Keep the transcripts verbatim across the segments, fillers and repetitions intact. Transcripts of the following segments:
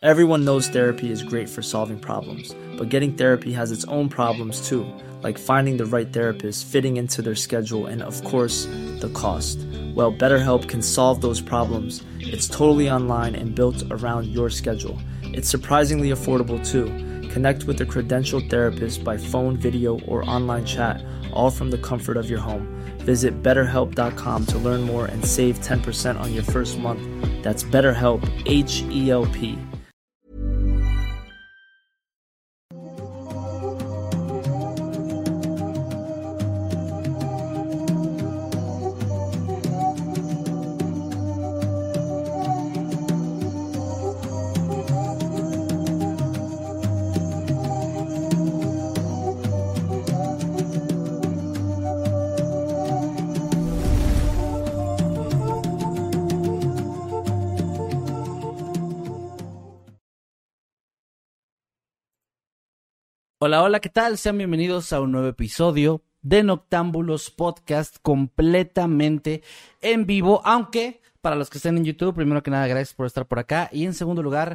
Everyone knows therapy is great for solving problems, but getting therapy has its own problems too, like finding the right therapist, fitting into their schedule, and of course, the cost. Well, BetterHelp can solve those problems. It's totally online and built around your schedule. It's surprisingly affordable too. Connect with a credentialed therapist by phone, video, or online chat, all from the comfort of your home. Visit better help dot com to learn more and save ten percent on your first month. That's BetterHelp, H E L P. Hola, hola, ¿qué tal? Sean bienvenidos a un nuevo episodio de Noctámbulos Podcast completamente en vivo, aunque para los que estén en YouTube, primero que nada, gracias por estar por acá, y en segundo lugar,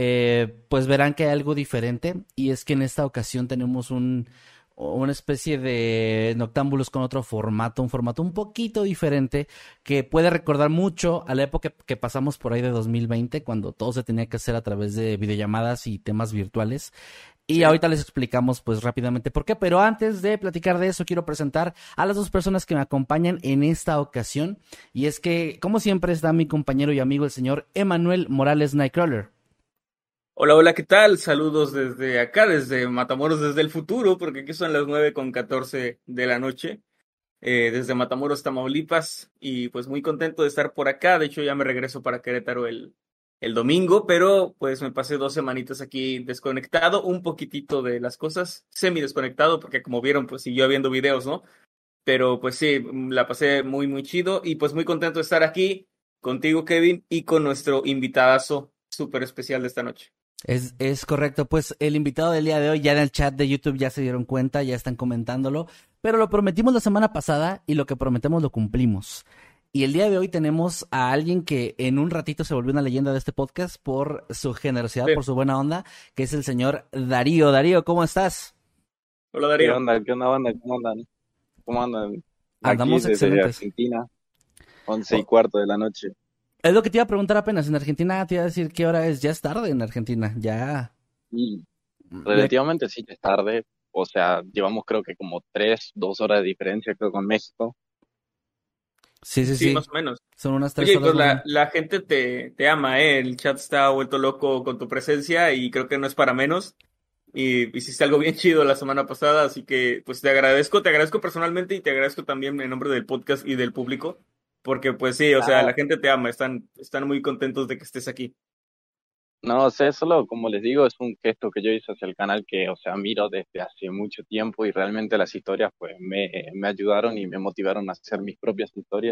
eh, pues verán que hay algo diferente, y es que en esta ocasión tenemos un, una especie de Noctámbulos con otro formato, un formato un poquito diferente, que puede recordar mucho a la época que pasamos por ahí de dos mil veinte, cuando todo se tenía que hacer a través de videollamadas y temas virtuales. Y sí, ahorita les explicamos pues rápidamente por qué, pero antes de platicar de eso quiero presentar a las dos personas que me acompañan en esta ocasión, y es que como siempre está mi compañero y amigo el señor Emanuel Morales Nightcrawler. Hola, hola, ¿qué tal? Saludos desde acá, desde Matamoros, desde el futuro, porque aquí son las nueve con catorce de la noche, eh, desde Matamoros, Tamaulipas, y pues muy contento de estar por acá. De hecho ya me regreso para Querétaro el el domingo, pero pues me pasé dos semanitas aquí desconectado, un poquitito de las cosas, semi desconectado, porque como vieron, pues siguió habiendo videos, ¿no? Pero pues sí, la pasé muy, muy chido, y pues muy contento de estar aquí contigo, Kevin, y con nuestro invitadazo súper especial de esta noche. Es, es correcto, pues el invitado del día de hoy ya en el chat de YouTube ya se dieron cuenta, ya están comentándolo, pero lo prometimos la semana pasada y lo que prometemos lo cumplimos. Y el día de hoy tenemos a alguien que en un ratito se volvió una leyenda de este podcast por su generosidad, sí, por su buena onda, que es el señor Darío. Darío, ¿cómo estás? Hola, Darío. ¿Qué onda? ¿Qué onda, banda? ¿Cómo andan? ¿Cómo andan? Andamos Aquí desde excelentes. Argentina, once y cuarto de la noche. Es lo que te iba a preguntar apenas. En Argentina te iba a decir qué hora es. Ya es tarde en Argentina, ya. Y relativamente sí, es tarde. O sea, llevamos creo que como tres, dos horas de diferencia, creo, con México. Sí, sí, sí, sí. más o menos. Son unas tres Oye, horas. pues la, la gente te, te ama, ¿eh? El chat está vuelto loco con tu presencia y creo que no es para menos. Y hiciste algo bien chido la semana pasada, así que pues te agradezco, te agradezco personalmente y te agradezco también en nombre del podcast y del público, porque pues sí, o sea, Ah, la gente te ama, están, están muy contentos de que estés aquí. no, o sea, solo como les digo, es un gesto que yo hice hacia el canal que, o sea, miro desde hace mucho tiempo y realmente las historias pues me, me ayudaron y me motivaron a hacer mis propias historias.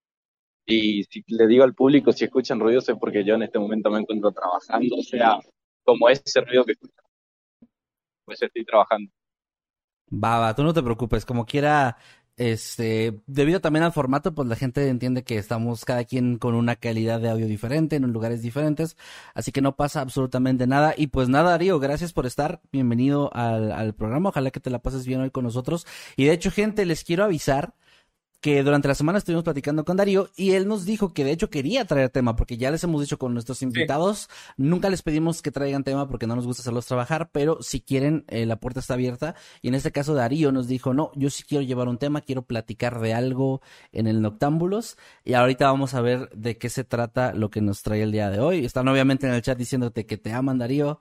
Y si le digo al público, si escuchan ruidos es porque yo en este momento me encuentro trabajando, o sea, como ese ruido que escuchan, pues estoy trabajando. Va, va, tú no te preocupes, como quiera, este, debido también al formato, pues la gente entiende que estamos cada quien con una calidad de audio diferente, en lugares diferentes, así que no pasa absolutamente nada. Y pues nada, Darío, gracias por estar, bienvenido al, al programa, ojalá que te la pases bien hoy con nosotros. Y de hecho, gente, les quiero avisar que durante la semana estuvimos platicando con Darío y él nos dijo que de hecho quería traer tema, porque ya les hemos dicho con nuestros invitados, sí, nunca les pedimos que traigan tema porque no nos gusta hacerlos trabajar, pero si quieren, eh, la puerta está abierta. Y en este caso Darío nos dijo, no, yo sí quiero llevar un tema, quiero platicar de algo en el Noctámbulos, y ahorita vamos a ver de qué se trata lo que nos trae el día de hoy. Están obviamente en el chat diciéndote que te aman, Darío.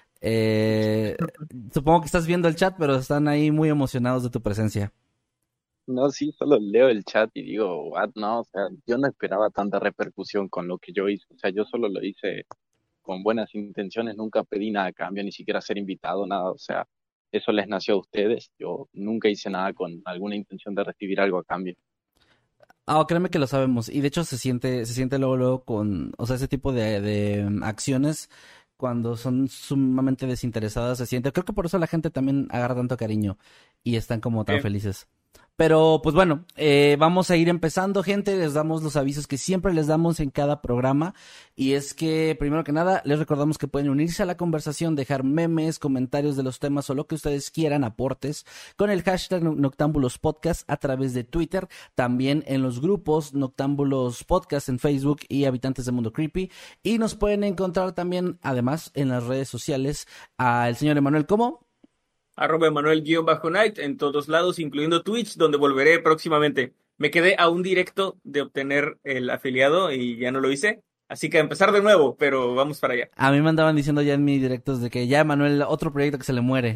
Eh, supongo que estás viendo el chat, pero están ahí muy emocionados de tu presencia. No, sí, solo leo el chat y digo, what, no, o sea, yo no esperaba tanta repercusión con lo que yo hice, o sea, yo solo lo hice con buenas intenciones, nunca pedí nada a cambio, ni siquiera ser invitado, nada, o sea, eso les nació a ustedes, yo nunca hice nada con alguna intención de recibir algo a cambio. Ah, créeme que lo sabemos, y de hecho se siente, se siente luego, luego con, o sea, ese tipo de, de um, acciones, cuando son sumamente desinteresadas, se siente, creo que por eso la gente también agarra tanto cariño, y están como tan Sí. felices. Pero pues bueno, eh, vamos a ir empezando, gente. Les damos los avisos que siempre les damos en cada programa. Y es que, primero que nada, les recordamos que pueden unirse a la conversación, dejar memes, comentarios de los temas o lo que ustedes quieran, aportes, con el hashtag Noctámbulos Podcast a través de Twitter. También en los grupos Noctámbulos Podcast en Facebook y Habitantes del Mundo Creepy. Y nos pueden encontrar también, además, en las redes sociales al señor Emanuel, ¿cómo? Arroba Emanuel-Night en todos lados, incluyendo Twitch, donde volveré próximamente. Me quedé a un directo de obtener el afiliado y ya no lo hice. Así que a empezar de nuevo, pero vamos para allá. A mí me andaban diciendo ya en mis directos de que ya Emanuel, otro proyecto que se le muere.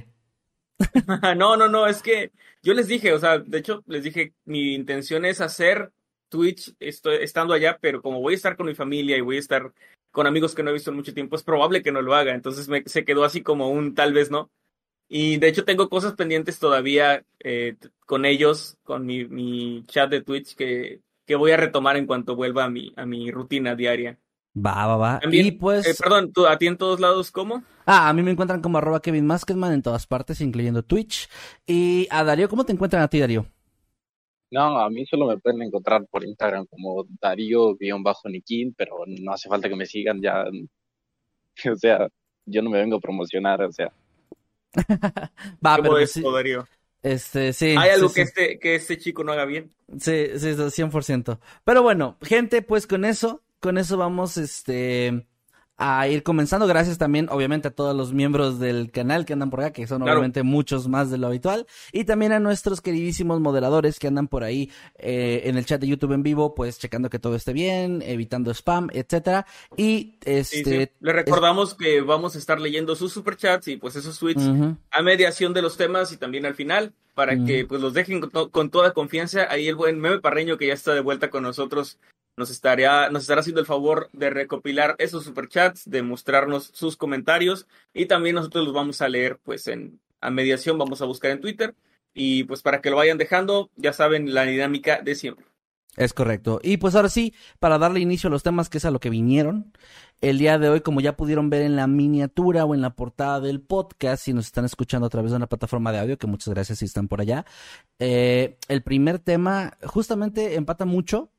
No, no, no, es que yo les dije, o sea, de hecho les dije, mi intención es hacer Twitch estoy, estando allá, pero como voy a estar con mi familia y voy a estar con amigos que no he visto en mucho tiempo, es probable que no lo haga. Entonces me, se quedó así como un tal vez no. Y de hecho tengo cosas pendientes todavía eh, con ellos, con mi, mi chat de Twitch que, que voy a retomar en cuanto vuelva a mi, a mi rutina diaria. Va, va, va. También, y pues... eh, perdón, ¿tú, ¿a ti en todos lados cómo? Ah, a mí me encuentran como arroba Kevin Maskedman en todas partes, incluyendo Twitch. Y a Darío, ¿cómo te encuentran a ti, Darío? No, a mí solo me pueden encontrar por Instagram como Darío-Nikin, pero no hace falta que me sigan ya. O sea, yo no me vengo a promocionar, o sea. Va, Qué pero pues modesto, sí, Darío. este, sí. ¿Hay algo sí, que sí. este que este chico no haga bien? Sí, sí, sí, cien por ciento. Pero bueno, gente, pues con eso, con eso vamos, este, a ir comenzando. Gracias también, obviamente, a todos los miembros del canal que andan por acá, que son Claro. obviamente muchos más de lo habitual. Y también a nuestros queridísimos moderadores que andan por ahí eh, en el chat de YouTube en vivo, pues checando que todo esté bien, evitando spam, etcétera. Y Sí, sí. este... Le recordamos que vamos a estar leyendo sus superchats y pues esos tweets Ujú. a mediación de los temas y también al final, para Ujú. que pues los dejen con, to- con toda confianza. Ahí el buen Meme Parreño, que ya está de vuelta con nosotros, nos estaría, nos estará haciendo el favor de recopilar esos superchats, de mostrarnos sus comentarios y también nosotros los vamos a leer pues en a mediación, vamos a buscar en Twitter y pues para que lo vayan dejando, ya saben la dinámica de siempre. Es correcto. Y pues ahora sí, para darle inicio a los temas que es a lo que vinieron, el día de hoy, como ya pudieron ver en la miniatura o en la portada del podcast, si nos están escuchando a través de una plataforma de audio, que muchas gracias si están por allá, eh, el primer tema justamente empata mucho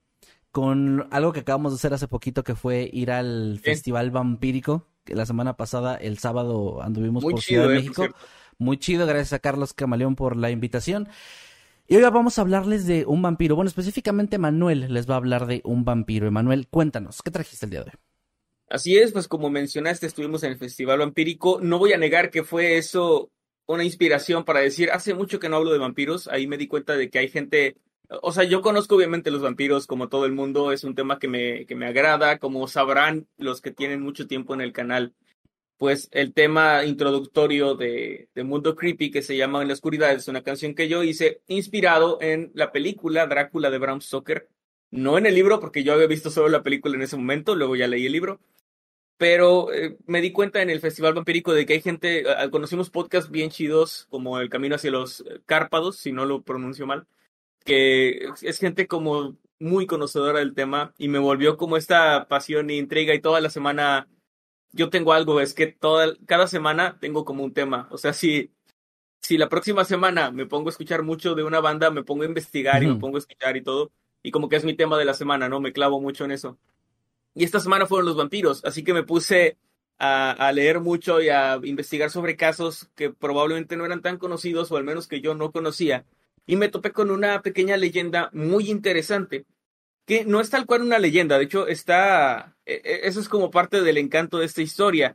con algo que acabamos de hacer hace poquito, que fue ir al Sí. Festival Vampírico, que la semana pasada, el sábado, anduvimos Muy por chido, Ciudad de eh, por México. cierto. Muy chido, gracias a Carlos Camaleón por la invitación. Y hoy vamos a hablarles de un vampiro. Bueno, específicamente Manuel les va a hablar de un vampiro. Emanuel, cuéntanos, ¿qué trajiste el día de hoy? Así es, pues como mencionaste, estuvimos en el Festival Vampírico. No voy a negar que fue eso una inspiración para decir, hace mucho que no hablo de vampiros. Ahí me di cuenta de que hay gente, o sea, yo conozco obviamente los vampiros como todo el mundo, es un tema que me, que me agrada, como sabrán los que tienen mucho tiempo en el canal. Pues el tema introductorio de, de Mundo Creepy, que se llama En la Oscuridad, es una canción que yo hice inspirado en la película Drácula de Bram Stoker. No en el libro, porque yo había visto solo la película en ese momento, luego ya leí el libro. Pero eh, me di cuenta en el Festival Vampírico de que hay gente, eh, conocimos podcasts bien chidos, como El Camino hacia los Cárpados, si no lo pronuncio mal, que es gente como muy conocedora del tema y me volvió como esta pasión e intriga y toda la semana yo tengo algo, es que toda, cada semana tengo como un tema. O sea, si, si la próxima semana me pongo a escuchar mucho de una banda, me pongo a investigar y me Ujú. pongo a escuchar y todo, y como que es mi tema de la semana, ¿no? Me clavo mucho en eso. Y esta semana fueron los vampiros, así que me puse a, a leer mucho y a investigar sobre casos que probablemente no eran tan conocidos, o al menos que yo no conocía, y me topé con una pequeña leyenda muy interesante que no es tal cual una leyenda, de hecho está, e- e- eso es como parte del encanto de esta historia,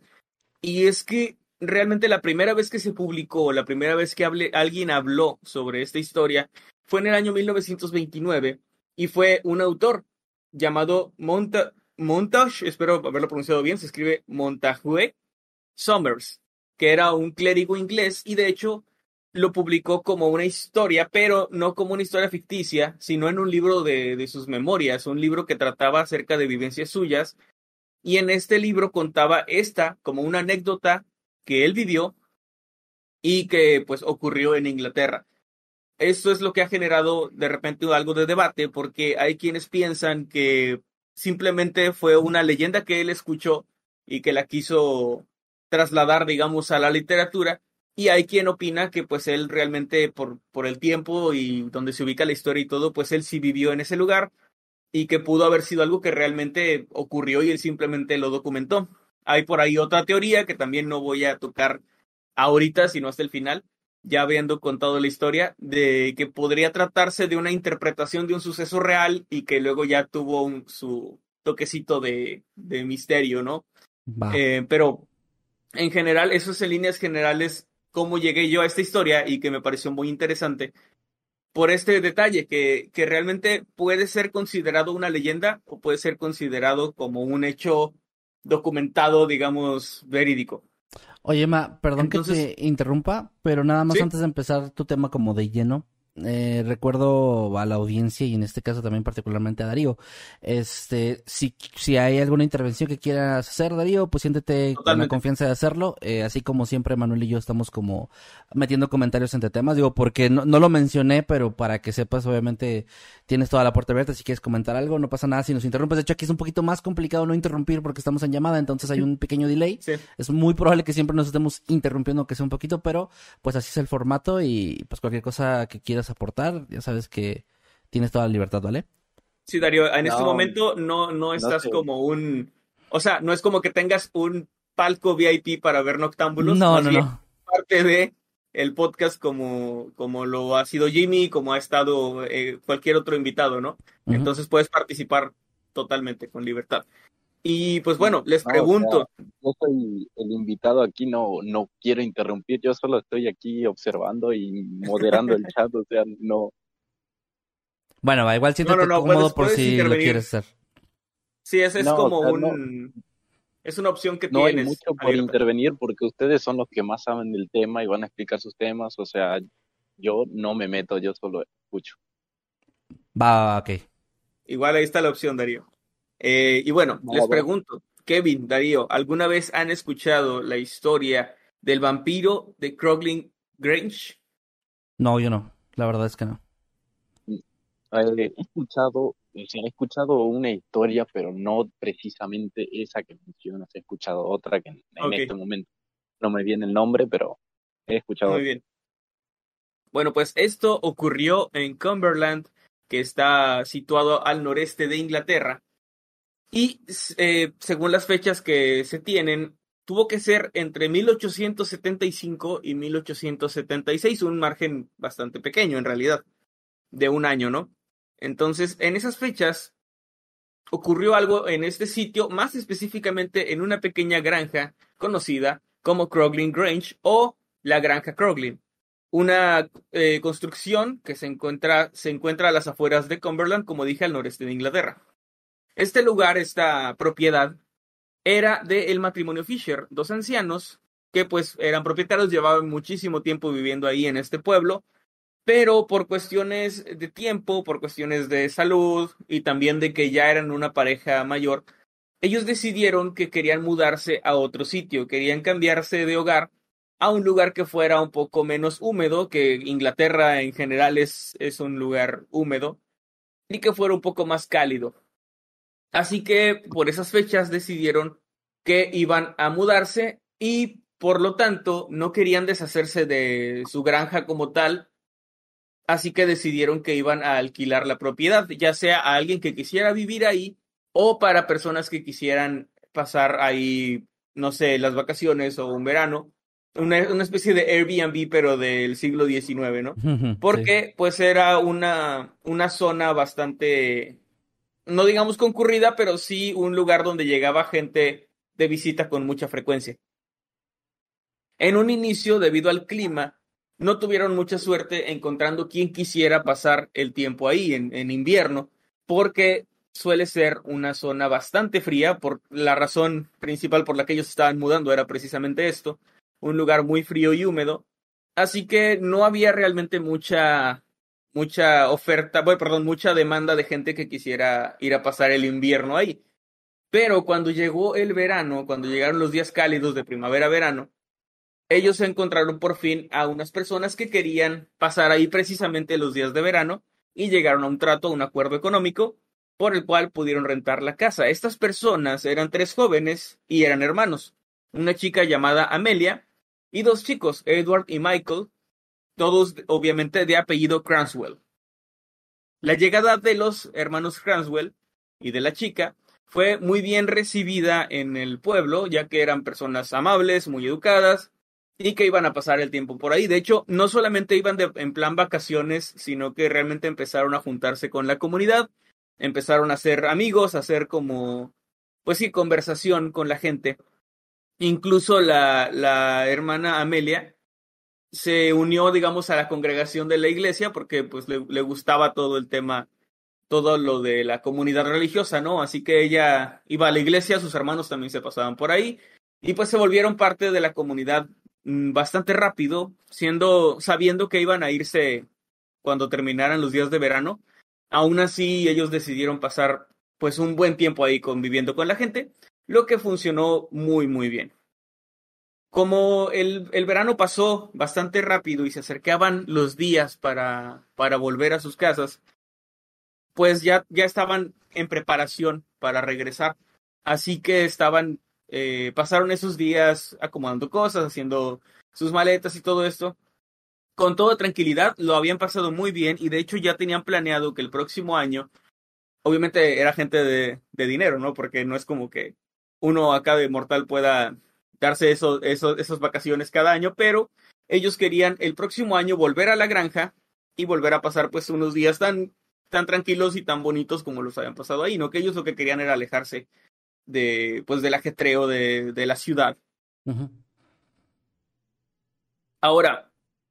y es que realmente la primera vez que se publicó, la primera vez que hable, alguien habló sobre esta historia, fue en el año mil novecientos veintinueve, y fue un autor llamado Monta Montage, espero haberlo pronunciado bien, se escribe Montague Summers, que era un clérigo inglés, y de hecho lo publicó como una historia, pero no como una historia ficticia, sino en un libro de, de sus memorias, un libro que trataba acerca de vivencias suyas, y en este libro contaba esta como una anécdota que él vivió y que pues ocurrió en Inglaterra. Esto es lo que ha generado de repente algo de debate, porque hay quienes piensan que simplemente fue una leyenda que él escuchó y que la quiso trasladar, digamos, a la literatura, y hay quien opina que pues él realmente por, por el tiempo y donde se ubica la historia y todo, pues él sí vivió en ese lugar y que pudo haber sido algo que realmente ocurrió y él simplemente lo documentó. Hay por ahí otra teoría que también no voy a tocar ahorita, sino hasta el final, ya habiendo contado la historia, de que podría tratarse de una interpretación de un suceso real y que luego ya tuvo un, su toquecito de, de misterio, ¿no? Va. Eh, pero en general, eso es en líneas generales cómo llegué yo a esta historia y que me pareció muy interesante por este detalle, que, que realmente puede ser considerado una leyenda o puede ser considerado como un hecho documentado, digamos, verídico. Oye, Ma, perdón Entonces, que te interrumpa, pero nada más sí, antes de empezar tu tema como de lleno, eh, recuerdo a la audiencia y en este caso también particularmente a Darío, este, si, si hay alguna intervención que quieras hacer, Darío, pues siéntete con la totalmente. confianza de hacerlo, eh, así como siempre Manuel y yo estamos como metiendo comentarios entre temas, digo, porque no, no lo mencioné, pero para que sepas, obviamente tienes toda la puerta abierta, si quieres comentar algo, no pasa nada si nos interrumpes, de hecho aquí es un poquito más complicado no interrumpir porque estamos en llamada, entonces hay un pequeño delay, Sí. es muy probable que siempre nos estemos interrumpiendo, que sea un poquito, pero pues así es el formato y pues cualquier cosa que quieras aportar, ya sabes que tienes toda la libertad, ¿vale? Sí, Darío, en este No, momento no, no no estás sé. como un, o sea, no es como que tengas un palco V I P para ver Noctámbulos, No, más no, bien no. parte de el podcast como, como lo ha sido Jimmy, como ha estado eh, cualquier otro invitado, ¿no? Ujú. Entonces puedes participar totalmente con libertad. Y pues bueno, les No, o sea, pregunto, yo soy el invitado aquí, no, no quiero interrumpir, yo solo estoy aquí observando y moderando el chat, o sea, no, Bueno, va, igual no, no, siéntete no, cómodo puedes, por puedes si lo intervenir. quieres hacer. Sí, ese es no, o como sea, no, un, es una opción que no hay tienes mucho por abierta. intervenir porque ustedes son los que más saben del tema y van a explicar sus temas, o sea, yo no me meto, yo solo escucho. Va, va, va, ok. Igual ahí está la opción, Darío. Eh, y bueno, Va, les va. pregunto, Kevin, Darío, ¿alguna vez han escuchado la historia del vampiro de Crogling Grange? No, yo no, la verdad es que no. Eh, he escuchado, o sea, he escuchado una historia, pero no precisamente esa que mencionas, he escuchado otra que en, en Ok, este momento no me viene el nombre, pero he escuchado muy otra. bien. Bueno, pues esto ocurrió en Cumberland, que está situado al noreste de Inglaterra. Y eh, según las fechas que se tienen, tuvo que ser entre mil ochocientos setenta y cinco y mil ochocientos setenta y seis, un margen bastante pequeño en realidad, de un año, ¿no? Entonces, en esas fechas ocurrió algo en este sitio, más específicamente en una pequeña granja conocida como Crogling Grange o la Granja Crogling, una eh, construcción que se encuentra, se encuentra a las afueras de Cumberland, como dije, al noreste de Inglaterra. Este lugar, esta propiedad, era del matrimonio Fisher, dos ancianos que pues eran propietarios, llevaban muchísimo tiempo viviendo ahí en este pueblo, pero por cuestiones de tiempo, por cuestiones de salud y también de que ya eran una pareja mayor, ellos decidieron que querían mudarse a otro sitio, querían cambiarse de hogar a un lugar que fuera un poco menos húmedo, que Inglaterra en general es, es un lugar húmedo, y que fuera un poco más cálido. Así que por esas fechas decidieron que iban a mudarse y por lo tanto no querían deshacerse de su granja como tal, así que decidieron que iban a alquilar la propiedad, ya sea a alguien que quisiera vivir ahí o para personas que quisieran pasar ahí, no sé, las vacaciones o un verano, una, una especie de Airbnb pero del siglo diecinueve, ¿no? Sí. Porque pues era una, una zona bastante, no digamos concurrida, pero sí un lugar donde llegaba gente de visita con mucha frecuencia. En un inicio, debido al clima, no tuvieron mucha suerte encontrando quien quisiera pasar el tiempo ahí en, en invierno, porque suele ser una zona bastante fría, por la razón principal por la que ellos estaban mudando era precisamente esto, un lugar muy frío y húmedo, así que no había realmente mucha, mucha oferta, bueno, perdón, mucha demanda de gente que quisiera ir a pasar el invierno ahí. Pero cuando llegó el verano, cuando llegaron los días cálidos de primavera-verano, ellos encontraron por fin a unas personas que querían pasar ahí precisamente los días de verano y llegaron a un trato, a un acuerdo económico por el cual pudieron rentar la casa. Estas personas eran tres jóvenes y eran hermanos. Una chica llamada Amelia, y dos chicos, Edward y Michael, todos obviamente de apellido Cranswell. La llegada de los hermanos Cranswell y de la chica fue muy bien recibida en el pueblo, ya que eran personas amables, muy educadas, y que iban a pasar el tiempo por ahí. De hecho, no solamente iban de, en plan vacaciones, sino que realmente empezaron a juntarse con la comunidad, empezaron a ser amigos, a hacer como, pues sí, conversación con la gente. Incluso la, la hermana Amelia se unió, digamos, a la congregación de la iglesia porque pues le, le gustaba todo el tema, todo lo de la comunidad religiosa, ¿no? Así que ella iba a la iglesia, sus hermanos también se pasaban por ahí, y pues se volvieron parte de la comunidad mmm, bastante rápido, siendo, sabiendo que iban a irse cuando terminaran los días de verano. Aún así, ellos decidieron pasar pues un buen tiempo ahí conviviendo con la gente, lo que funcionó muy, muy bien. Como el, el verano pasó bastante rápido y se acercaban los días para, para volver a sus casas, pues ya, ya estaban en preparación para regresar. Así que estaban, eh, pasaron esos días acomodando cosas, haciendo sus maletas y todo esto. Con toda tranquilidad, lo habían pasado muy bien y de hecho ya tenían planeado que el próximo año, obviamente era gente de, de dinero, ¿no? Porque no es como que uno acá de mortal pueda darse eso, eso, esas vacaciones cada año, pero ellos querían el próximo año volver a la granja y volver a pasar pues unos días tan, tan tranquilos y tan bonitos como los habían pasado ahí, ¿no? Que ellos lo que querían era alejarse de, pues, del ajetreo de, de la ciudad. Ujú. Ahora,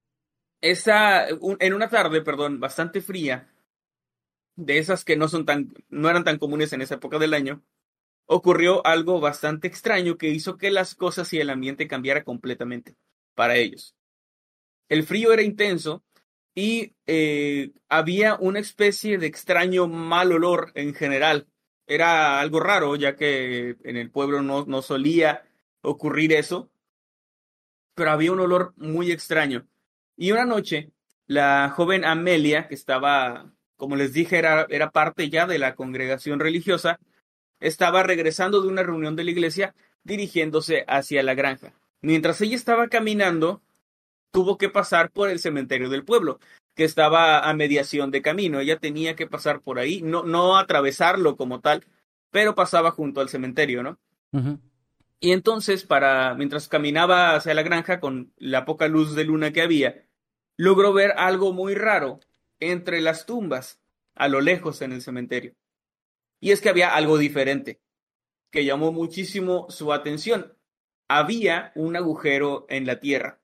esa, un, en una tarde, perdón, bastante fría, de esas que no son tan, no eran tan comunes en esa época del año, ocurrió algo bastante extraño que hizo que las cosas y el ambiente cambiara completamente para ellos. El frío era intenso y eh, había una especie de extraño mal olor en general. Era algo raro, ya que en el pueblo no, no solía ocurrir eso, pero había un olor muy extraño. Y una noche, la joven Amelia, que estaba, como les dije, era, era parte ya de la congregación religiosa, estaba regresando de una reunión de la iglesia dirigiéndose hacia la granja. Mientras ella estaba caminando, tuvo que pasar por el cementerio del pueblo, que estaba a mediación de camino. Ella tenía que pasar por ahí, no, no atravesarlo como tal, pero pasaba junto al cementerio, ¿no? Ujú. Y entonces, para, mientras caminaba hacia la granja con la poca luz de luna que había, logró ver algo muy raro entre las tumbas, a lo lejos en el cementerio. Y es que había algo diferente, que llamó muchísimo su atención. Había un agujero en la tierra.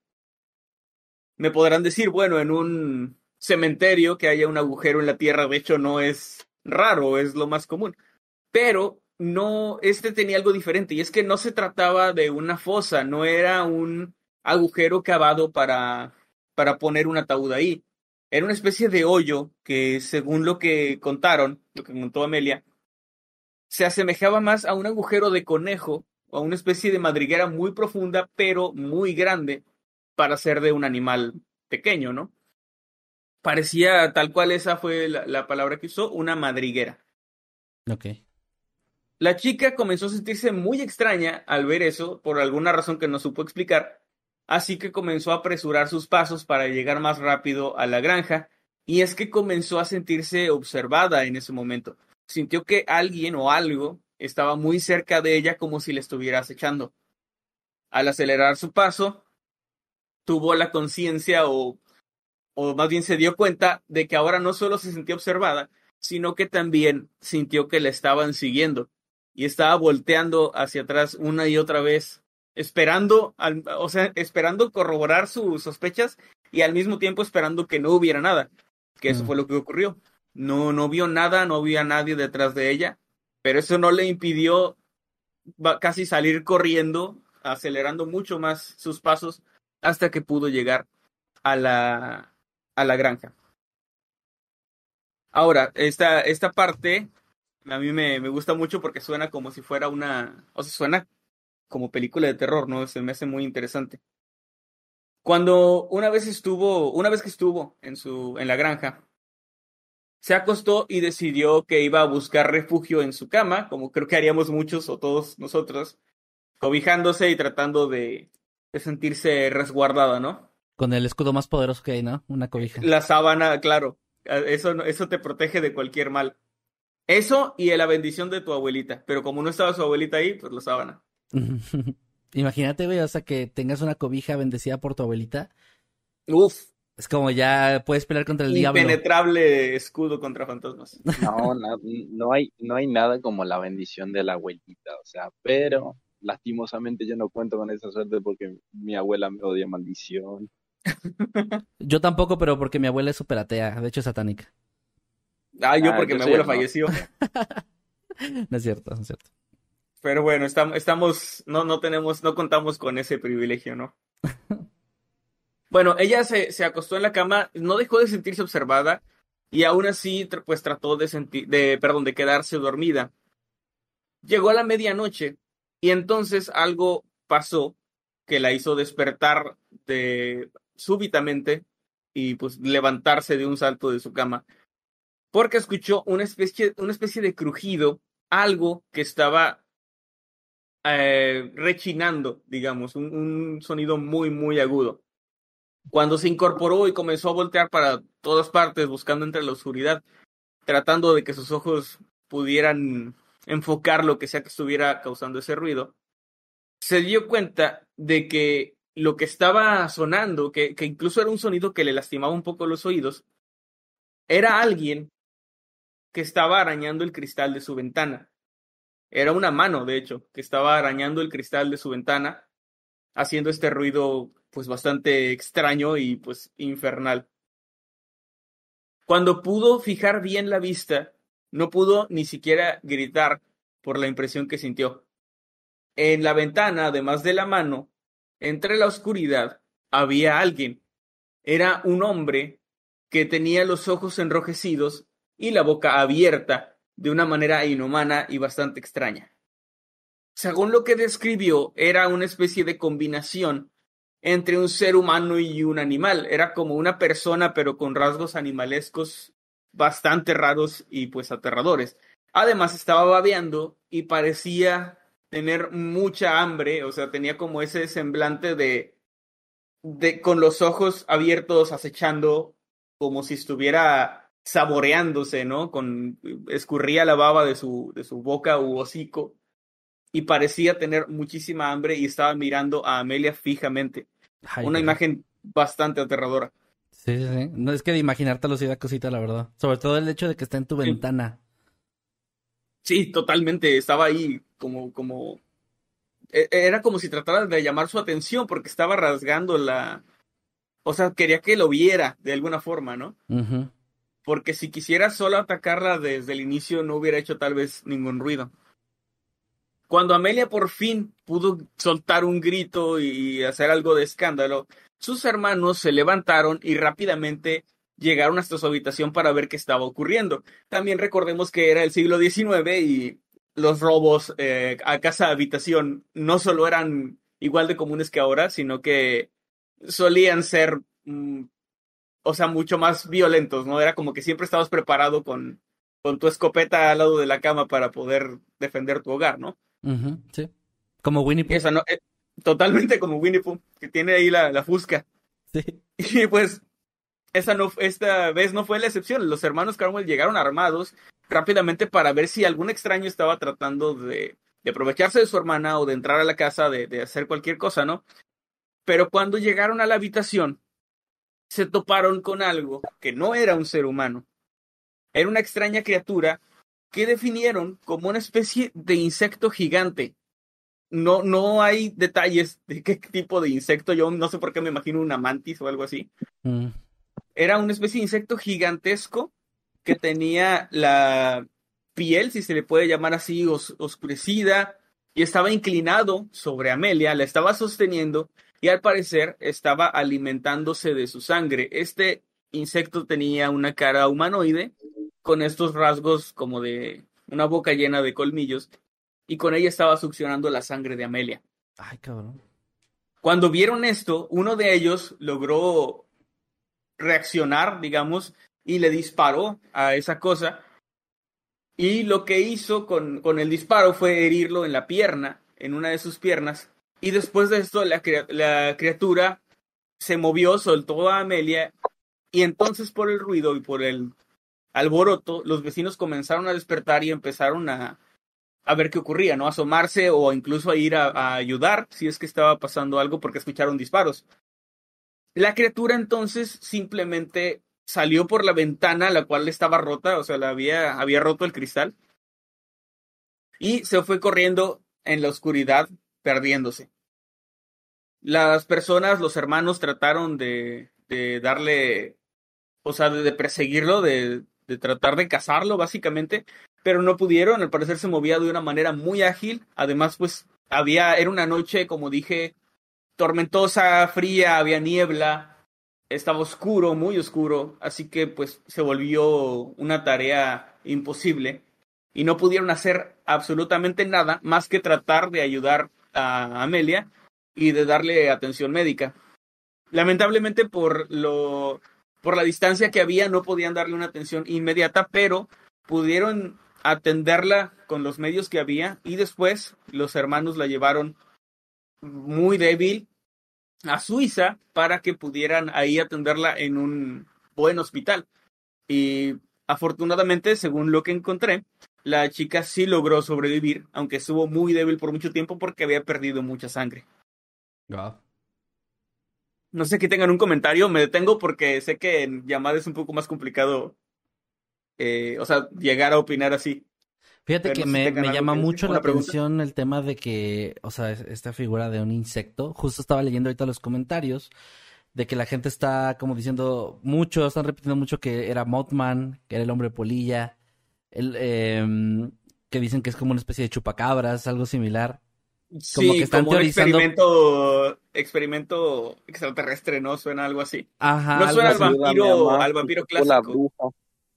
Me podrán decir, bueno, en un cementerio que haya un agujero en la tierra, de hecho no es raro, es lo más común. Pero no, este tenía algo diferente, y es que no se trataba de una fosa, no era un agujero cavado para, para poner un ataúd ahí. Era una especie de hoyo que, según lo que contaron, lo que contó Amelia, se asemejaba más a un agujero de conejo o a una especie de madriguera muy profunda, pero muy grande para ser de un animal pequeño, ¿no? Parecía, tal cual esa fue la, la palabra que usó, una madriguera. Ok. La chica comenzó a sentirse muy extraña al ver eso, por alguna razón que no supo explicar, así que comenzó a apresurar sus pasos para llegar más rápido a la granja, y es que comenzó a sentirse observada en ese momento. Sintió que alguien o algo estaba muy cerca de ella como si le estuviera acechando. Al acelerar su paso, tuvo la conciencia o, o más bien se dio cuenta de que ahora no solo se sentía observada, sino que también sintió que la estaban siguiendo y estaba volteando hacia atrás una y otra vez, esperando, al, o sea, esperando corroborar sus sospechas y al mismo tiempo esperando que no hubiera nada, que eso Mm. fue lo que ocurrió. No, no vio nada, no vio a nadie detrás de ella, pero eso no le impidió va- casi salir corriendo, acelerando mucho más sus pasos hasta que pudo llegar a la, a la granja. Ahora, esta, esta parte a mí me, me gusta mucho porque suena como si fuera una, o sea, suena como película de terror, ¿no? Se me hace muy interesante. Cuando una vez estuvo, una vez que estuvo en su, en la granja, se acostó y decidió que iba a buscar refugio en su cama, como creo que haríamos muchos o todos nosotros, cobijándose y tratando de, de sentirse resguardada, ¿no? Con el escudo más poderoso que hay, ¿no? Una cobija. La sábana, claro, eso, no- eso te protege de cualquier mal. Eso y la bendición de tu abuelita, pero como no estaba su abuelita ahí, pues la sábana. Imagínate, güey, o sea, que tengas una cobija bendecida por tu abuelita. Uf, Es como ya puedes pelear contra el diablo. impenetrable escudo contra fantasmas. No, no, no hay, no hay nada como la bendición de la abuelita, o sea, pero lastimosamente yo no cuento con esa suerte porque mi abuela me odia, maldición. Yo tampoco, pero porque mi abuela es súper atea, de hecho es satánica. Ah, yo Ah, porque yo mi soy abuela el no. falleció. No es cierto, no es cierto. Pero bueno, estamos, estamos, no, no tenemos, no contamos con ese privilegio, ¿no? Bueno, ella se, se acostó en la cama, no dejó de sentirse observada y aún así, tr- pues trató de sentir, de, perdón, de quedarse dormida. Llegó a la medianoche y entonces algo pasó que la hizo despertar de súbitamente y pues levantarse de un salto de su cama, porque escuchó una especie, una especie de crujido, algo que estaba eh, rechinando, digamos, un, un sonido muy, muy agudo. Cuando se incorporó y comenzó a voltear para todas partes, buscando entre la oscuridad, tratando de que sus ojos pudieran enfocar lo que sea que estuviera causando ese ruido, se dio cuenta de que lo que estaba sonando, que, que incluso era un sonido que le lastimaba un poco los oídos, era alguien que estaba arañando el cristal de su ventana. Era una mano, de hecho, que estaba arañando el cristal de su ventana, haciendo este ruido pues bastante extraño y pues infernal. Cuando pudo fijar bien la vista, no pudo ni siquiera gritar por la impresión que sintió. En la ventana, además de la mano, entre la oscuridad, había alguien. Era un hombre que tenía los ojos enrojecidos y la boca abierta de una manera inhumana y bastante extraña. Según lo que describió, era una especie de combinación entre un ser humano y un animal. Era como una persona, pero con rasgos animalescos bastante raros y pues aterradores. Además, estaba babeando y parecía tener mucha hambre, o sea, tenía como ese semblante de, de con los ojos abiertos, acechando, como si estuviera saboreándose, ¿no? Con, escurría la baba de su, de su boca u hocico y parecía tener muchísima hambre y estaba mirando a Amelia fijamente. Ay, Una güey. imagen bastante aterradora. Sí, sí, sí. No es que de imaginártelo sí da cosita, la verdad. Sobre todo el hecho de que está en tu Sí. ventana. Sí, totalmente. Estaba ahí como, como, e- era como si tratara de llamar su atención porque estaba rasgando la, o sea, quería que lo viera de alguna forma, ¿no? Ujú. Porque si quisiera solo atacarla desde el inicio no hubiera hecho tal vez ningún ruido. Cuando Amelia por fin pudo soltar un grito y hacer algo de escándalo, sus hermanos se levantaron y rápidamente llegaron hasta su habitación para ver qué estaba ocurriendo. También recordemos que era el siglo diecinueve y los robos eh, a casa-habitación no solo eran igual de comunes que ahora, sino que solían ser, mm, o sea, mucho más violentos, ¿no? Era como que siempre estabas preparado con, con tu escopeta al lado de la cama para poder defender tu hogar, ¿no? Ujú, sí. Como Winnie Pooh. Esa no, eh, totalmente como Winnie Pooh, que tiene ahí la, la fusca. Sí. Y pues, esa no, esta vez no fue la excepción. Los hermanos Carmel llegaron armados rápidamente para ver si algún extraño estaba tratando de, de aprovecharse de su hermana o de entrar a la casa, de, de hacer cualquier cosa, ¿no? Pero cuando llegaron a la habitación, se toparon con algo que no era un ser humano. Era una extraña criatura que definieron como una especie de insecto gigante. No, no hay detalles de qué tipo de insecto. Yo no sé por qué me imagino una mantis o algo así. Mm. Era una especie de insecto gigantesco que tenía la piel, si se le puede llamar así, os- oscurecida, y estaba inclinado sobre Amelia, la estaba sosteniendo y al parecer estaba alimentándose de su sangre. Este insecto tenía una cara humanoide con estos rasgos como de una boca llena de colmillos y con ella estaba succionando la sangre de Amelia. Ay, cabrón. Cuando vieron esto, uno de ellos logró reaccionar, digamos, y le disparó a esa cosa. Y lo que hizo con, con el disparo fue herirlo en la pierna, en una de sus piernas, Y después de esto, la, la criatura se movió, soltó a Amelia, y entonces por el ruido y por el alboroto, los vecinos comenzaron a despertar y empezaron a, a ver qué ocurría, ¿no? A asomarse o incluso a ir a, a ayudar si es que estaba pasando algo porque escucharon disparos. La criatura entonces simplemente salió por la ventana, la cual estaba rota, o sea, la había, había roto el cristal, y se fue corriendo en la oscuridad, perdiéndose. Las personas, los hermanos, trataron de, de darle, o sea, de, de perseguirlo, de, de tratar de cazarlo, básicamente, pero no pudieron. Al parecer se movía de una manera muy ágil. Además, pues, había, era una noche, como dije, tormentosa, fría, había niebla, estaba oscuro, muy oscuro, así que, pues, se volvió una tarea imposible. Y no pudieron hacer absolutamente nada más que tratar de ayudar a Amelia y de darle atención médica. Lamentablemente por lo por la distancia que había no podían darle una atención inmediata, pero pudieron atenderla con los medios que había y después los hermanos la llevaron muy débil a Suiza para que pudieran ahí atenderla en un buen hospital. Y afortunadamente, según lo que encontré, la chica sí logró sobrevivir, aunque estuvo muy débil por mucho tiempo porque había perdido mucha sangre. Wow. No sé que tengan un comentario, me detengo porque sé que en llamada es un poco más complicado, eh, o sea, llegar a opinar así. Fíjate Pero que no sé si me, tengan me algo llama que decir, mucho la una pregunta. atención el tema de que, o sea, es- esta figura de un insecto. Justo estaba leyendo ahorita los comentarios de que la gente está como diciendo mucho, están repitiendo mucho que era Mothman, que era el hombre polilla, el, em, que dicen que es como una especie de chupacabras, algo similar. Como que Sí, están como un teorizando, experimento, experimento extraterrestre, ¿no? Suena algo así. ajá, No algo suena al así. Ayúdame, vampiro, mamá, al me vampiro chupó la clásico. bruja.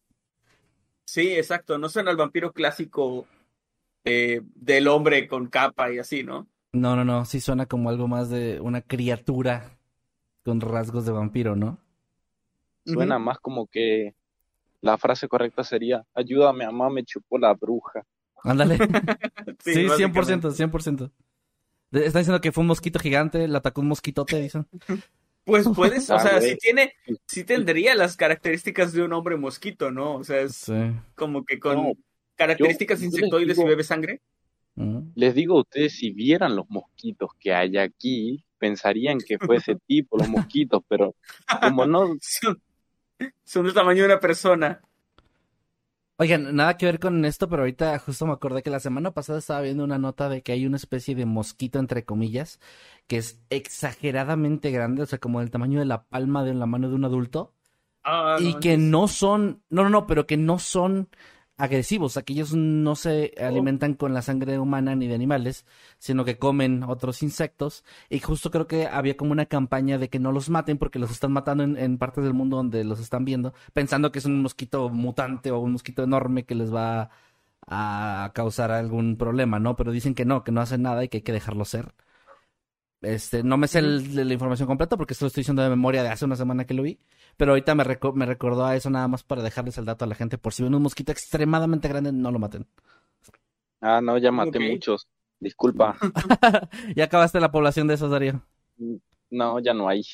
Sí, exacto, no suena al vampiro clásico eh, del hombre con capa y así, ¿no? No, no, no, sí suena como algo más de una criatura con rasgos de vampiro, ¿no? Suena Ujú. más como que la frase correcta sería, ayúdame, mamá, me chupó la bruja. Ándale. Sí, Sí, cien por ciento, básicamente. cien por ciento. De- Están diciendo que fue un mosquito gigante, le atacó un mosquitote, dicen. Pues puedes, o Ah, sea, sí güey. tiene, sí tendría las características de un hombre mosquito, ¿no? O sea, es Sí. como que No, con yo, características yo les insectoides y digo, bebe sangre. Mm. les digo a ustedes, si vieran los mosquitos que hay aquí, pensarían que fue ese tipo, los mosquitos, pero como no, Son, son del tamaño de una persona. Oigan, nada que ver con esto, pero ahorita justo me acordé que la semana pasada estaba viendo una nota de que hay una especie de mosquito, entre comillas, que es exageradamente grande, o sea, como del tamaño de la palma de la mano de un adulto, Ah, no y que manches. no son, no, no, no, pero que no son agresivos, o sea, que ellos no se Oh, alimentan con la sangre humana ni de animales, sino que comen otros insectos. Y justo creo que había como una campaña de que no los maten porque los están matando en, en partes del mundo donde los están viendo, pensando que es un mosquito mutante o un mosquito enorme que les va a causar algún problema, ¿no? Pero dicen que no, que no hacen nada y que hay que dejarlo ser. Este, no me sé ujú. el- la información completa porque esto lo estoy diciendo de memoria de hace una semana que lo vi, pero ahorita me, reco- me recordó a eso nada más para dejarles el dato a la gente. Por si ven un mosquito extremadamente grande, no lo maten. ah, no, ya maté Ok. muchos, disculpa, Ya acabaste la población de esos, Darío. no, ya no hay.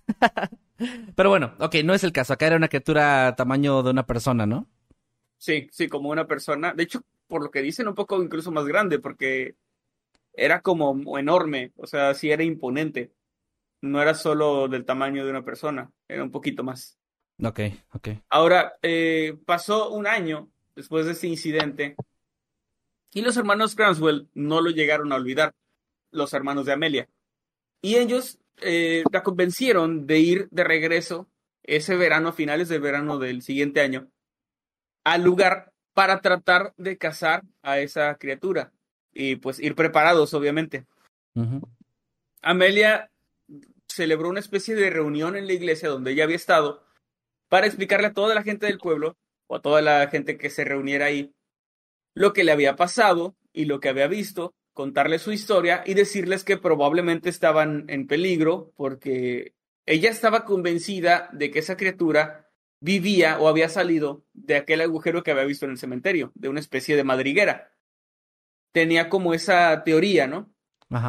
Pero bueno, ok, no es el caso. Acá era una criatura tamaño de una persona, ¿no? Sí, sí, como una persona. De hecho, por lo que dicen, un poco incluso más grande, porque era como enorme, o sea, sí era imponente. No era solo del tamaño de una persona, era un poquito más. Ok, ok. Ahora, eh, pasó un año después de ese incidente y los hermanos Cranswell no lo llegaron a olvidar, los hermanos de Amelia. Y ellos eh, la convencieron de ir de regreso ese verano, a finales del verano del siguiente año, al lugar para tratar de cazar a esa criatura y pues ir preparados, obviamente. Ujú. Amelia celebró una especie de reunión en la iglesia donde ella había estado para explicarle a toda la gente del pueblo o a toda la gente que se reuniera ahí lo que le había pasado y lo que había visto, contarles su historia y decirles que probablemente estaban en peligro porque ella estaba convencida de que esa criatura vivía o había salido de aquel agujero que había visto en el cementerio, de una especie de madriguera. Tenía como esa teoría, ¿no? Ajá.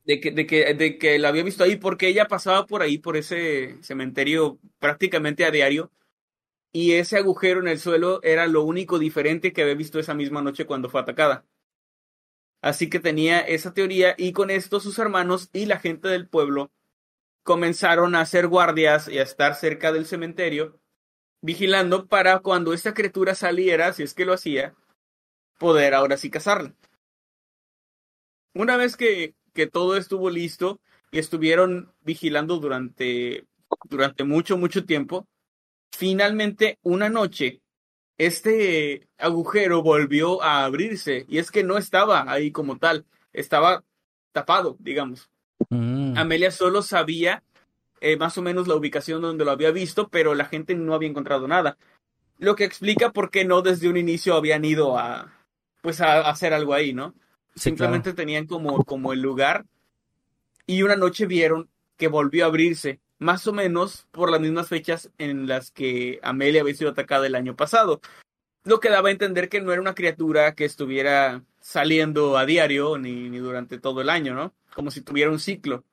de que, de que, de que la había visto ahí, porque ella pasaba por ahí, por ese cementerio prácticamente a diario, y ese agujero en el suelo era lo único diferente que había visto esa misma noche cuando fue atacada. Así que tenía esa teoría, y con esto sus hermanos y la gente del pueblo comenzaron a hacer guardias y a estar cerca del cementerio, vigilando para cuando esta criatura saliera, si es que lo hacía, poder ahora sí cazarla. Una vez que, que todo estuvo listo y estuvieron vigilando durante, durante mucho, mucho tiempo, finalmente una noche este agujero volvió a abrirse, y es que no estaba ahí como tal, estaba tapado, digamos. Mm. Amelia solo sabía eh, más o menos la ubicación donde lo había visto, pero la gente no había encontrado nada. Lo que explica por qué no desde un inicio habían ido a, pues a, a hacer algo ahí, ¿no? Sí, Simplemente claro. tenían como, como el lugar, y una noche vieron que volvió a abrirse, más o menos por las mismas fechas en las que Amelia había sido atacada el año pasado. Lo que daba a entender que no era una criatura que estuviera saliendo a diario ni, ni durante todo el año, ¿no? Como si tuviera un ciclo.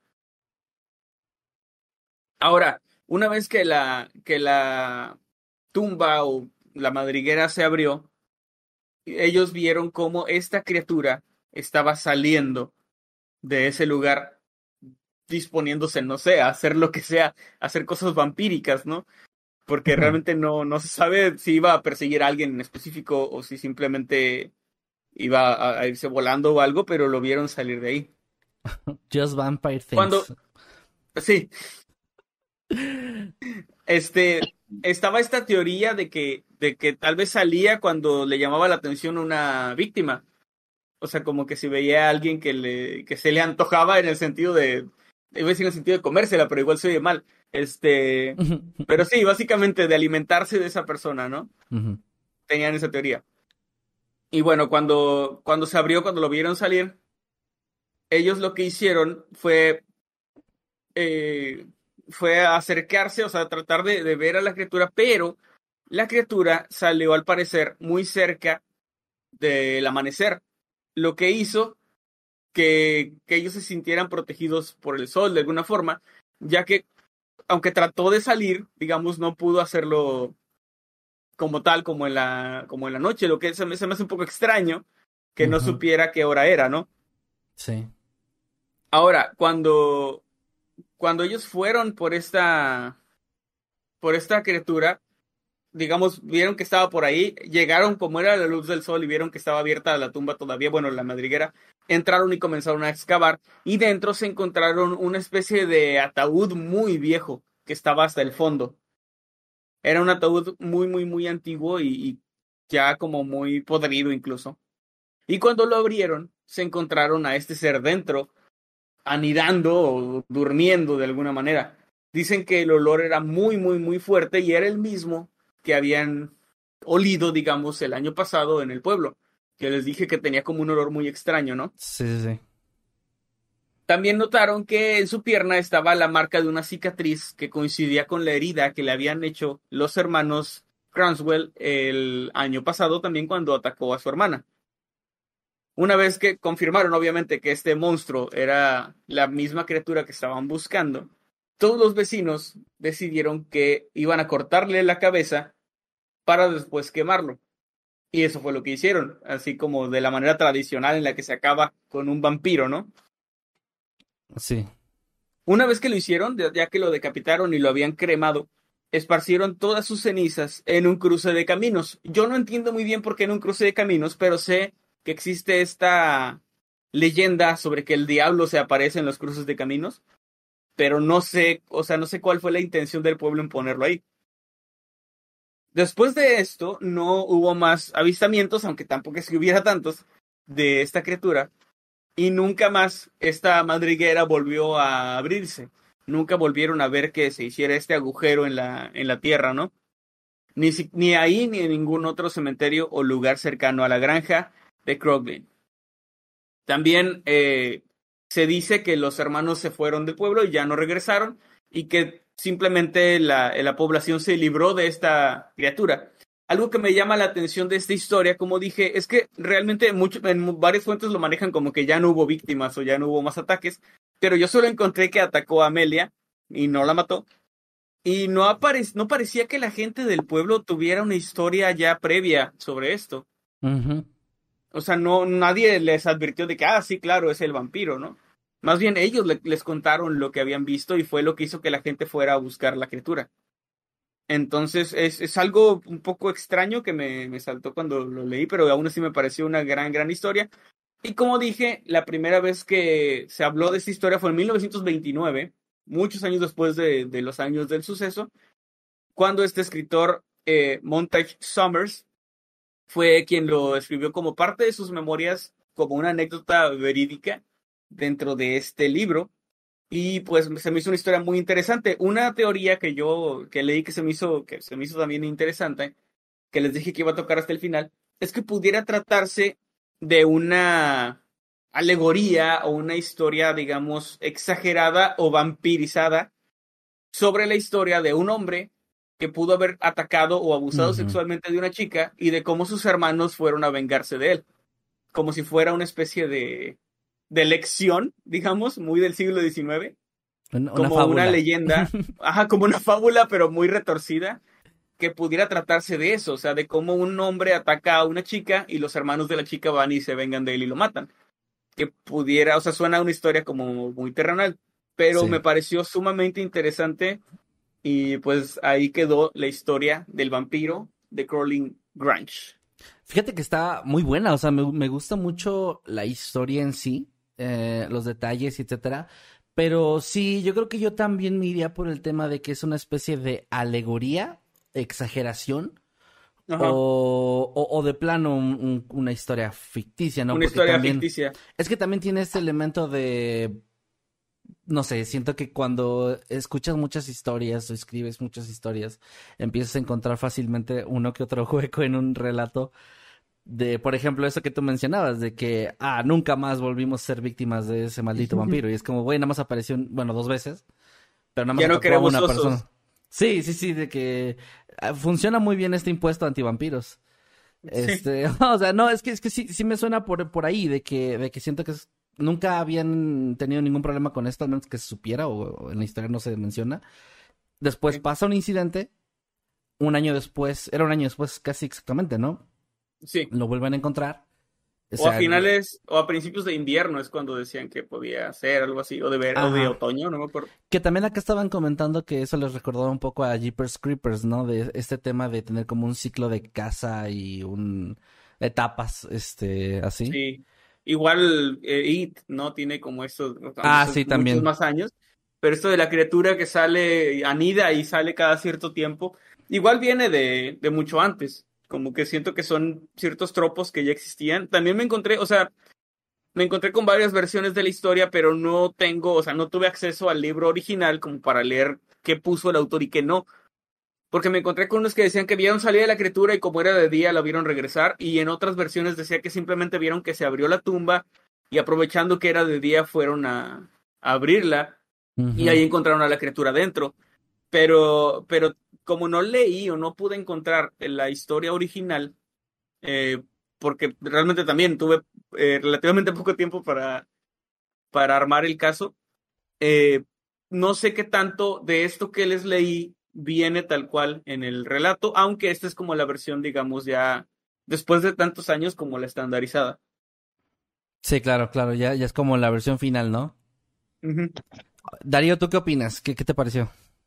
Ahora, una vez que la, que la tumba o la madriguera se abrió, ellos vieron cómo esta criatura estaba saliendo de ese lugar, disponiéndose, no sé, a hacer lo que sea, a hacer cosas vampíricas, ¿no? Porque realmente no, no se sabe si iba a perseguir a alguien en específico o si simplemente iba a, a irse volando o algo, pero lo vieron salir de ahí. Just vampire Cuando, things. sí, este, estaba esta teoría de que, de que tal vez salía cuando le llamaba la atención una víctima. O sea, como que si veía a alguien que, le, que se le antojaba en el sentido de, iba a decir en el sentido de comérsela, pero igual se oye mal. Este, pero sí, básicamente de alimentarse de esa persona, ¿no? Ujú. Tenían esa teoría. Y bueno, cuando, cuando se abrió, cuando lo vieron salir, ellos lo que hicieron fue, eh, fue acercarse, o sea, tratar de, de ver a la criatura, pero la criatura salió al parecer muy cerca del amanecer, lo que hizo que, que ellos se sintieran protegidos por el sol de alguna forma, ya que aunque trató de salir, digamos, no pudo hacerlo como tal, como en la, como en la noche, lo que se me, se me hace un poco extraño que no Ujú. supiera qué hora era, ¿no? Sí. Ahora, cuando, cuando ellos fueron por esta, por esta criatura, digamos, vieron que estaba por ahí, llegaron como era la luz del sol y vieron que estaba abierta la tumba todavía, bueno, la madriguera, entraron y comenzaron a excavar, y dentro se encontraron una especie de ataúd muy viejo que estaba hasta el fondo. Era un ataúd muy, muy, muy antiguo y, y ya como muy podrido incluso. Y cuando lo abrieron, se encontraron a este ser dentro, anidando o durmiendo de alguna manera. Dicen que el olor era muy, muy, muy fuerte y era el mismo que habían olido, digamos, el año pasado en el pueblo, que les dije que tenía como un olor muy extraño, ¿no? Sí, sí, sí. También notaron que en su pierna estaba la marca de una cicatriz que coincidía con la herida que le habían hecho los hermanos Cranswell el año pasado también cuando atacó a su hermana. Una vez que confirmaron, obviamente, que este monstruo era la misma criatura que estaban buscando, todos los vecinos decidieron que iban a cortarle la cabeza para después quemarlo. Y eso fue lo que hicieron, así como de la manera tradicional en la que se acaba con un vampiro, ¿no? Sí. Una vez que lo hicieron, ya que lo decapitaron y lo habían cremado, esparcieron todas sus cenizas en un cruce de caminos. Yo no entiendo muy bien por qué en un cruce de caminos, pero sé que existe esta leyenda sobre que el diablo se aparece en los cruces de caminos, pero no sé, o sea, no sé cuál fue la intención del pueblo en ponerlo ahí. Después de esto, no hubo más avistamientos, aunque tampoco es que hubiera tantos, de esta criatura, y nunca más esta madriguera volvió a abrirse. Nunca volvieron a ver que se hiciera este agujero en la, en la tierra, ¿no? Ni, si, ni ahí ni en ningún otro cementerio o lugar cercano a la granja de Croglin. También eh, se dice que los hermanos se fueron del pueblo y ya no regresaron, y que simplemente la, la población se libró de esta criatura. algo que me llama la atención de esta historia, como dije, es que realmente mucho, en varias fuentes lo manejan como que ya no hubo víctimas o ya no hubo más ataques, pero yo solo encontré que atacó a Amelia y no la mató. Y no, apare no parecía que la gente del pueblo tuviera una historia ya previa sobre esto. Uh-huh. O sea, no, nadie les advirtió de que, ah, sí, claro, es el vampiro, ¿no? Más bien ellos le les contaron lo que habían visto y fue lo que hizo que la gente fuera a buscar la criatura. Entonces es, es algo un poco extraño que me, me saltó cuando lo leí, pero aún así me pareció una gran, gran historia. Y como dije, la primera vez que se habló de esta historia fue en mil novecientos veintinueve, muchos años después de, de los años del suceso, cuando este escritor, eh, Montage Summers, fue quien lo escribió como parte de sus memorias, como una anécdota verídica dentro de este libro. Y pues se me hizo una historia muy interesante. Una teoría que yo que leí que se me hizo, que se me hizo también interesante, que les dije que iba a tocar hasta el final, es que pudiera tratarse de una alegoría o una historia, digamos, exagerada o vampirizada sobre la historia de un hombre que pudo haber atacado o abusado Uh-huh. sexualmente de una chica y de cómo sus hermanos fueron a vengarse de él. Como si fuera una especie de, de lección, digamos, muy del siglo diecinueve. Una, una Como fábula. una leyenda, ajá, como una fábula, pero muy retorcida, que pudiera tratarse de eso, o sea, de cómo un hombre ataca a una chica y los hermanos de la chica van y se vengan de él y lo matan. Que pudiera, o sea, suena una historia como muy terrenal, pero Sí. me pareció sumamente interesante y pues ahí quedó la historia del vampiro de Crawling Grange. Fíjate que está muy buena, o sea, me, me gusta mucho la historia en sí, eh, los detalles, etcétera. Pero sí, yo creo que yo también me iría por el tema de que es una especie de alegoría, exageración, Ajá. o, o, o de plano un, un, una historia ficticia, ¿no? Una Porque historia también, ficticia. es que también tiene este elemento de, no sé, siento que cuando escuchas muchas historias o escribes muchas historias, empiezas a encontrar fácilmente uno que otro hueco en un relato. De, por ejemplo, eso que tú mencionabas, de que, ah, nunca más volvimos a ser víctimas de ese maldito vampiro. Y es como, güey, nada más apareció, bueno, dos veces, pero nada más Ya no atacó a queremos una osos. persona. Sí, sí, sí, de que ah, funciona muy bien este impuesto antivampiros. Este, o sea, no, es que, es que sí, sí me suena por, por ahí, de que, de que siento que es- nunca habían tenido ningún problema con esto, al menos que se supiera, o, o en la historia no se menciona. Después Sí. pasa un incidente, un año después, era un año después casi exactamente, ¿no? Sí. Lo vuelven a encontrar. O O sea, a finales, o a principios de invierno es cuando decían que podía ser algo así, o de ver, o de ajá. otoño, no me acuerdo. Que también acá estaban comentando que eso les recordaba un poco a Jeepers Creepers, ¿no? De este tema de tener como un ciclo de caza y un etapas, este, así. Sí. Igual eh, It, ¿no? Tiene como estos, Ah, son sí, muchos también. más años. Pero esto de la criatura que sale, anida y sale cada cierto tiempo, igual viene de, de mucho antes. Como que siento que son ciertos tropos que ya existían. También me encontré, o sea, me encontré con varias versiones de la historia, pero no tengo, o sea, no tuve acceso al libro original como para leer qué puso el autor y qué no. Porque me encontré con unos que decían que vieron salir a la criatura y como era de día la vieron regresar, y en otras versiones decía que simplemente vieron que se abrió la tumba y aprovechando que era de día fueron a, a abrirla Ujú. y ahí encontraron a la criatura dentro. Pero, pero como no leí o no pude encontrar la historia original, eh, porque realmente también tuve eh, relativamente poco tiempo para, para armar el caso, eh, no sé qué tanto de esto que les leí viene tal cual en el relato, aunque esta es como la versión, digamos, ya después de tantos años como la estandarizada. Sí, claro, claro, ya, ya es como la versión final, ¿no? Ujú. Darío, ¿tú qué opinas? ¿Qué, qué te pareció?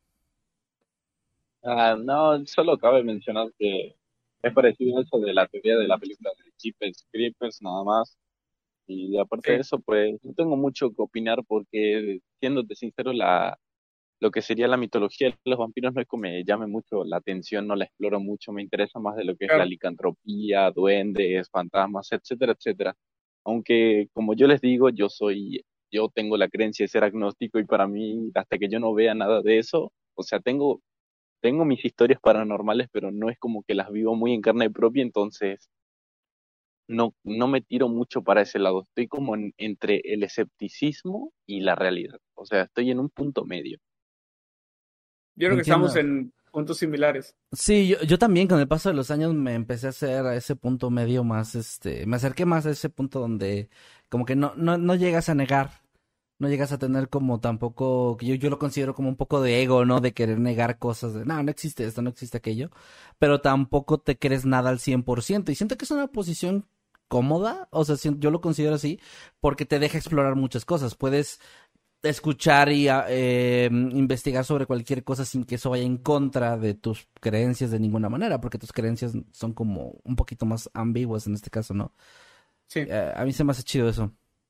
Ah, no, solo cabe mencionar que es parecido a eso de la teoría de la película de Jeepers Creepers, nada más. Y aparte de Sí, eso, pues no tengo mucho que opinar porque, siéndote sincero, la, lo que sería la mitología de los vampiros no es que me llame mucho la atención, no la exploro mucho, me interesa más de lo que es la claro. licantropía, duendes, fantasmas, etcétera, etcétera. Aunque, como yo les digo, yo soy, yo tengo la creencia de ser agnóstico y para mí, hasta que yo no vea nada de eso, o sea, tengo, tengo mis historias paranormales, pero no es como que las vivo muy en carne propia, entonces no, no me tiro mucho para ese lado. Estoy como en- entre el escepticismo y la realidad. O sea, estoy en un punto medio. Yo creo que estamos Entiendo. en puntos similares. Sí, yo, yo también con el paso de los años me empecé a hacer a ese punto medio más, este, me acerqué más a ese punto donde como que no, no, no llegas a negar, no llegas a tener como tampoco, que yo, yo lo considero como un poco de ego, ¿no? De querer negar cosas, de no, no existe esto, no existe aquello, pero tampoco te crees nada al cien por ciento y siento que es una posición cómoda, o sea, yo lo considero así, porque te deja explorar muchas cosas, puedes escuchar y eh, investigar sobre cualquier cosa sin que eso vaya en contra de tus creencias de ninguna manera, porque tus creencias son como un poquito más ambiguas en este caso, ¿no? Sí. Eh, a mí se me hace chido eso.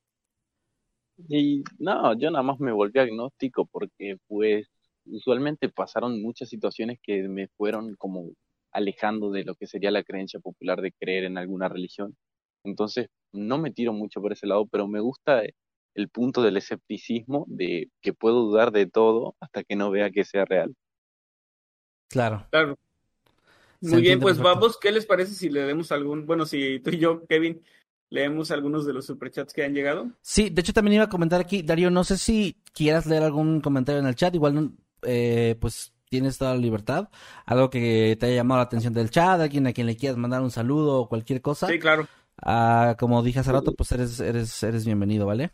Y no, yo nada más me volví agnóstico porque pues usualmente pasaron muchas situaciones que me fueron como alejando de lo que sería la creencia popular de creer en alguna religión. Entonces no me tiro mucho por ese lado, pero me gusta el punto del escepticismo, de que puedo dudar de todo hasta que no vea que sea real. Claro. Claro. Se Muy bien, entiende pues perfecto. vamos, ¿qué les parece si le demos algún, bueno, si tú y yo, Kevin, leemos algunos de los superchats que han llegado? Sí, de hecho también iba a comentar aquí, Darío, no sé si quieras leer algún comentario en el chat, igual no, eh, pues tienes toda la libertad, algo que te haya llamado la atención del chat, alguien a quien le quieras mandar un saludo o cualquier cosa. Sí, claro. Ah, como dije hace rato, pues eres, eres, eres bienvenido, ¿vale?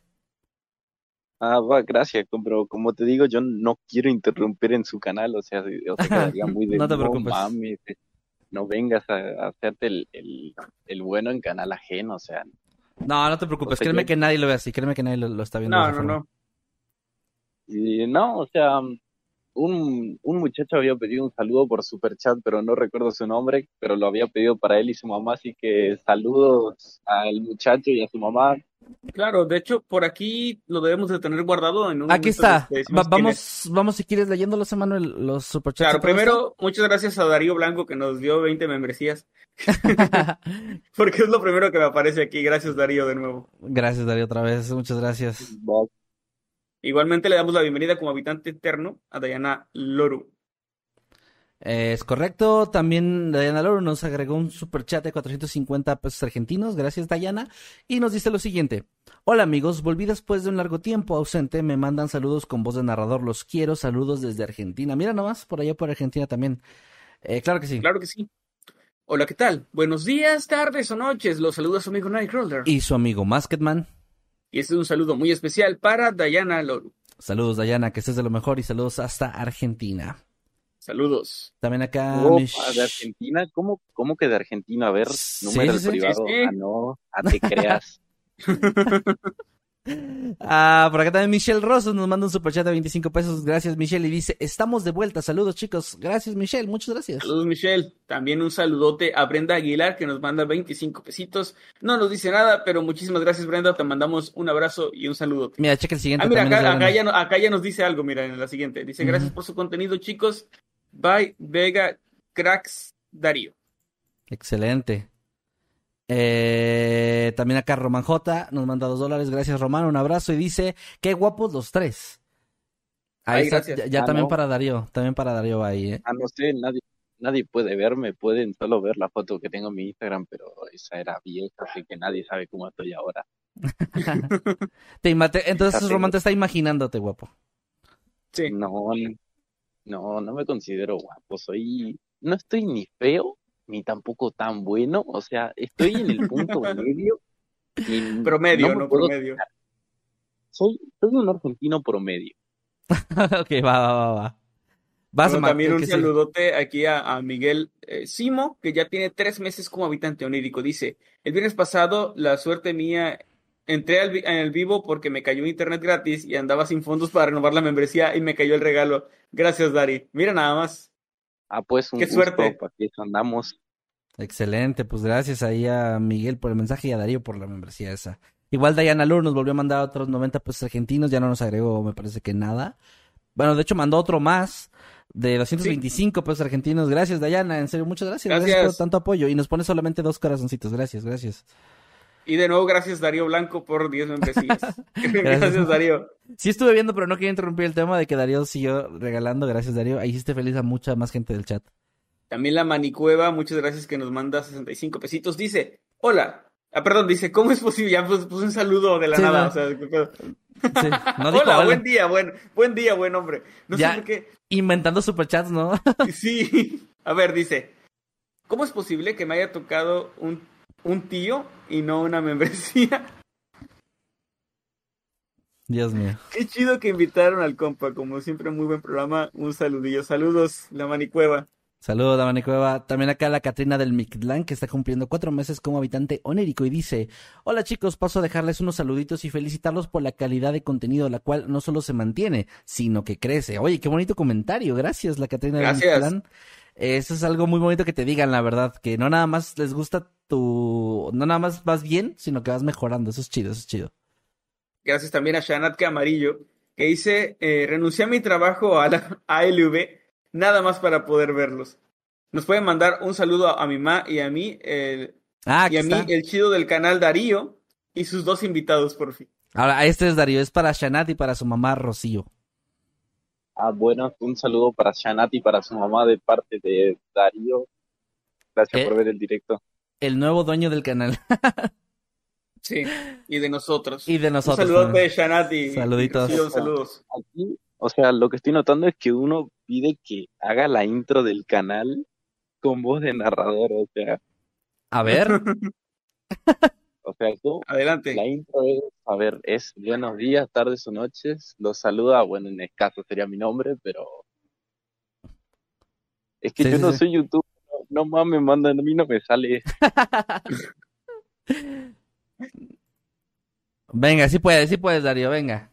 Ah, va, gracias, pero como te digo, yo no quiero interrumpir en su canal, o sea, o sea quedaría muy de No te no preocupes. mames, no vengas a, a hacerte el, el, el bueno en canal ajeno, o sea. No, no te preocupes, O sea, créeme yo- que nadie lo ve así, créeme que nadie lo, lo está viendo de No, esa no, forma. no. Y no, o sea, un, un muchacho había pedido un saludo por superchat, pero no recuerdo su nombre, pero lo había pedido para él y su mamá, así que saludos al muchacho y a su mamá. Claro, de hecho, por aquí lo debemos de tener guardado en un Aquí momento. está, te decimos Va- quién vamos, es. vamos si quieres leyéndolos, Emanuel, los superchats. Claro, y todo esto. primero, muchas gracias a Darío Blanco que nos dio veinte membresías, porque es lo primero que me aparece aquí. Gracias, Darío, de nuevo. Gracias, Darío, otra vez, muchas gracias. Igualmente le damos la bienvenida como habitante eterno a Dayana Loru. Eh, es correcto, también Dayana Loro nos agregó un superchat de cuatrocientos cincuenta pesos argentinos, gracias Dayana, y nos dice lo siguiente: hola amigos, volví después de un largo tiempo ausente, me mandan saludos con voz de narrador, los quiero, saludos desde Argentina. Mira nomás, por allá por Argentina también. Eh, claro que sí. Claro que sí. Hola, ¿qué tal? Buenos días, tardes o noches. Los saluda su amigo Nightcrawler. Y su amigo Masketman. Y este es un saludo muy especial para Dayana Loru. Saludos Dayana, que estés de lo mejor, y saludos hasta Argentina. Saludos. También acá... Opa, Mish- de Argentina, ¿cómo, cómo que de Argentina? A ver, Sí, número sí, el sí. privado. Sí, sí. Ah, no, ah, te creas. Ah, por acá también Michelle Rosas nos manda un superchat de veinticinco pesos. Gracias, Michelle. Y dice: estamos de vuelta. Saludos, chicos. Gracias, Michelle. Muchas gracias. Saludos, Michelle. También un saludote a Brenda Aguilar, que nos manda veinticinco pesitos. No nos dice nada, pero muchísimas gracias, Brenda. Te mandamos un abrazo y un saludote. Mira, checa el siguiente. Ah, mira, también es de acá, acá, Brenda. ya, no- acá ya nos dice algo, mira, en la siguiente. Dice, gracias Ujú. por su contenido, chicos. Bye, Vega, cracks, Darío. Excelente. Eh, también acá Román J nos manda dos dólares. Gracias, Román. Un abrazo. Y dice: qué guapos los tres. Ahí Ay, está. gracias. Ya, ya Ah, también no. para Darío. También para Darío va ahí, ¿eh? Ah, no sé, nadie, nadie puede verme, pueden solo ver la foto que tengo en mi Instagram, pero esa era vieja, así que nadie sabe cómo estoy ahora. Te ima- te- Entonces, Ya Román tengo. te está imaginándote, guapo. Sí. No, no, no me considero guapo, soy, no estoy ni feo, ni tampoco tan bueno, o sea, estoy en el punto medio y Promedio, no me no, puedo, promedio. soy, soy un argentino promedio. Ok, va, va, va, va. Vas, Bueno, Mac, también el un que sigue. saludote aquí a, a Miguel eh, Simo, que ya tiene tres meses como habitante onírico. Dice, el viernes pasado, la suerte mía, entré al vi- en el vivo porque me cayó internet gratis y andaba sin fondos para renovar la membresía y me cayó el regalo. Gracias, Dari. Mira nada más. Ah, pues un Qué gusto, suerte. para que eso andamos. Excelente, pues gracias ahí a Miguel por el mensaje y a Darío por la membresía esa. Igual Dayana Lur nos volvió a mandar otros noventa pesos argentinos, ya no nos agregó, me parece que nada. Bueno, de hecho mandó otro más de doscientos veinticinco pesos argentinos. Gracias, Dayana, en serio, muchas gracias. Gracias, Gracias. por tanto apoyo. Y nos pone solamente dos corazoncitos. Gracias, gracias. Y de nuevo, gracias, Darío Blanco, por diez membresías. Gracias, Darío. Sí estuve viendo, pero no quería interrumpir el tema de que Darío siguió regalando. Gracias, Darío. Ahí hiciste feliz a mucha más gente del chat. También la Manicueva, muchas gracias, que nos manda sesenta y cinco pesitos. Dice, hola. Ah, perdón, dice, ¿cómo es posible? Ya pues, puse un saludo de la Sí, nada. no. O sea, ¿qué pedo? Sí, no dijo Hola, hola. buen día, buen, buen día, buen hombre. No Ya. sé por qué. Inventando superchats, ¿no? Sí. A ver, dice, ¿cómo es posible que me haya tocado un, un tío y no una membresía? Dios mío. Qué chido que invitaron al compa, como siempre, muy buen programa. Un saludillo. Saludos, la Manicueva. Saludos, Dani Cueva. También acá la Catrina del Mictlán, que está cumpliendo cuatro meses como habitante onérico y dice: Hola chicos, paso a dejarles unos saluditos y felicitarlos por la calidad de contenido, la cual no solo se mantiene, sino que crece. Oye, qué bonito comentario. Gracias, la Catrina del Gracias. Mictlán. Eso es algo muy bonito que te digan, la verdad, que no nada más les gusta tu... No nada más vas bien, sino que vas mejorando. Eso es chido, eso es chido. Gracias también a Shanat Camarillo, que dice, eh, renuncié a mi trabajo a la A L V, nada más para poder verlos. Nos pueden mandar un saludo a, a mi mamá y a mí, eh, Ah, y aquí a mí, está. el chido del canal Darío, y sus dos invitados, por fin. Ahora, este es Darío, es para Shanat y para su mamá Rocío. Ah, bueno, un saludo para Shanat y para su mamá de parte de Darío. Gracias por Eh, ver el directo. el nuevo dueño del canal. Sí, y de nosotros. Y de Un nosotros saludote también. de Shanat y, y Saluditos. Rocío, saludos. Aquí, o sea, lo que estoy notando es que uno pide que haga la intro del canal con voz de narrador, o sea, A ver. o sea, tú, la Adelante. intro es, a ver, es buenos días, tardes o noches, los saluda, bueno, en escaso sería mi nombre, pero es que Sí, yo sí, no sí. soy YouTube, no, no mames, mandan, a mí no me sale, Venga, sí puedes, sí puedes, Darío, venga.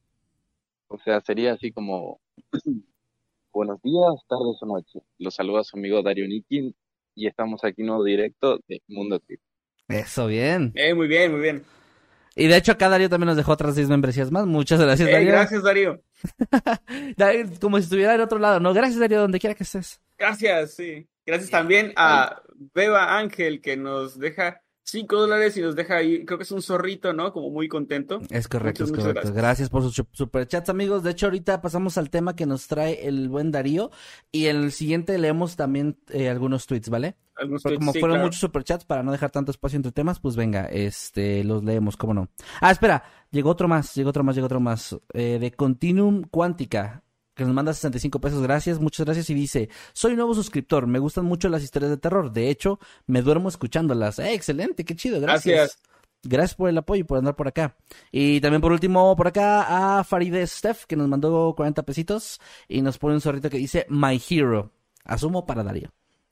o sea, sería así como, buenos días, tardes o noches, los saluda su amigo Dario Nikin y estamos aquí en un nuevo directo de Mundo Trip. Eso, bien. Eh, muy bien, muy bien. Y de hecho acá Darío también nos dejó otras seis membresías más. Muchas gracias, Eh, Darío. gracias, Darío. Darío, como si estuviera en otro lado, ¿no? Gracias, Darío, donde quiera que estés. Gracias, sí. Gracias Yeah. también Ahí, a Beba Ángel, que nos deja cinco dólares y nos deja ahí, creo que es un zorrito, ¿no? Como muy contento. Es correcto, Muchas, es muchas correcto. gracias. Gracias por sus superchats, amigos. De hecho, ahorita pasamos al tema que nos trae el buen Darío. Y en el siguiente leemos también eh, algunos tweets, ¿vale? Algunos Pero tweets, como sí, fueron claro. muchos superchats, para no dejar tanto espacio entre temas, pues venga, este, los leemos, cómo no. Ah, espera, llegó otro más, llegó otro más, llegó otro más. Eh, de Continuum Quántica, que nos manda sesenta y cinco pesos, gracias, muchas gracias. Y dice: soy nuevo suscriptor, me gustan mucho las historias de terror. De hecho, me duermo escuchándolas. Eh, excelente, qué chido, gracias. Gracias. Gracias por el apoyo y por andar por acá. Y también por último, por acá, a Farideh Steph, que nos mandó cuarenta pesitos y nos pone un zorrito que dice My Hero. Asumo para Darío.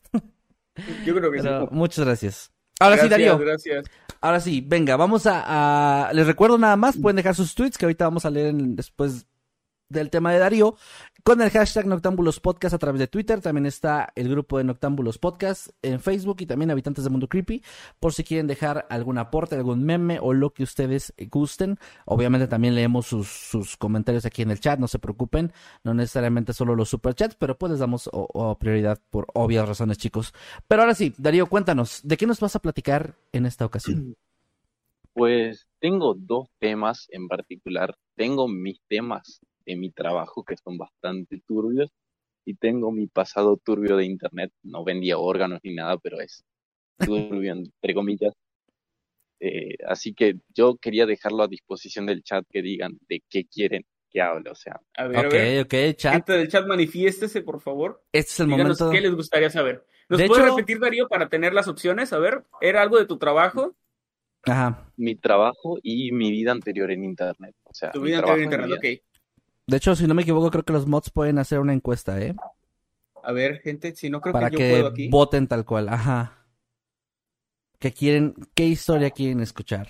Yo creo que sí. Pero muchas gracias. Ahora sí, Gracias, Darío. gracias. Ahora sí, venga, vamos a, a- Les recuerdo nada más, pueden dejar sus tweets que ahorita vamos a leer en- después del tema de Darío, con el hashtag Noctámbulos Podcast a través de Twitter. También está el grupo de Noctámbulos Podcast en Facebook y también Habitantes del Mundo Creepy, por si quieren dejar algún aporte, algún meme o lo que ustedes gusten. Obviamente también leemos sus, sus comentarios aquí en el chat, no se preocupen, no necesariamente solo los superchats, pero pues les damos o- o prioridad por obvias razones, chicos. Pero ahora sí, Darío, cuéntanos, ¿de qué nos vas a platicar en esta ocasión? pues tengo dos temas en particular, tengo mis temas de mi trabajo que son bastante turbios y tengo mi pasado turbio de internet, no vendía órganos ni nada, pero es turbio entre comillas. Eh, así que yo quería dejarlo a disposición del chat que digan de qué quieren que hable, o sea, A ver, a Ok, ver. ok, chat. Gente del chat, manifiéstese, por favor. Este es el Díganos momento. qué les gustaría saber. ¿Nos De puedes hecho- repetir, Darío, para tener las opciones? A ver, ¿era algo de tu trabajo? Ajá. mi trabajo y mi vida anterior en internet, o sea, Tu mi vida anterior en trabajo y mi internet, vida. ok. De hecho, si no me equivoco, creo que los mods pueden hacer una encuesta, ¿eh? A ver, gente, si no creo Para que yo que puedo aquí. voten tal cual, ajá. ¿Qué quieren, qué historia quieren escuchar?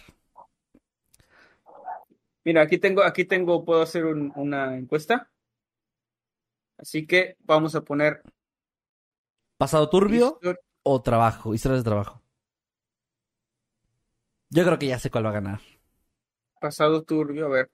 Mira, aquí tengo, aquí tengo, puedo hacer un- una encuesta. Así que vamos a poner ¿Pasado turbio histor- o trabajo? Historias de trabajo. Yo creo que ya sé cuál va a ganar. pasado turbio, a ver.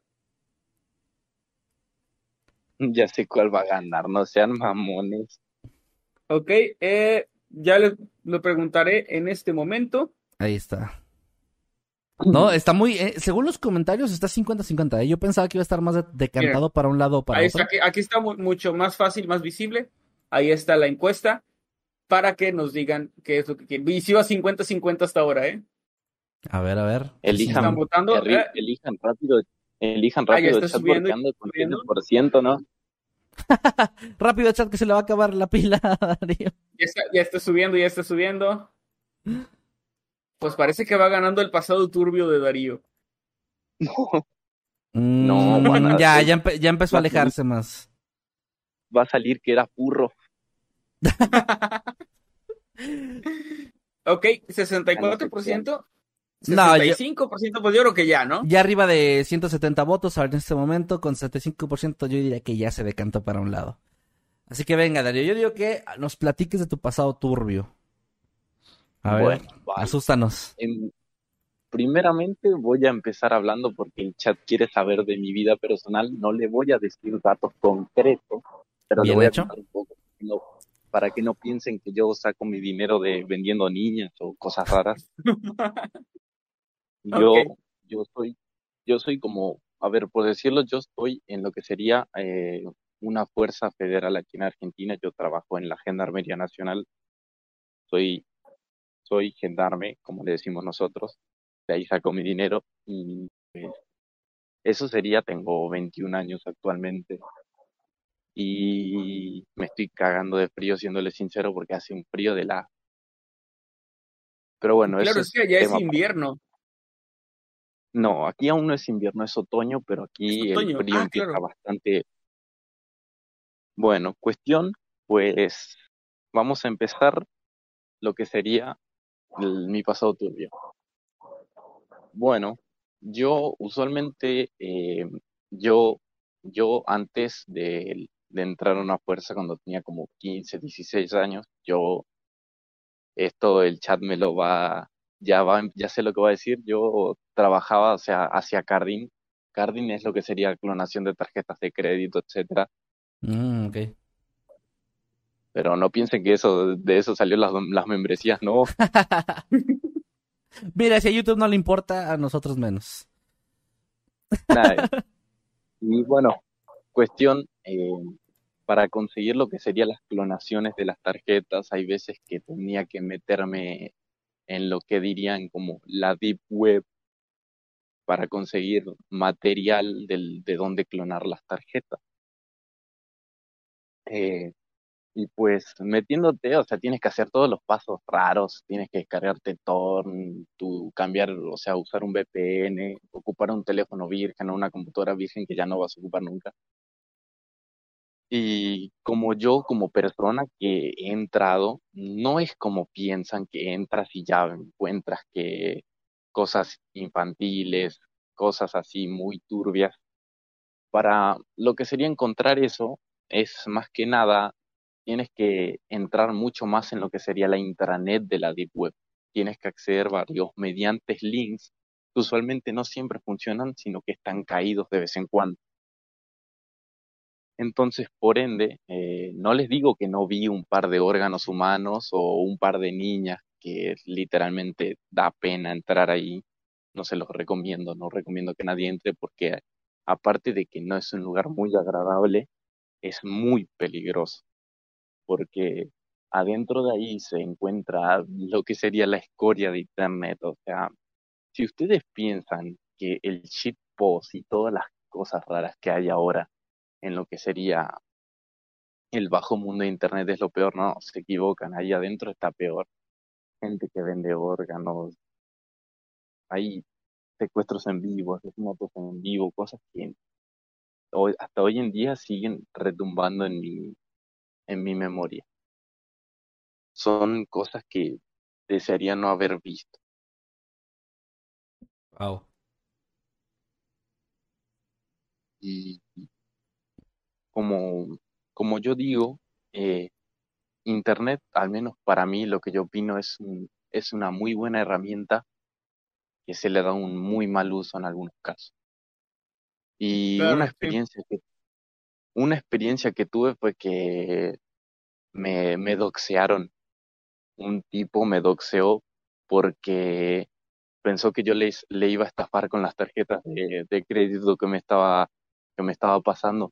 Ya sé cuál va a ganar, no sean mamones. Ok, eh, ya les lo preguntaré en este momento. Ahí está. No, está muy... eh, según los comentarios está cincuenta cincuenta. ¿eh? Yo pensaba que iba a estar más de- decantado para un lado o para Ahí otro. está, aquí, aquí está mu- mucho más fácil, más visible. Ahí está la encuesta para que nos digan qué es lo que quieren. Y si va cincuenta cincuenta hasta ahora, ¿eh? A ver, a ver. Elijan, Están votando, arri- eh. elijan rápido, Elijan Ah, ya rápido está chat porque subiendo y ando con siete subiendo. por ciento, ¿no? Rápido, chat, que se le va a acabar la pila a Darío. Ya está, ya está subiendo, ya está subiendo. Pues parece que va ganando el pasado turbio de Darío. No, van Mm, a, ya, eh, ya, empe- ya empezó a va a salir, alejarse más. va a salir que era furro. Ok, sesenta y Ya no cuatro sé por quién. ciento. No, sesenta y yo, cinco por ciento, pues yo creo que ya, ¿no? ya arriba de ciento setenta votos ahora en este momento, con setenta y cinco por ciento yo diría que ya se decantó para un lado. Así que venga, Darío, yo digo que nos platiques de tu pasado turbio. A ver, Bueno, vale. asústanos. En- primeramente voy a empezar hablando porque el chat quiere saber de mi vida personal. No le voy a decir datos concretos, pero le Bien voy a hecho. contar un poco. No, para que no piensen que yo saco mi dinero de vendiendo niñas o cosas raras. Ok, Yo, yo soy, yo soy como, a ver, por decirlo, yo estoy en lo que sería eh, una fuerza federal aquí en Argentina. Yo trabajo en la Gendarmería Nacional. Soy, soy gendarme, como le decimos nosotros. De ahí saco mi dinero y pues, eso sería, tengo veintiún años actualmente y me estoy cagando de frío, siéndole sincero, porque hace un frío de la... Pero bueno, claro, eso es es que allá es tema para... invierno. No, aquí aún no es invierno, es otoño, pero Es aquí el otoño. frío Ah, empieza claro. bastante... Bueno, cuestión, pues vamos a empezar lo que sería el- mi pasado turbio. Bueno, yo usualmente, eh, yo, yo antes de, de entrar a una fuerza cuando tenía como quince, dieciséis años, yo, esto el chat me lo va, ya va, ya sé lo que va a decir, yo trabajaba, o sea, hacia Cardin. Cardin es lo que sería clonación de tarjetas de crédito, etcétera. Mm, ok. Pero no piensen que eso, de eso salió las, las membresías, no. Mira, si a YouTube no le importa, a nosotros menos. Nada. Y bueno, cuestión, eh, para conseguir lo que serían las clonaciones de las tarjetas, hay veces que tenía que meterme en lo que dirían como la Deep Web para conseguir material del, de dónde clonar las tarjetas. Eh, y pues metiéndote, o sea, tienes que hacer todos los pasos raros, tienes que descargarte Tor, tu cambiar, o sea, usar un V P N, ocupar un teléfono virgen o una computadora virgen que ya no vas a ocupar nunca. Y como yo, como persona que he entrado, no es como piensan que entras y ya encuentras que cosas infantiles, cosas así muy turbias. Para lo que sería encontrar eso, es más que nada, tienes que entrar mucho más en lo que sería la intranet de la Deep Web. Tienes que acceder varios mediante links que usualmente no siempre funcionan, sino que están caídos de vez en cuando. Entonces, por ende, eh, no les digo que no vi un par de órganos humanos o un par de niñas que literalmente da pena entrar ahí. No se los recomiendo, no recomiendo que nadie entre porque aparte de que no es un lugar muy agradable, es muy peligroso porque adentro de ahí se encuentra lo que sería la escoria de Internet. O sea, si ustedes piensan que el shitpost y todas las cosas raras que hay ahora en lo que sería el bajo mundo de Internet es lo peor, no, se equivocan, ahí adentro está peor. Gente que vende órganos, hay secuestros en vivo, asesinatos en vivo, cosas que hoy, hasta hoy en día siguen retumbando en mi, en mi memoria. Son cosas que desearía no haber visto. Wow. Y como, como yo digo, eh, Internet, al menos para mí, lo que yo opino es, un- es una muy buena herramienta que se le da un muy mal uso en algunos casos. Y una Claro, sí. experiencia que, una experiencia que tuve fue que me, me doxearon. Un tipo me doxeó porque pensó que yo le, le iba a estafar con las tarjetas de, de crédito que me estaba, que me estaba pasando.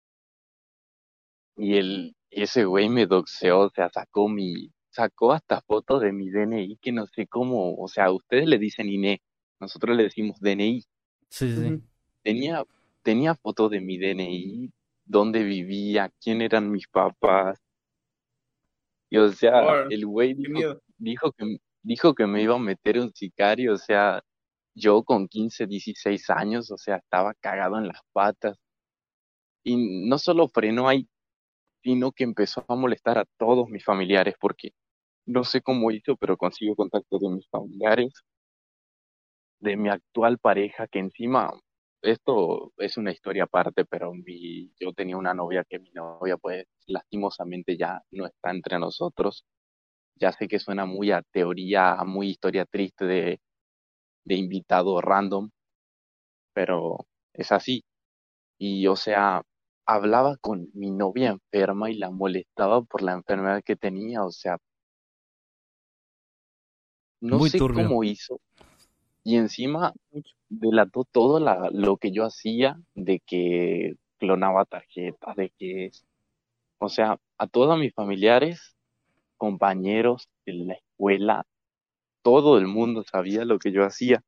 Y el, ese güey me doxeó, o sea, sacó mi, sacó hasta fotos de mi D N I que no sé cómo, o sea, ustedes le dicen I N E, nosotros le decimos D N I. Sí, sí, sí. Ujú. tenía, tenía fotos de mi D N I, dónde vivía, quién eran mis papás. Y o sea, Oh, el güey qué dijo, miedo. dijo que, dijo que me iba a meter un sicario, o sea, yo con quince dieciséis años, o sea, estaba cagado en las patas. Y no solo frenó ahí, sino que empezó a molestar a todos mis familiares, porque no sé cómo hizo, pero consiguió contacto de mis familiares, de mi actual pareja, que encima, esto es una historia aparte, pero mi, yo tenía una novia que mi novia, pues, lastimosamente ya no está entre nosotros. Ya sé que suena muy a teoría, muy historia triste de, de invitado random, pero es así. Y o sea, hablaba con mi novia enferma y la molestaba por la enfermedad que tenía. O sea, no Muy sé turbio. cómo hizo. Y encima Mucho. delató todo la- lo que yo hacía, de que clonaba tarjetas, de que, o sea, a todos mis familiares, compañeros de la escuela, todo el mundo sabía lo que yo hacía.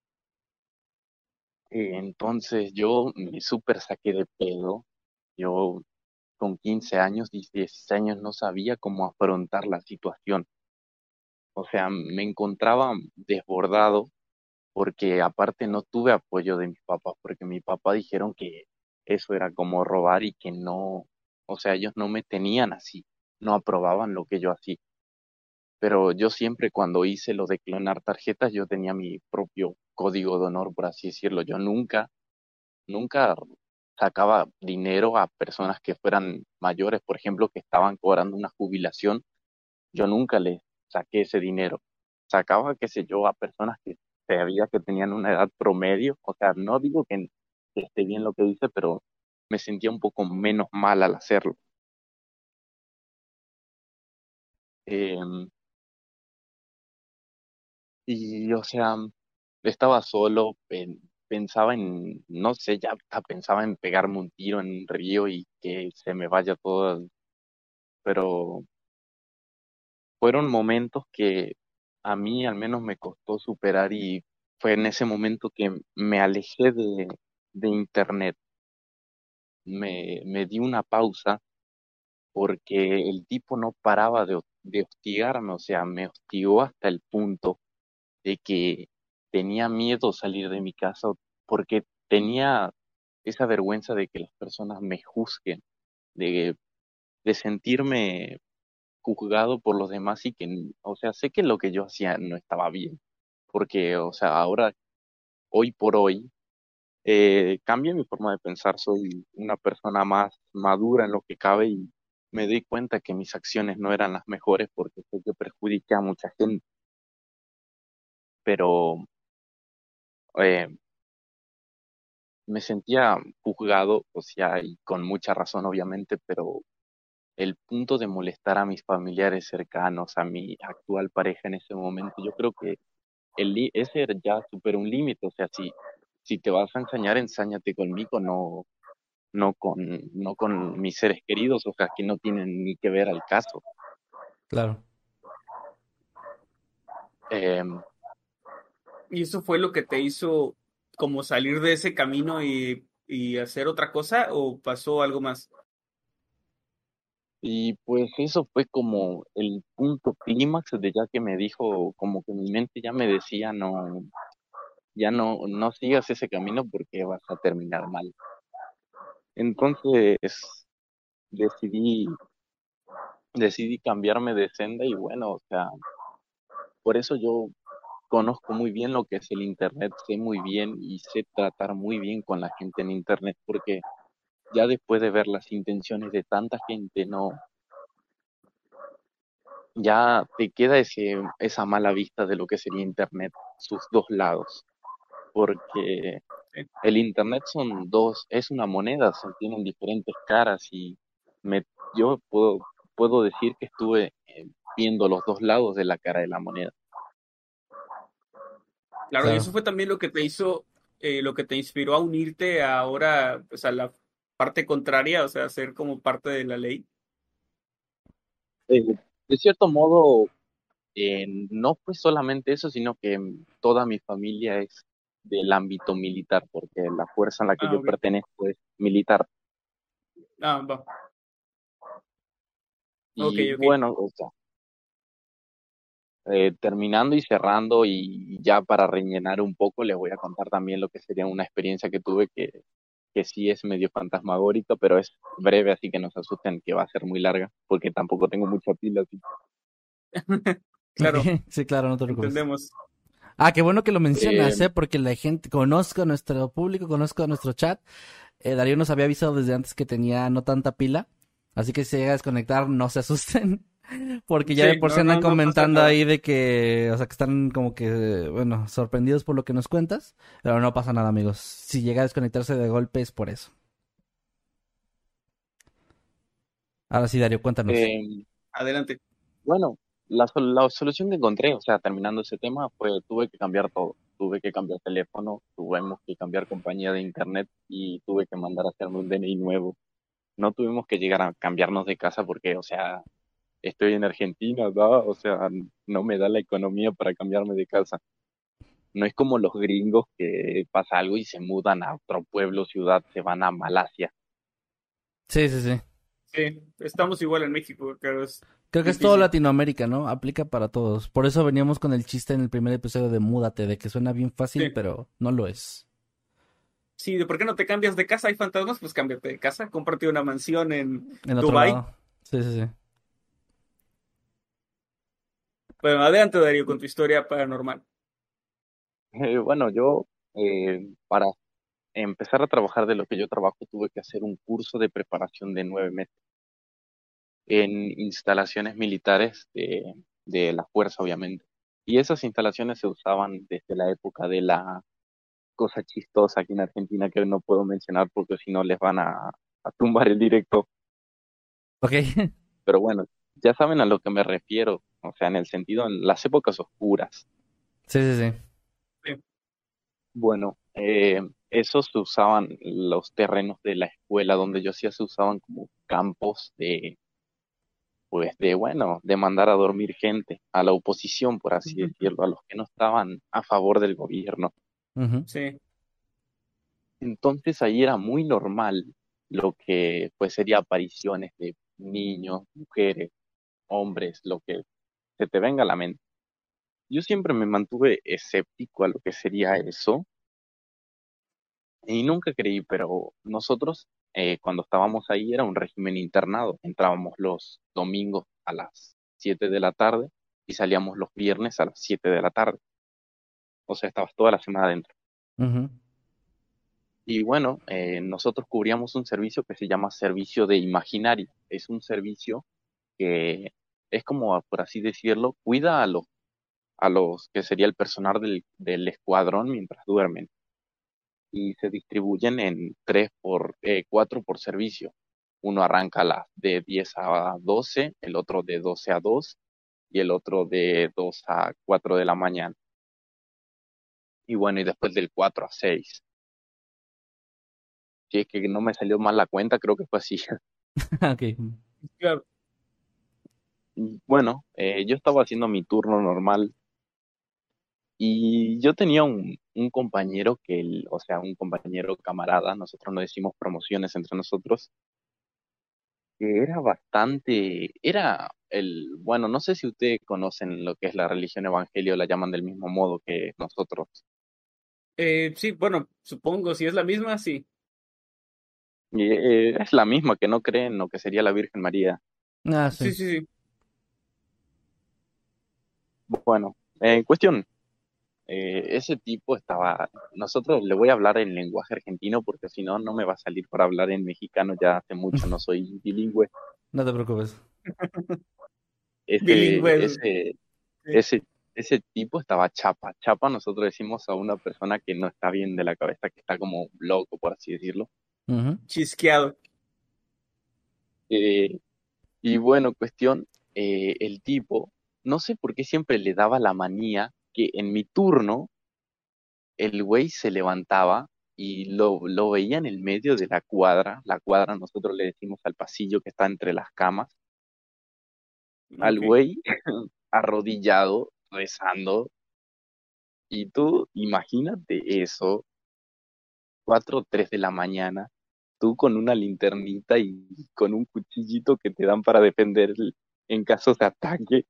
Eh, Entonces yo me súper saqué de pedo. Yo con quince años, dieciséis años, no sabía cómo afrontar la situación. O sea, me encontraba desbordado porque aparte no tuve apoyo de mis papás, porque mi papá dijeron que eso era como robar y que no, o sea, ellos no me tenían así, no aprobaban lo que yo hacía. Pero yo siempre cuando hice lo de clonar tarjetas, yo tenía mi propio código de honor, por así decirlo. Yo nunca nunca sacaba dinero a personas que fueran mayores, por ejemplo, que estaban cobrando una jubilación. Yo nunca les saqué ese dinero. Sacaba, qué sé yo, a personas que sabía que tenían una edad promedio. O sea, no digo que, que esté bien lo que dice, pero me sentía un poco menos mal al hacerlo. Eh, y, o sea, estaba solo, pen- pensaba en, no sé, ya hasta pensaba en pegarme un tiro en un río y que se me vaya todo, pero fueron momentos que a mí al menos me costó superar y fue en ese momento que me alejé de, de internet. Me, me di una pausa porque el tipo no paraba de, de hostigarme, o sea, me hostigó hasta el punto de que tenía miedo salir de mi casa porque tenía esa vergüenza de que las personas me juzguen, de, de sentirme juzgado por los demás y que, o sea, sé que lo que yo hacía no estaba bien, porque, o sea, ahora, hoy por hoy, eh, cambié mi forma de pensar, soy una persona más madura en lo que cabe y me di cuenta que mis acciones no eran las mejores porque sé que perjudiqué a mucha gente, pero eh, me sentía juzgado, o sea, y con mucha razón, obviamente, pero el punto de molestar a mis familiares cercanos, a mi actual pareja en ese momento, yo creo que el, li- ese ya superó un límite, o sea, si, si te vas a ensañar, ensáñate conmigo, no, no con, no con mis seres queridos, o sea, que no tienen ni que ver al caso. Claro. Em, ¿Y eso fue lo que te hizo como salir de ese camino y, y hacer otra cosa o pasó algo más? y pues eso fue como el punto clímax de ya que me dijo, como que mi mente ya me decía, no, ya no, no sigas ese camino porque vas a terminar mal. Entonces decidí, decidí cambiarme de senda y bueno, o sea, por eso yo conozco muy bien lo que es el Internet, sé muy bien y sé tratar muy bien con la gente en Internet, porque ya después de ver las intenciones de tanta gente, no, ya te queda ese, esa mala vista de lo que sería Internet, sus dos lados, porque Sí. el Internet son dos, es una moneda, son, tienen diferentes caras y me, yo puedo, puedo decir que estuve eh, viendo los dos lados de la cara de la moneda. Claro, y Claro. eso fue también lo que te hizo, eh, lo que te inspiró a unirte ahora, pues a la parte contraria, o sea, ser como parte de la ley. Eh, de cierto modo, eh, no fue solamente eso, sino que mm, toda mi familia es del ámbito militar, porque la fuerza en la que Ah, yo ok. pertenezco es militar. Ah, va. Ok, Y ok. bueno, o sea, eh, terminando y cerrando y ya para rellenar un poco, les voy a contar también lo que sería una experiencia que tuve que, que sí es medio fantasmagórica, pero es breve, así que no se asusten que va a ser muy larga, porque tampoco tengo mucha pila. Así. Ok, Claro, sí, claro, no te preocupes. entendemos. Ah, qué bueno que lo Eh, mencionas, ¿eh? Porque la gente, conozco a nuestro público, conozco a nuestro chat. Eh, Darío nos había avisado desde antes que tenía no tanta pila. Así que si se llega a desconectar, no se asusten. Porque ya de Sí, por sí no, andan no, no pasa comentando nada. ahí de que, o sea, que están como que, bueno, sorprendidos por lo que nos cuentas. Pero no pasa nada, amigos. Si llega a desconectarse de golpe es por eso. Ahora sí, Darío, cuéntanos. eh, Adelante. bueno, la, sol- la solución que encontré, o sea, terminando ese tema, fue tuve que cambiar todo. Tuve que cambiar teléfono, tuvimos que cambiar compañía de internet y tuve que mandar a hacerme un D N I nuevo. No tuvimos que llegar a cambiarnos de casa porque, o sea, estoy en Argentina, ¿da? O sea, no me da la economía para cambiarme de casa. No es como los gringos que pasa algo y se mudan a otro pueblo, ciudad, se van a Malasia. Sí, sí, sí. Sí, estamos igual en México, pero es Creo que es todo difícil. Latinoamérica, ¿no? Aplica para todos. Por eso veníamos con el chiste en el primer episodio de Múdate, de que suena bien fácil, Sí, pero no lo es. sí, ¿de por qué no te cambias de casa? Hay fantasmas, pues cámbiate de casa. Cómprate una mansión en En otro Dubai. lado. Sí, sí, sí. Bueno, adelante, Darío, con tu historia paranormal. Eh, bueno, yo eh, para empezar a trabajar de lo que yo trabajo tuve que hacer un curso de preparación de nueve meses en instalaciones militares de, de la fuerza, obviamente. Y esas instalaciones se usaban desde la época de la cosa chistosa aquí en Argentina que no puedo mencionar porque si no les van a, a tumbar el directo. Ok. Pero bueno, ya saben a lo que me refiero, o sea, en el sentido, en las épocas oscuras. Sí, sí, sí. Sí. Bueno, eh, esos se usaban, los terrenos de la escuela donde yo hacía se usaban como campos de, pues de, bueno, de mandar a dormir gente, a la oposición, por así decirlo, a los que no estaban a favor del gobierno. Ujú. Sí. Entonces ahí era muy normal lo que pues sería apariciones de niños, mujeres, hombres, lo que se te venga a la mente. Yo siempre me mantuve escéptico a lo que sería eso y nunca creí, pero nosotros eh, cuando estábamos ahí era un régimen internado. Entrábamos los domingos a las siete de la tarde y salíamos los viernes a las siete de la tarde. O sea, estabas toda la semana adentro. Ujú. Y bueno, eh, nosotros cubríamos un servicio que se llama servicio de imaginaria. Es un servicio que es como, por así decirlo, cuida a los, a los que sería el personal del, del escuadrón mientras duermen. Y se distribuyen en tres por, eh, cuatro por servicio. Uno arranca a las de diez a doce, el otro de doce a dos y el otro de dos a cuatro de la mañana. Y bueno, y después del cuatro a seis. Si es que no me salió mal la cuenta, creo que fue así. Ok. Claro. Y bueno, eh, yo estaba haciendo mi turno normal y yo tenía un, un compañero que, él- o sea, un compañero camarada, nosotros nos decimos promociones entre nosotros, que era bastante, era el, bueno, no sé si ustedes conocen lo que es la religión evangelio, la llaman del mismo modo que nosotros. Eh, sí, bueno, supongo, si es la misma, sí. Y eh, es la misma que no creen en lo que sería la Virgen María. Ah, Sí, sí. sí, sí. Bueno, en cuestión, eh, ese tipo estaba, nosotros le voy a hablar en lenguaje argentino porque si no, no me va a salir para hablar en mexicano, ya hace mucho no soy bilingüe. No te preocupes. Ese, Bilingüe. ese, Sí. ese, ese tipo estaba chapa. Chapa nosotros decimos a una persona que no está bien de la cabeza, que está como loco, por así decirlo. Ujú. Chisqueado. Eh, y bueno, cuestión, eh, el tipo, no sé por qué siempre le daba la manía que en mi turno el güey se levantaba y lo, lo veía en el medio de la cuadra. La cuadra nosotros le decimos al pasillo que está entre las camas. Al Ok. güey arrodillado, rezando Y tú imagínate eso, cuatro o tres de la mañana, tú con una linternita y con un cuchillito que te dan para defender el- en casos de ataque.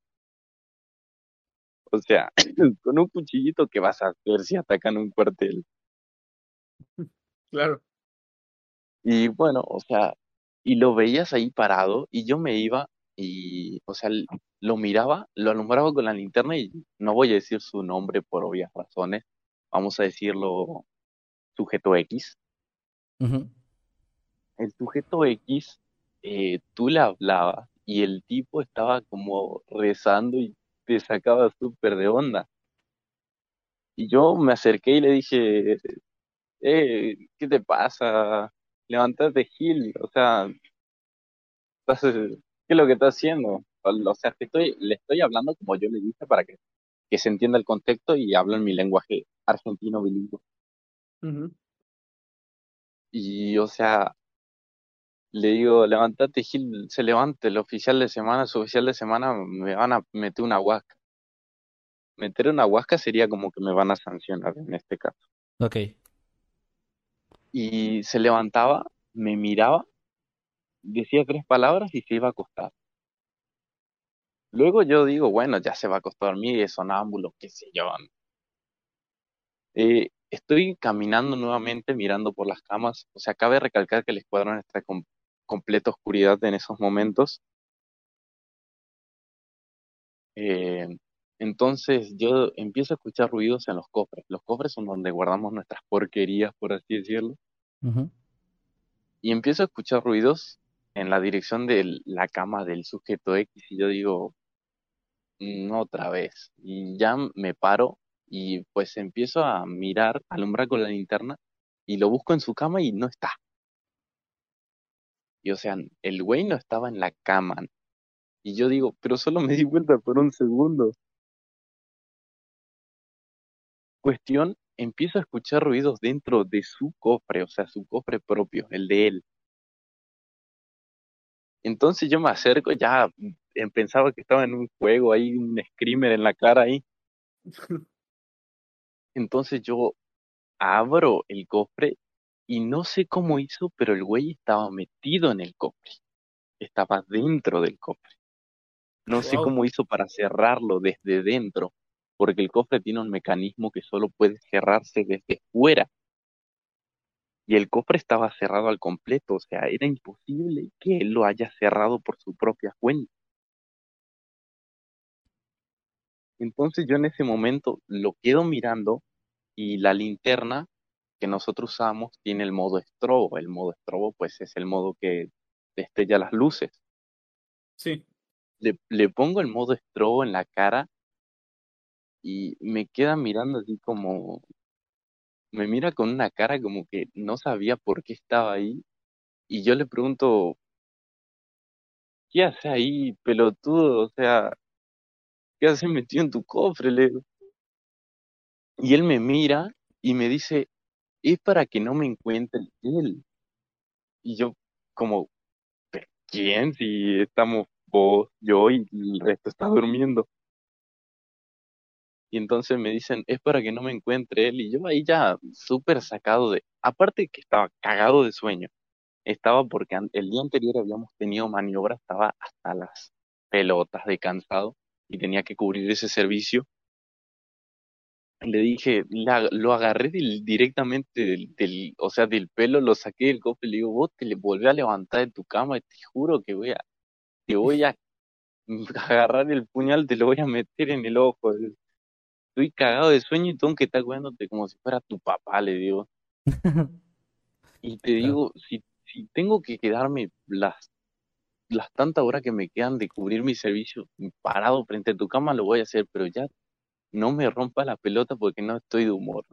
O sea, con un cuchillito, ¿qué vas a hacer si atacan un cuartel? Claro. Y bueno, o sea, y lo veías ahí parado y yo me iba y, o sea, l- lo miraba, lo alumbraba con la linterna y no voy a decir su nombre por obvias razones, vamos a decirlo sujeto X. Ujú. El sujeto X, eh, tú le hablabas y el tipo estaba como rezando y te sacaba súper de onda. Y yo me acerqué y le dije, eh, ¿qué te pasa? Levántate, Gil, o sea, estás, eh, ¿qué es lo que estás haciendo? O o sea, te estoy, le estoy hablando como yo le dije para que, que se entienda el contexto y hablo en mi lenguaje argentino bilingüe. Ujú. Y, o sea, le digo, levántate, Gil, se levante, el oficial de semana, su oficial de semana, me van a meter una huasca. Meter una huasca sería como que me van a sancionar en este caso. Ok. Y se levantaba, me miraba, decía tres palabras y se iba a acostar. Luego yo digo, bueno, ya se va a acostar a dormir, es sonámbulo, qué sé yo. Eh, estoy caminando nuevamente, mirando por las camas. O sea, cabe recalcar que el escuadrón está con completa oscuridad en esos momentos. Eh, entonces yo empiezo a escuchar ruidos en los cofres. Los cofres son donde guardamos nuestras porquerías, por así decirlo. Ujú. Y empiezo a escuchar ruidos en la dirección de la cama del sujeto X. Y yo digo, "Mm, otra vez". Y ya me paro y pues empiezo a mirar, a alumbrar con la linterna y lo busco en su cama y no está. Y o sea, el güey no estaba en la cama. Y yo digo, pero solo me di vuelta por un segundo. Cuestión, empiezo a escuchar ruidos dentro de su cofre, o sea, su cofre propio, el de él. Entonces yo me acerco, ya mm, pensaba que estaba en un juego, ahí un screamer en la cara ahí. Entonces yo abro el cofre y no sé cómo hizo, pero el güey estaba metido en el cofre, estaba dentro del cofre. No sé Wow. cómo hizo para cerrarlo desde dentro, porque el cofre tiene un mecanismo que solo puede cerrarse desde fuera. Y el cofre estaba cerrado al completo, o sea, era imposible que él lo haya cerrado por su propia cuenta. Entonces yo en ese momento lo quedo mirando y la linterna que nosotros usamos tiene el modo estrobo. El modo estrobo pues es el modo que destella las luces. Sí. Le, le pongo el modo estrobo en la cara y me queda mirando así como, me mira con una cara como que no sabía por qué estaba ahí. Y yo le pregunto, ¿qué hace ahí, pelotudo? O sea, ¿qué haces metido en tu cofre? Le digo. Y él me mira y me dice, es para que no me encuentre él. Y yo, como, ¿pero quién? Si estamos vos, yo y el resto está durmiendo. Y entonces me dicen, es para que no me encuentre él. Y yo ahí ya súper sacado de, aparte que estaba cagado de sueño. Estaba porque an- el día anterior habíamos tenido maniobra, estaba hasta las pelotas de cansado y tenía que cubrir ese servicio. Le dije, la- lo agarré del- directamente del, del- o sea, del pelo, lo saqué del cofre y le digo, vos te le volví a levantar de tu cama y te juro que voy a, te voy a agarrar el puñal, te lo voy a meter en el ojo. Estoy cagado de sueño y tengo que estar cuidándote como si fuera tu papá, le digo. Y te Claro. digo, si, si tengo que quedarme las, las tantas horas que me quedan de cubrir mi servicio parado frente a tu cama, lo voy a hacer, pero ya no me rompa la pelota porque no estoy de humor.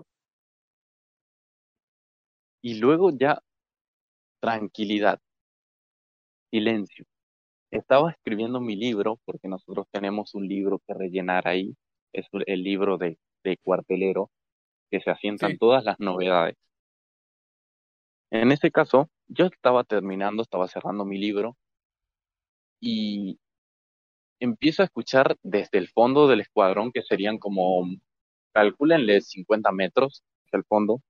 Y luego ya, tranquilidad, silencio. Estaba escribiendo mi libro, porque nosotros tenemos un libro que rellenar ahí, es el libro de, de cuartelero, que se asientan Sí. todas las novedades. En ese caso, yo estaba terminando, estaba cerrando mi libro y empiezo a escuchar desde el fondo del escuadrón, que serían como calcúlenle cincuenta metros hacia el fondo.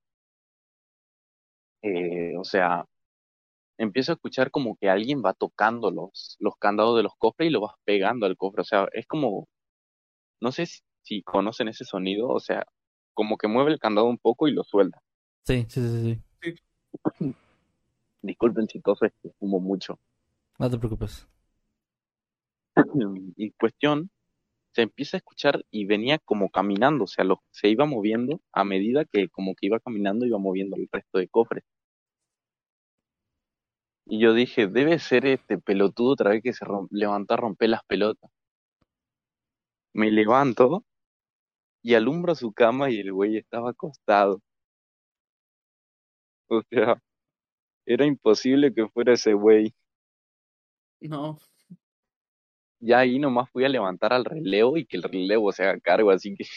Eh, o sea, empiezo a escuchar como que alguien va tocando los, los candados de los cofres y lo vas pegando al cofre. O sea, es como, no sé si, si conocen ese sonido, o sea, como que mueve el candado un poco y lo suelta. Sí, sí, sí, sí. Sí. Disculpen si toso, es que fumo mucho. No te preocupes. Y cuestión, se empieza a escuchar y venía como caminando, o sea, lo, se iba moviendo a medida que como que iba caminando, iba moviendo el resto de cofres. Y yo dije, debe ser este pelotudo otra vez que se rom- levantó a romper las pelotas. Me levanto y alumbro su cama y el güey estaba acostado. O sea, era imposible que fuera ese güey. No. Ya ahí nomás fui a levantar al relevo y que el relevo se haga cargo, así que...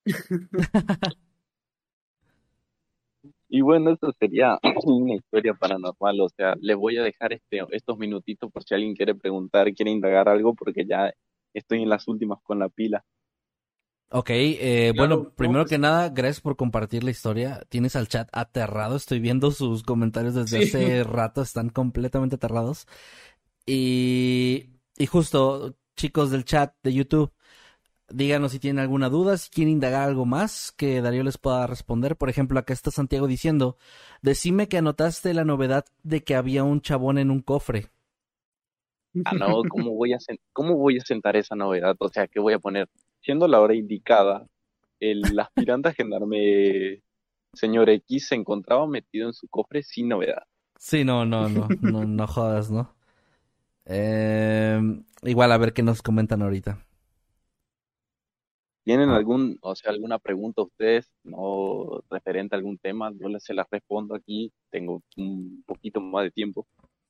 Y bueno, eso sería una historia paranormal, o sea, les voy a dejar este, estos minutitos por si alguien quiere preguntar, quiere indagar algo, porque ya estoy en las últimas con la pila. Ok, eh, bueno, Claro, no, primero que pues nada, gracias por compartir la historia. Tienes al chat aterrado, estoy viendo sus comentarios desde sí. hace rato, están completamente aterrados. Y, y justo, chicos del chat de YouTube, díganos si tienen alguna duda, si quieren indagar algo más que Darío les pueda responder. Por ejemplo, acá está Santiago diciendo, decime que anotaste la novedad de que había un chabón en un cofre. Ah, no, ¿cómo voy a, sen- cómo voy a sentar esa novedad? O sea, ¿qué voy a poner? Siendo la hora indicada, el aspirante a gendarme señor X se encontraba metido en su cofre sin novedad. Sí, no, no, no, no, no jodas, ¿no? Eh, igual a ver qué nos comentan ahorita. ¿Tienen Ah, algún, o sea, alguna pregunta ustedes, no referente a algún tema? Yo les se las respondo aquí, tengo un poquito más de tiempo.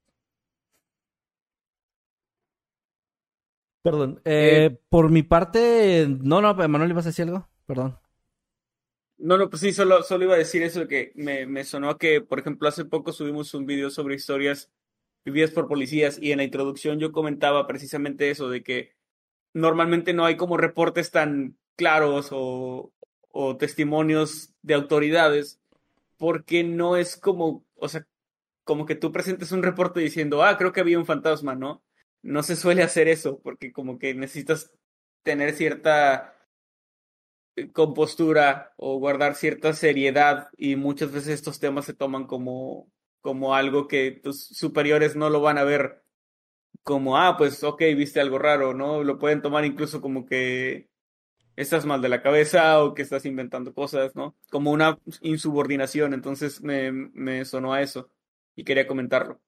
perdón. Eh, Eh, por mi parte, no, no, Manuel, ¿ibas a decir algo? Perdón. no, no, pues sí, solo, solo iba a decir eso que me, me sonó que, por ejemplo, hace poco subimos un video sobre historias vividas por policías y en la introducción yo comentaba precisamente eso, de que normalmente no hay como reportes tan claros o, o testimonios de autoridades, porque no es como, o sea, como que tú presentes un reporte diciendo, ah, creo que había un fantasma, ¿no? No se suele hacer eso, porque como que necesitas tener cierta eh, compostura o guardar cierta seriedad y muchas veces estos temas se toman como, como algo que tus superiores no lo van a ver como, ah, pues ok, viste algo raro, ¿no? Lo pueden tomar incluso como que estás mal de la cabeza o que estás inventando cosas, ¿no? Como una insubordinación, entonces me, me sonó a eso y quería comentarlo.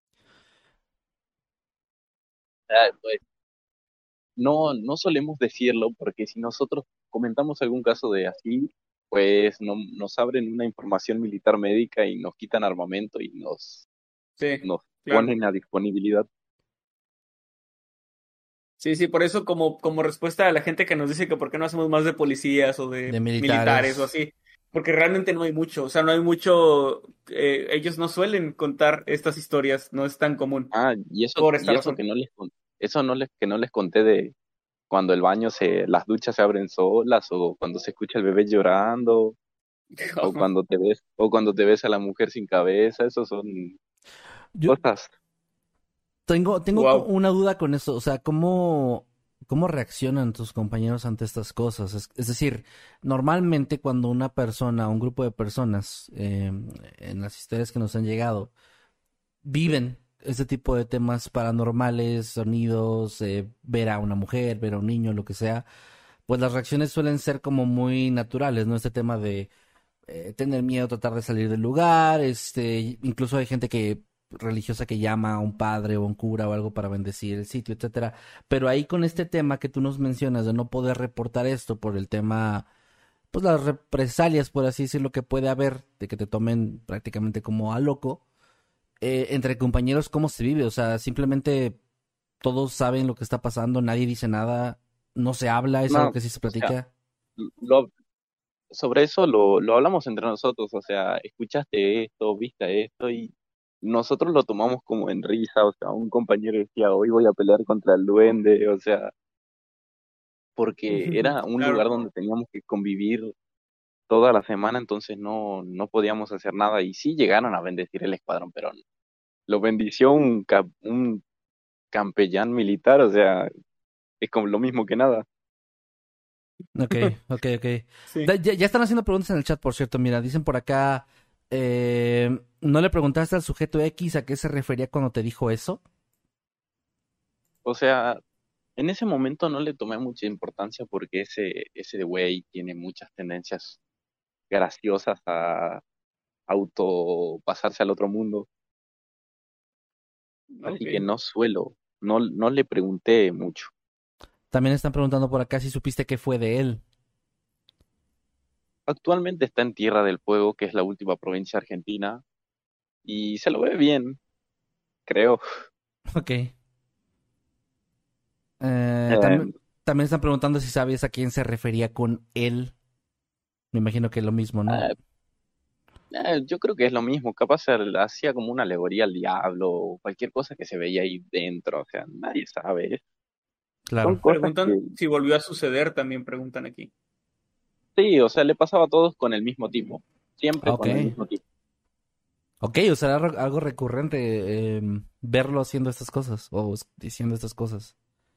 Ah, pues, no, no solemos decirlo porque si nosotros comentamos algún caso de así, pues no, nos abren una información militar médica y nos quitan armamento y nos, Sí, nos claro. ponen a disponibilidad. Sí, sí, por eso como, como respuesta a la gente que nos dice que por qué no hacemos más de policías o De de militares o militares. así, porque realmente no hay mucho, o sea, no hay mucho, eh, ellos no suelen contar estas historias, no es tan común, Ah, y eso, por esta y eso razón. que no les con- eso no les, que no les conté de cuando el baño se, las duchas se abren solas, o cuando se escucha el bebé llorando, o cuando te ves, o cuando te ves a la mujer sin cabeza, eso son Yo cosas. tengo, tengo co- Wow. una duda con eso. O sea, ¿cómo, cómo reaccionan tus compañeros ante estas cosas? Es, es decir, normalmente cuando una persona, un grupo de personas, eh, en las historias que nos han llegado, viven ese tipo de temas paranormales, sonidos, eh, ver a una mujer, ver a un niño, lo que sea, pues las reacciones suelen ser como muy naturales, ¿no? Este tema de eh, tener miedo, tratar de salir del lugar, este, incluso hay gente que religiosa que llama a un padre o un cura o algo para bendecir el sitio, etcétera. Pero ahí con este tema que tú nos mencionas de no poder reportar esto por el tema, pues las represalias, por así decirlo, que puede haber, de que te tomen prácticamente como a loco, eh, entre compañeros, ¿cómo se vive? O sea, simplemente todos saben lo que está pasando, nadie dice nada, no se habla, es algo No, que sí se o sea, platica. lo, sobre eso lo, lo hablamos entre nosotros, o sea, escuchaste esto, viste esto, y nosotros lo tomamos como en risa, o sea, un compañero decía, hoy voy a pelear contra el duende, o sea, porque era un Claro. lugar donde teníamos que convivir toda la semana, entonces no, no podíamos hacer nada. Y sí llegaron a bendecir el escuadrón, pero lo bendició un, cap- un campellán militar, o sea, es como lo mismo que nada. Ok, ok, ok. Sí. Da- Ya, ya están haciendo preguntas en el chat, por cierto. Mira, dicen por acá, eh, ¿no le preguntaste al sujeto X a qué se refería cuando te dijo eso? O sea, en ese momento no le tomé mucha importancia porque ese, ese güey tiene muchas tendencias graciosas a auto pasarse al otro mundo, así que Ok. no suelo, no, no le pregunté mucho. También están preguntando por acá si supiste qué fue de él. Actualmente está en Tierra del Fuego, que es la última provincia argentina, y se lo ve bien, creo. Ok. Eh, Eh, también, también están preguntando si sabes a quién se refería con él. Me imagino que es lo mismo, ¿no? eh, eh, yo creo que es lo mismo, capaz se le hacía como una alegoría al diablo o cualquier cosa que se veía ahí dentro, o sea, nadie sabe. Son Claro. cosas que, Preguntan si volvió a suceder, también preguntan aquí. sí, o sea, le pasaba a todos con el mismo tipo, siempre Ok. con el mismo tipo. Ok, o sea, era re- algo recurrente eh, verlo haciendo estas cosas o s- diciendo estas cosas.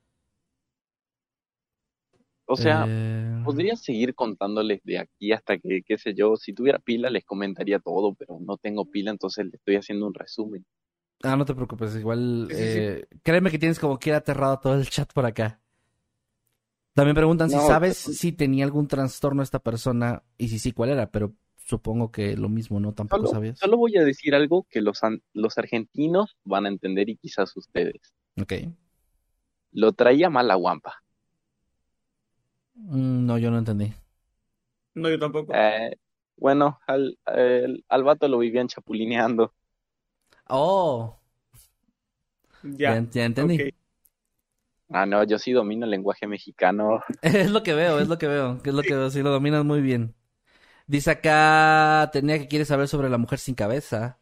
O sea, Eh... podría seguir contándoles de aquí hasta que, qué sé yo, si tuviera pila les comentaría todo, pero no tengo pila, entonces le estoy haciendo un resumen. Ah, no te preocupes, igual, Sí, sí, sí. eh, créeme que tienes como que ir aterrado todo el chat por acá. También preguntan si No, o sea, sabes si tenía algún trastorno esta persona y si sí, cuál era, pero supongo que lo mismo, ¿no? Tampoco solo, sabías. solo voy a decir algo que los, an- los argentinos van a entender y quizás ustedes. Ok. Lo traía mal la guampa. Mm, no, yo no entendí. No, yo tampoco. Eh, bueno, al, al, al vato lo vivían chapulineando. Oh, ya, Ya. en- ya Ok. entendí. Ah, no, yo sí domino el lenguaje mexicano. Es lo que veo, es lo que veo, que es lo que veo, sí lo dominas muy bien. Dice acá, tenía que quiere saber sobre la mujer sin cabeza.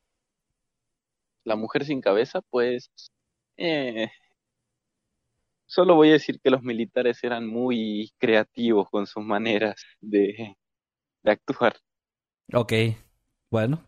La mujer sin cabeza, pues, eh, solo voy a decir que los militares eran muy creativos con sus maneras de, de actuar. Ok, bueno.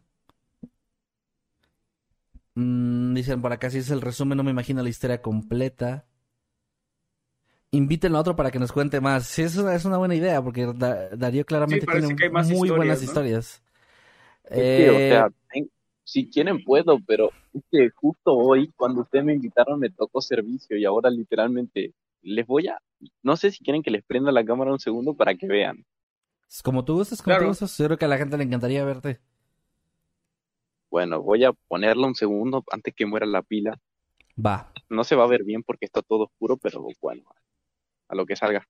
Mm, dicen por acá, si es el resumen, no me imagino la historia completa. Invítenlo a otro para que nos cuente más. Sí, es una, es una buena idea, porque Da- Darío Sí, claramente tiene parece que hay más muy buenas historias, ¿no? historias. Es que, o Eh, sea, ten- si quieren puedo, pero es que justo hoy, cuando ustedes me invitaron, me tocó servicio y ahora literalmente les voy a, no sé si quieren que les prenda la cámara un segundo para que vean. como tú gustes, como tú Claro. gustes. Yo creo que a la gente le encantaría verte. Bueno, voy a ponerla un segundo antes que muera la pila. Va, No se va a ver bien porque está todo oscuro, pero bueno, a lo que salga.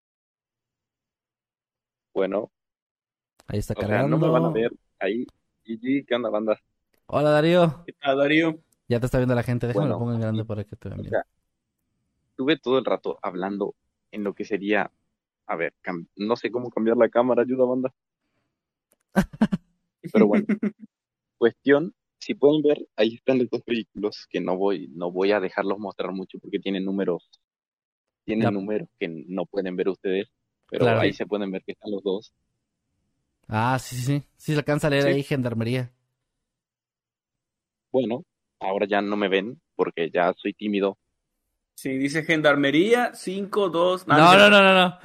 Bueno, ahí está o sea, no me van a ver cargando. ahí. G G, ¿qué onda, banda? Hola Darío. ¿Qué tal, Darío? Ya te está viendo la gente. Déjame lo Bueno, pongo en grande así, para que te vean o bien. sea, estuve todo el rato hablando en lo que sería, a ver, cam- no sé cómo cambiar la cámara, ayuda, banda. Pero bueno, cuestión, si pueden ver, ahí están los dos vehículos que no voy, no voy a dejarlos mostrar mucho porque tienen números, tienen Ya, números que no pueden ver ustedes, pero claro. ahí Sí, se pueden ver que están los dos. Ah, sí, sí, sí. Sí se alcanza a leer sí. ahí gendarmería. Bueno, ahora ya no me ven porque ya soy tímido. Sí, dice Gendarmería cinco dos. No, no es No, no, cierto. no, no, no.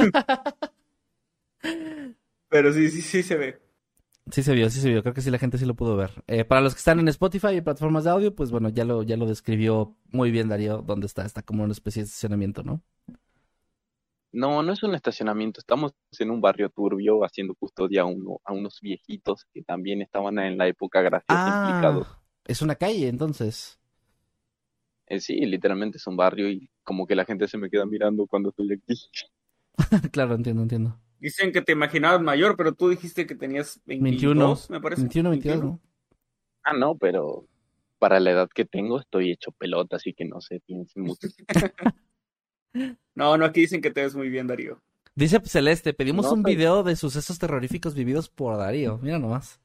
Pero sí, sí, sí se ve. Sí se vio, sí se vio. Creo que sí la gente sí lo pudo ver. Eh, para los que están en Spotify y plataformas de audio, pues bueno, ya lo, ya lo describió muy bien Darío dónde está. Está como una especie de estacionamiento, ¿no? No, no es un estacionamiento, estamos en un barrio turbio haciendo custodia a, uno, a unos viejitos que también estaban en la época graciosa implicados. Ah, es una calle, entonces. Eh, sí, literalmente es un barrio y como que la gente se me queda mirando cuando estoy aquí. Claro, entiendo, entiendo. Dicen que te imaginabas mayor, pero tú dijiste que tenías Veintiuno, veintidós, me parece. veintiuno, veintidós, veintiuno. ¿no? Ah, no, pero para la edad que tengo estoy hecho pelota, así que no se piensen mucho. No, no, aquí dicen que te ves muy bien, Darío. Dice Celeste, pedimos No un soy, video de sucesos terroríficos vividos por Darío. Mira nomás.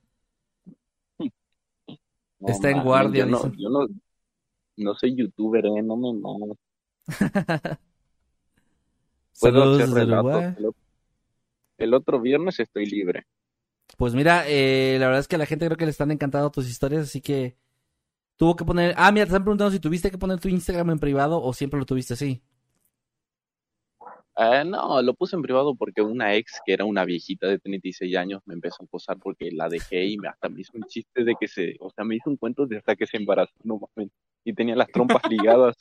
no Está en mames, guardia, yo no, dicen. yo no, no soy youtuber, eh, no me no. Puedo Saludos hacer desde relatos. Uruguay. El, o- el otro viernes estoy libre. Pues mira, eh, la verdad es que a la gente creo que le están encantando tus historias, así que tuvo que poner... Ah, mira, te están preguntando si tuviste que poner tu Instagram en privado o siempre lo tuviste así. Eh, no, lo puse en privado porque una ex, que era una viejita de treinta y seis años, me empezó a posar porque la dejé y me, hasta me hizo un chiste de que se, o sea, me hizo un cuento de hasta que se embarazó, no mames, y tenía las trompas ligadas.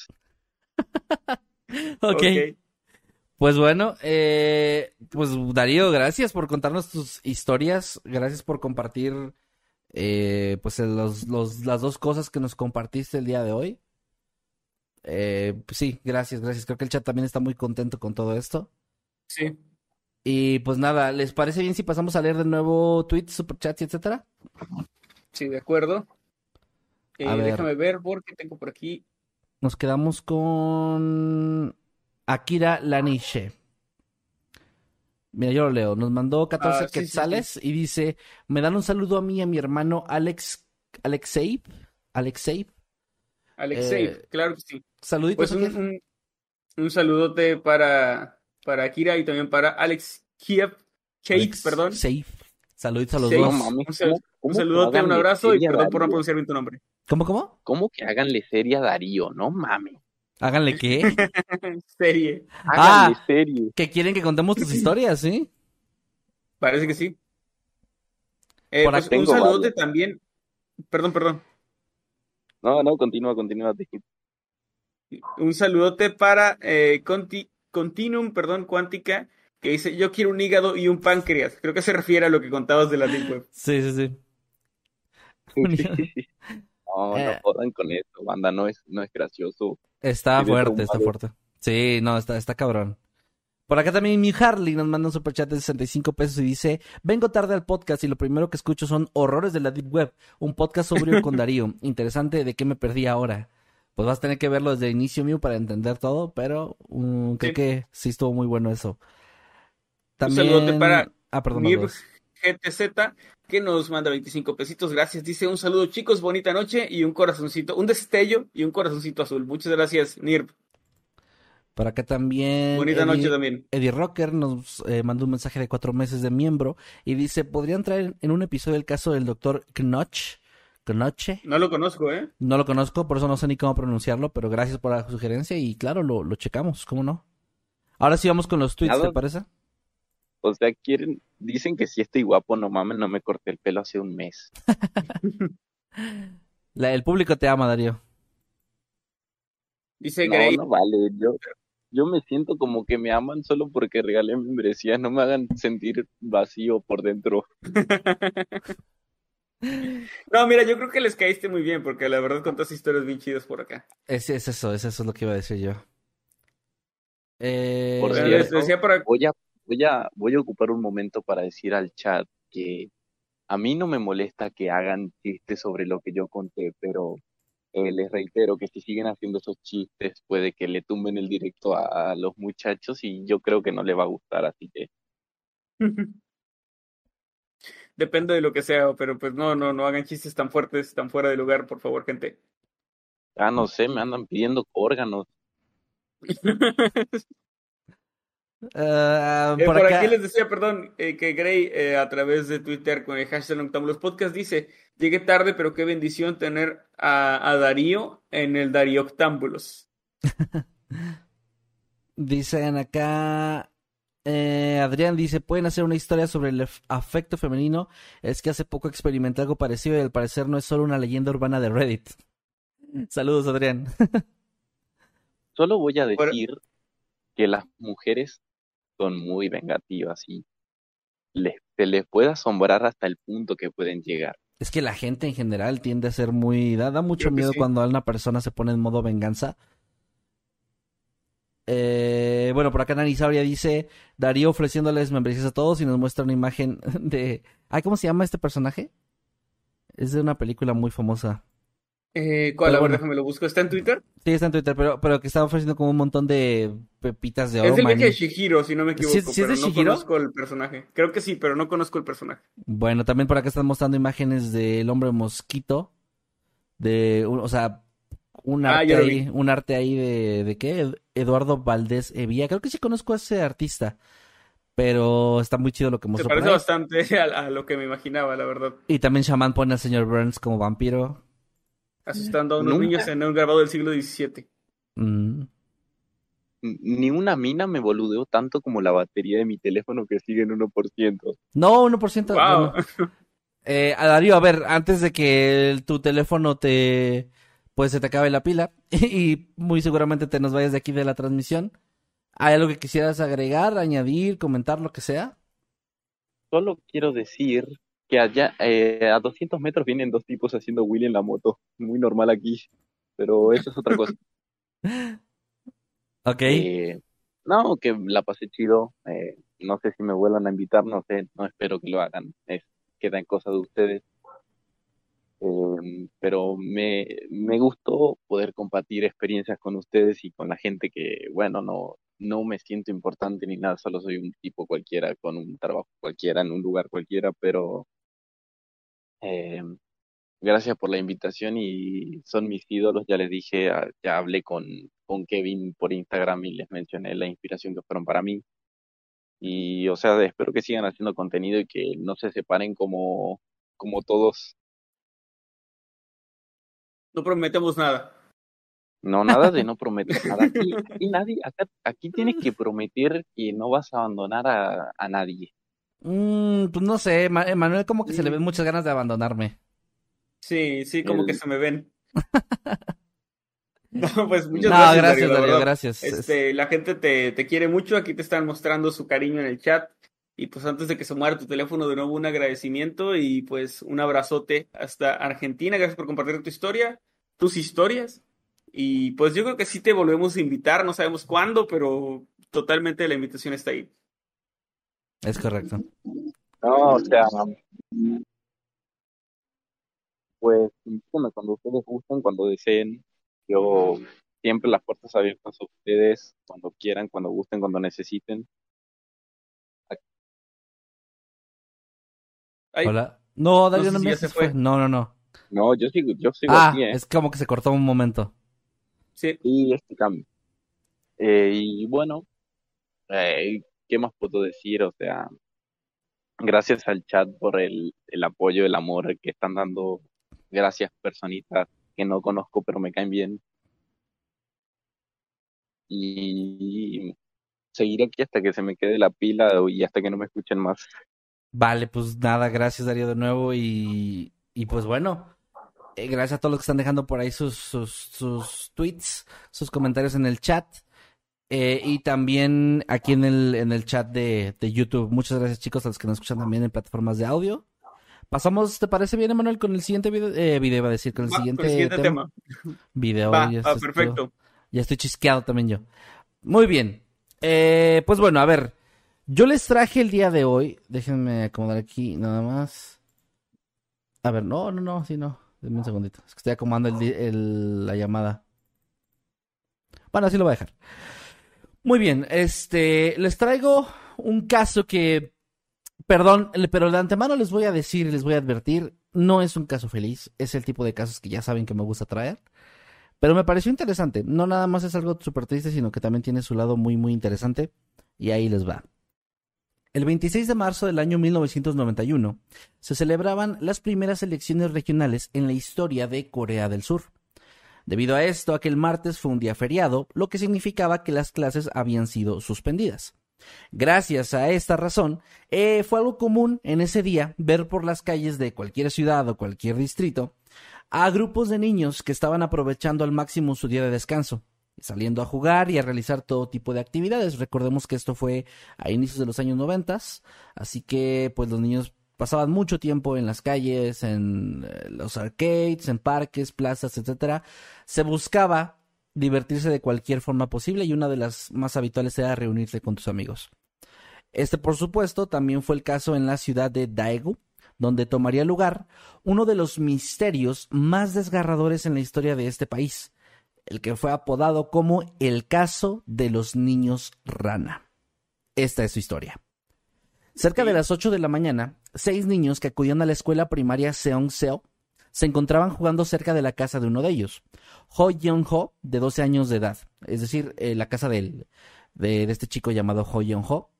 Ok. Ok. Pues bueno, eh, pues Darío, gracias por contarnos tus historias, gracias por compartir eh, pues los, los, las dos cosas que nos compartiste el día de hoy. Eh, pues sí, gracias, gracias. Creo que el chat también está muy contento con todo esto. Sí, Y pues nada, ¿les parece bien si pasamos a leer de nuevo tweets, superchats y etcétera? sí, de acuerdo. Eh, A ver. déjame ver porque tengo por aquí. Nos quedamos con Akira Laniche. Mira, yo lo leo. Nos mandó catorce Ah, sí, sí, quetzales y dice, me dan un saludo a mí y a mi hermano Alex, Alexei, Alexei. Alexei, Eh, claro que sí. Saluditos. Pues un, Akira. un, un saludote para, para Akira y también para Alex Kiev, Cake, Alex perdón. Safe. Saluditos a los Safe. No dos. mames, Un, sal- ¿cómo, un cómo que saludote, un háganle abrazo y serie a perdón por no Darío? pronunciar bien tu nombre. ¿Cómo, cómo? ¿Cómo que háganle serie a Darío? No mames, Háganle qué. Serie. háganle Ah, serie. que quieren que contemos tus historias, ¿sí? Parece que sí. Eh, Por pues acá- un Tengo saludote varios. también. Perdón, perdón. No, no, continúa, continúa. disculpa. Un saludote para eh, Conti- Continuum, perdón, Cuántica, que dice, yo quiero un hígado y un páncreas. Creo que se refiere a lo que contabas de la Deep Web. Sí, sí, sí. No, no Eh, jodan con eso, banda, no es, no es gracioso. Está Quedé fuerte, está traumado. fuerte. Sí, no, está, está cabrón. Por acá también mi Harley nos manda un superchat de sesenta y cinco pesos y dice, vengo tarde al podcast y lo primero que escucho son Horrores de la Deep Web, un podcast sobrio con Darío. Interesante, ¿de qué me perdí ahora? Pues vas a tener que verlo desde el inicio mío para entender todo, pero um, creo Sí. que sí estuvo muy bueno eso. Un También... saludote para Ah, perdón, Mir los dos. G T Z, que nos manda veinticinco pesitos. Gracias. Dice, un saludo, chicos, bonita noche y un corazoncito, un destello y un corazoncito azul. Muchas gracias, Nirp. Por acá también Bonita noche Eddie, también. Eddie Rocker nos eh, mandó un mensaje de cuatro meses de miembro y dice, ¿podrían traer en un episodio el caso del doctor Knoch? Knoche. No lo conozco, ¿eh? No lo conozco, por eso no sé ni cómo pronunciarlo, pero gracias por la sugerencia y claro, lo, lo checamos, ¿cómo no? Ahora sí vamos con los tweets, Nada. ¿te parece? O sea, quieren, dicen que si estoy guapo, no mames, no me corté el pelo hace un mes. La- el público te ama, Darío. Dice No, Grey. no vale, yo, yo me siento como que me aman solo porque regalé membresías, no me hagan sentir vacío por dentro. No, mira, yo creo que les caíste muy bien, porque la verdad contaste historias bien chidas por acá. Es, es eso, es eso es lo que iba a decir yo. Eh, Por Pero cierto, les decía para... voy a, voy a, voy a ocupar un momento para decir al chat que a mí no me molesta que hagan chistes sobre lo que yo conté, pero eh, les reitero que si siguen haciendo esos chistes puede que le tumben el directo a, a los muchachos y yo creo que no le va a gustar, así que Depende de lo que sea, pero pues no, no, no hagan chistes tan fuertes, tan fuera de lugar, por favor, gente. ah, no sé, me andan pidiendo órganos. ah, Eh, por por acá, aquí les decía, perdón, eh, que Gray eh, a través de Twitter con el hashtag Noctámbulos Podcast dice, llegué tarde, pero qué bendición tener a, a Darío en el Darío Octámbulos. dicen acá, eh, Adrián dice, ¿pueden hacer una historia sobre el af- afecto femenino? Es que hace poco experimenté algo parecido y al parecer no es solo una leyenda urbana de Reddit. Saludos, Adrián. Solo voy a Por- decir que las mujeres son muy vengativas y les, se les puede asombrar hasta el punto que pueden llegar. Es que la gente en general tiende a ser muy... Da, da mucho Creo que miedo sí. cuando una persona se pone en modo venganza. Eh, bueno, por acá Nani Sabria dice, Darío ofreciéndoles membresías a todos y nos muestra una imagen de... Ay, ¿cómo se llama este personaje? Es de una película muy famosa. Eh, ¿Cuál? Pero A ver, bueno. déjame lo busco. ¿Está en Twitter? Sí, está en Twitter, pero, pero que está ofreciendo como un montón de pepitas de oro. Es del viaje de maní. Shihiro, si no me ¿Sí- equivoco, sí es pero de no Shihiro? conozco el personaje. Creo que sí, pero no conozco el personaje. Bueno, también por acá están mostrando imágenes del hombre mosquito. De, un- o sea, un Ah, arte ya lo ahí, vi. un arte ahí de, ¿de qué? Ed- Eduardo Valdés Evía. Creo que sí conozco a ese artista, pero está muy chido lo que Se mostró por parece ahí. bastante a, a lo que me imaginaba, la verdad. Y también Shaman pone al señor Burns como vampiro. Asustando a unos niños Nunca, en un grabado del siglo diecisiete. Mm. ni una mina me boludeó tanto como la batería de mi teléfono que sigue en uno por ciento. No, uno por ciento, Wow. bueno. Eh, a Darío, a ver, antes de que el- tu teléfono te, pues se te acabe la pila y muy seguramente te nos vayas de aquí de la transmisión, ¿hay algo que quisieras agregar, añadir, comentar, lo que sea? Solo quiero decir que allá eh, a doscientos metros vienen dos tipos haciendo wheel en la moto. Muy normal aquí, pero eso es otra cosa. Ok. Eh, no, que la pasé chido. Eh, no sé si me vuelvan a invitar, no sé, no espero que lo hagan. Es, queda en cosa de ustedes. Eh, pero me, me gustó poder compartir experiencias con ustedes y con la gente que, bueno, no, no me siento importante ni nada, solo soy un tipo cualquiera con un trabajo cualquiera en un lugar cualquiera, pero eh, gracias por la invitación y son mis ídolos, ya les dije, ah, ya hablé con, con Kevin por Instagram y les mencioné la inspiración que fueron para mí y, o sea, espero que sigan haciendo contenido y que no se separen como, como todos. No prometemos nada. No, nada de no prometer nada. Aquí, aquí nadie, acá, aquí tienes que prometer que no vas a abandonar a, a nadie. Mm, pues no sé, Ma- Manuel como que se le ven Mm, muchas ganas de abandonarme. Sí, sí, como que El, se me ven. No, pues muchas No, gracias, Darío, gracias, la Darío, verdad. gracias. Es- Este, la gente te, te quiere mucho, aquí te están mostrando su cariño en el chat. Y pues antes de que se muera tu teléfono, de nuevo un agradecimiento y pues un abrazote hasta Argentina. Gracias por compartir tu historia, tus historias. Y pues yo creo que sí te volvemos a invitar, no sabemos cuándo, pero totalmente la invitación está ahí. es correcto. no, o sea, pues invítenme cuando ustedes gusten, cuando deseen. Yo siempre las puertas abiertas a ustedes, cuando quieran, cuando gusten, cuando necesiten. Ay, Hola. No, no Darío, sé no si me ya se se fue. fue. No, no, no. No, yo sigo, yo sigo aquí, Ah, ¿eh? es como que se cortó un momento. Sí. Y este cambio. Eh, y bueno, eh, ¿qué más puedo decir? O sea, gracias al chat por el, el apoyo, el amor que están dando. Gracias, personitas que no conozco, pero me caen bien. Y seguiré aquí hasta que se me quede la pila y hasta que no me escuchen más. Vale, pues nada, gracias Darío de nuevo y, y pues bueno, eh, gracias a todos los que están dejando por ahí sus, sus, sus tweets, sus comentarios en el chat eh, y también aquí en el, en el chat de, de YouTube. Muchas gracias chicos a los que nos escuchan también en plataformas de audio. Pasamos, ¿te parece bien, Emanuel, con el siguiente video? Eh, video, iba a decir, con el Va, con el siguiente siguiente tema. tema. Video, Va, ya, va, esto, perfecto. ya estoy chisqueado también yo. Muy bien. Eh, pues bueno, a ver. Yo les traje el día de hoy. Déjenme acomodar aquí nada más. A ver, no, no, no, sí, no. Denme un segundito. Es que estoy acomodando el, di- el- la llamada. Bueno, así lo voy a dejar. Muy bien, este, les traigo un caso que, perdón, le- pero de antemano les voy a decir, les voy a advertir, no es un caso feliz. Es el tipo de casos que ya saben que me gusta traer. Pero me pareció interesante. No nada más es algo súper triste, sino que también tiene su lado muy, muy interesante. Y ahí les va. El veintiséis de marzo del año mil novecientos noventa y uno se celebraban las primeras elecciones regionales en la historia de Corea del Sur. Debido a esto, aquel martes fue un día feriado, lo que significaba que las clases habían sido suspendidas. Gracias a esta razón, eh, fue algo común en ese día ver por las calles de cualquier ciudad o cualquier distrito a grupos de niños que estaban aprovechando al máximo su día de descanso, saliendo a jugar y a realizar todo tipo de actividades. Recordemos que esto fue a inicios de los años noventas, así que pues los niños pasaban mucho tiempo en las calles, en eh, los arcades, en parques, plazas, etcétera. Se buscaba divertirse de cualquier forma posible y una de las más habituales era reunirse con tus amigos. Este, por supuesto, también fue el caso en la ciudad de Daegu, donde tomaría lugar uno de los misterios más desgarradores en la historia de este país, el que fue apodado como el caso de los niños rana. Esta es su historia. Cerca de las ocho de la mañana, seis niños que acudían a la escuela primaria Seongseo se encontraban jugando cerca de la casa de uno de ellos, Ho Yeon-ho, de doce años de edad, es decir, eh, la casa de, de, de este chico llamado Ho Yeon-ho.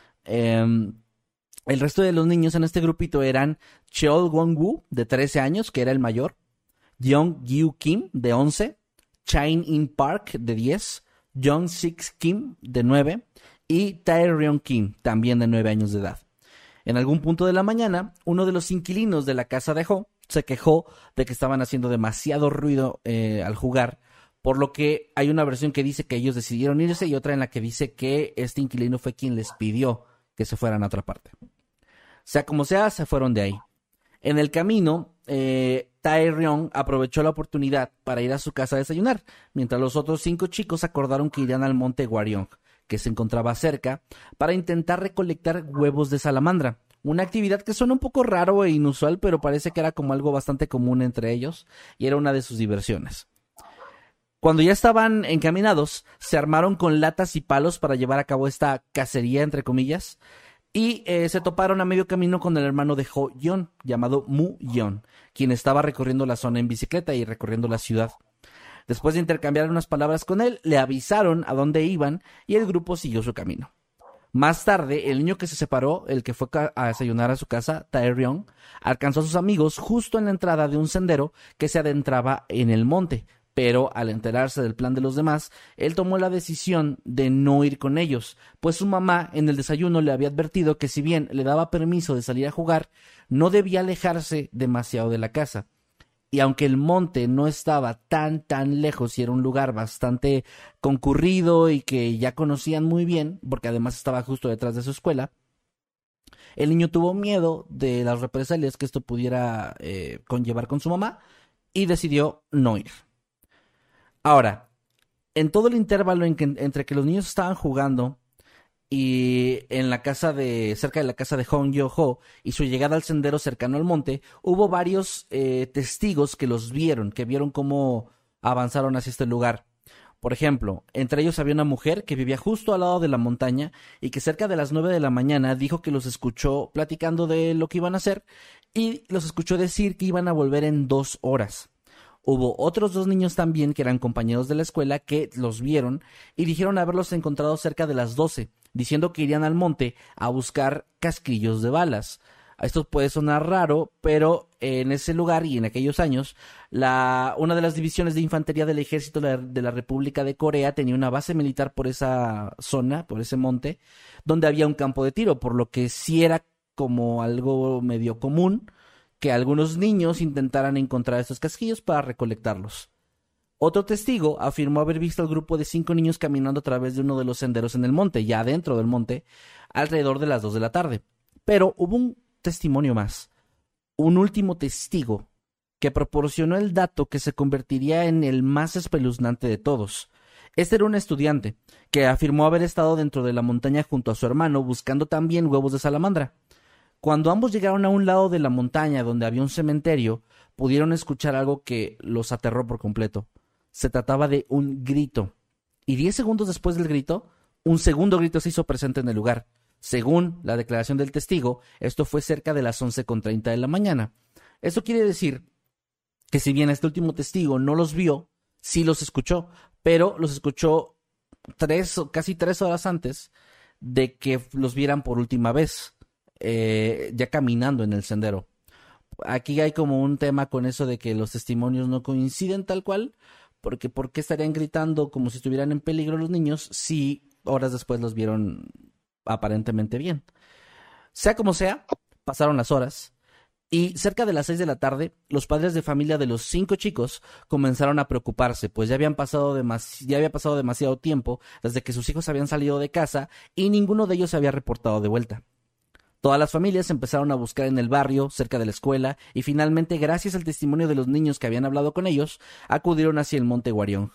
Eh, el resto de los niños en este grupito eran Cheol Won-woo, de trece años, que era el mayor, Young Gyu Kim, de once, Chain In Park, de diez, Young Six Kim, de nueve, y Tae-ryong Kim, también de nueve años de edad. En algún punto de la mañana, uno de los inquilinos de la casa de Ho se quejó de que estaban haciendo demasiado ruido eh, al jugar, por lo que hay una versión que dice que ellos decidieron irse y otra en la que dice que este inquilino fue quien les pidió que se fueran a otra parte. Sea como sea, se fueron de ahí. En el camino, eh, Tae-ryong aprovechó la oportunidad para ir a su casa a desayunar, mientras los otros cinco chicos acordaron que irían al monte Gwaryong, que se encontraba cerca, para intentar recolectar huevos de salamandra. Una actividad que suena un poco raro e inusual, pero parece que era como algo bastante común entre ellos, y era una de sus diversiones. Cuando ya estaban encaminados, se armaron con latas y palos para llevar a cabo esta cacería, entre comillas, y eh, se toparon a medio camino con el hermano de Ho Yeon, llamado Mu Yeon, quien estaba recorriendo la zona en bicicleta y recorriendo la ciudad. Después de intercambiar unas palabras con él, le avisaron a dónde iban y el grupo siguió su camino. Más tarde, el niño que se separó, el que fue a desayunar a su casa, Tae-ryong, alcanzó a sus amigos justo en la entrada de un sendero que se adentraba en el monte, pero al enterarse del plan de los demás, él tomó la decisión de no ir con ellos, pues su mamá en el desayuno le había advertido que si bien le daba permiso de salir a jugar, no debía alejarse demasiado de la casa. Y aunque el monte no estaba tan tan lejos y era un lugar bastante concurrido y que ya conocían muy bien, porque además estaba justo detrás de su escuela, el niño tuvo miedo de las represalias que esto pudiera eh, conllevar con su mamá y decidió no ir. Ahora, en todo el intervalo en que, entre que los niños estaban jugando y en la casa de, cerca de la casa de Hong Yo-ho y su llegada al sendero cercano al monte, hubo varios eh, testigos que los vieron, que vieron cómo avanzaron hacia este lugar. Por ejemplo, entre ellos había una mujer que vivía justo al lado de la montaña y que cerca de las nueve de la mañana dijo que los escuchó platicando de lo que iban a hacer y los escuchó decir que iban a volver en dos horas. Hubo otros dos niños también que eran compañeros de la escuela que los vieron y dijeron haberlos encontrado cerca de las doce, diciendo que irían al monte a buscar casquillos de balas. Esto puede sonar raro, pero en ese lugar y en aquellos años, la, una de las divisiones de infantería del ejército de la, de la República de Corea tenía una base militar por esa zona, por ese monte, donde había un campo de tiro, por lo que sí era como algo medio común que algunos niños intentaran encontrar estos casquillos para recolectarlos. Otro testigo afirmó haber visto al grupo de cinco niños caminando a través de uno de los senderos en el monte, ya dentro del monte, alrededor de las dos de la tarde. Pero hubo un testimonio más, un último testigo, que proporcionó el dato que se convertiría en el más espeluznante de todos. Este era un estudiante, que afirmó haber estado dentro de la montaña junto a su hermano buscando también huevos de salamandra. Cuando ambos llegaron a un lado de la montaña donde había un cementerio, pudieron escuchar algo que los aterró por completo. Se trataba de un grito. Y diez segundos después del grito, un segundo grito se hizo presente en el lugar. Según la declaración del testigo, esto fue cerca de las once con treinta de la mañana. Esto quiere decir que si bien este último testigo no los vio, sí los escuchó, pero los escuchó tres o casi tres horas antes de que los vieran por última vez. Eh, ya caminando en el sendero. Aquí hay como un tema con eso de que los testimonios no coinciden tal cual, porque ¿por qué estarían gritando como si estuvieran en peligro los niños si horas después los vieron aparentemente bien? Sea como sea, pasaron las horas y cerca de las seis de la tarde los padres de familia de los cinco chicos comenzaron a preocuparse, pues ya habían pasado demas- ya había pasado demasiado tiempo desde que sus hijos habían salido de casa y ninguno de ellos se había reportado de vuelta. Todas las familias empezaron a buscar en el barrio, cerca de la escuela, y finalmente, gracias al testimonio de los niños que habían hablado con ellos, acudieron hacia el monte Gwaryong.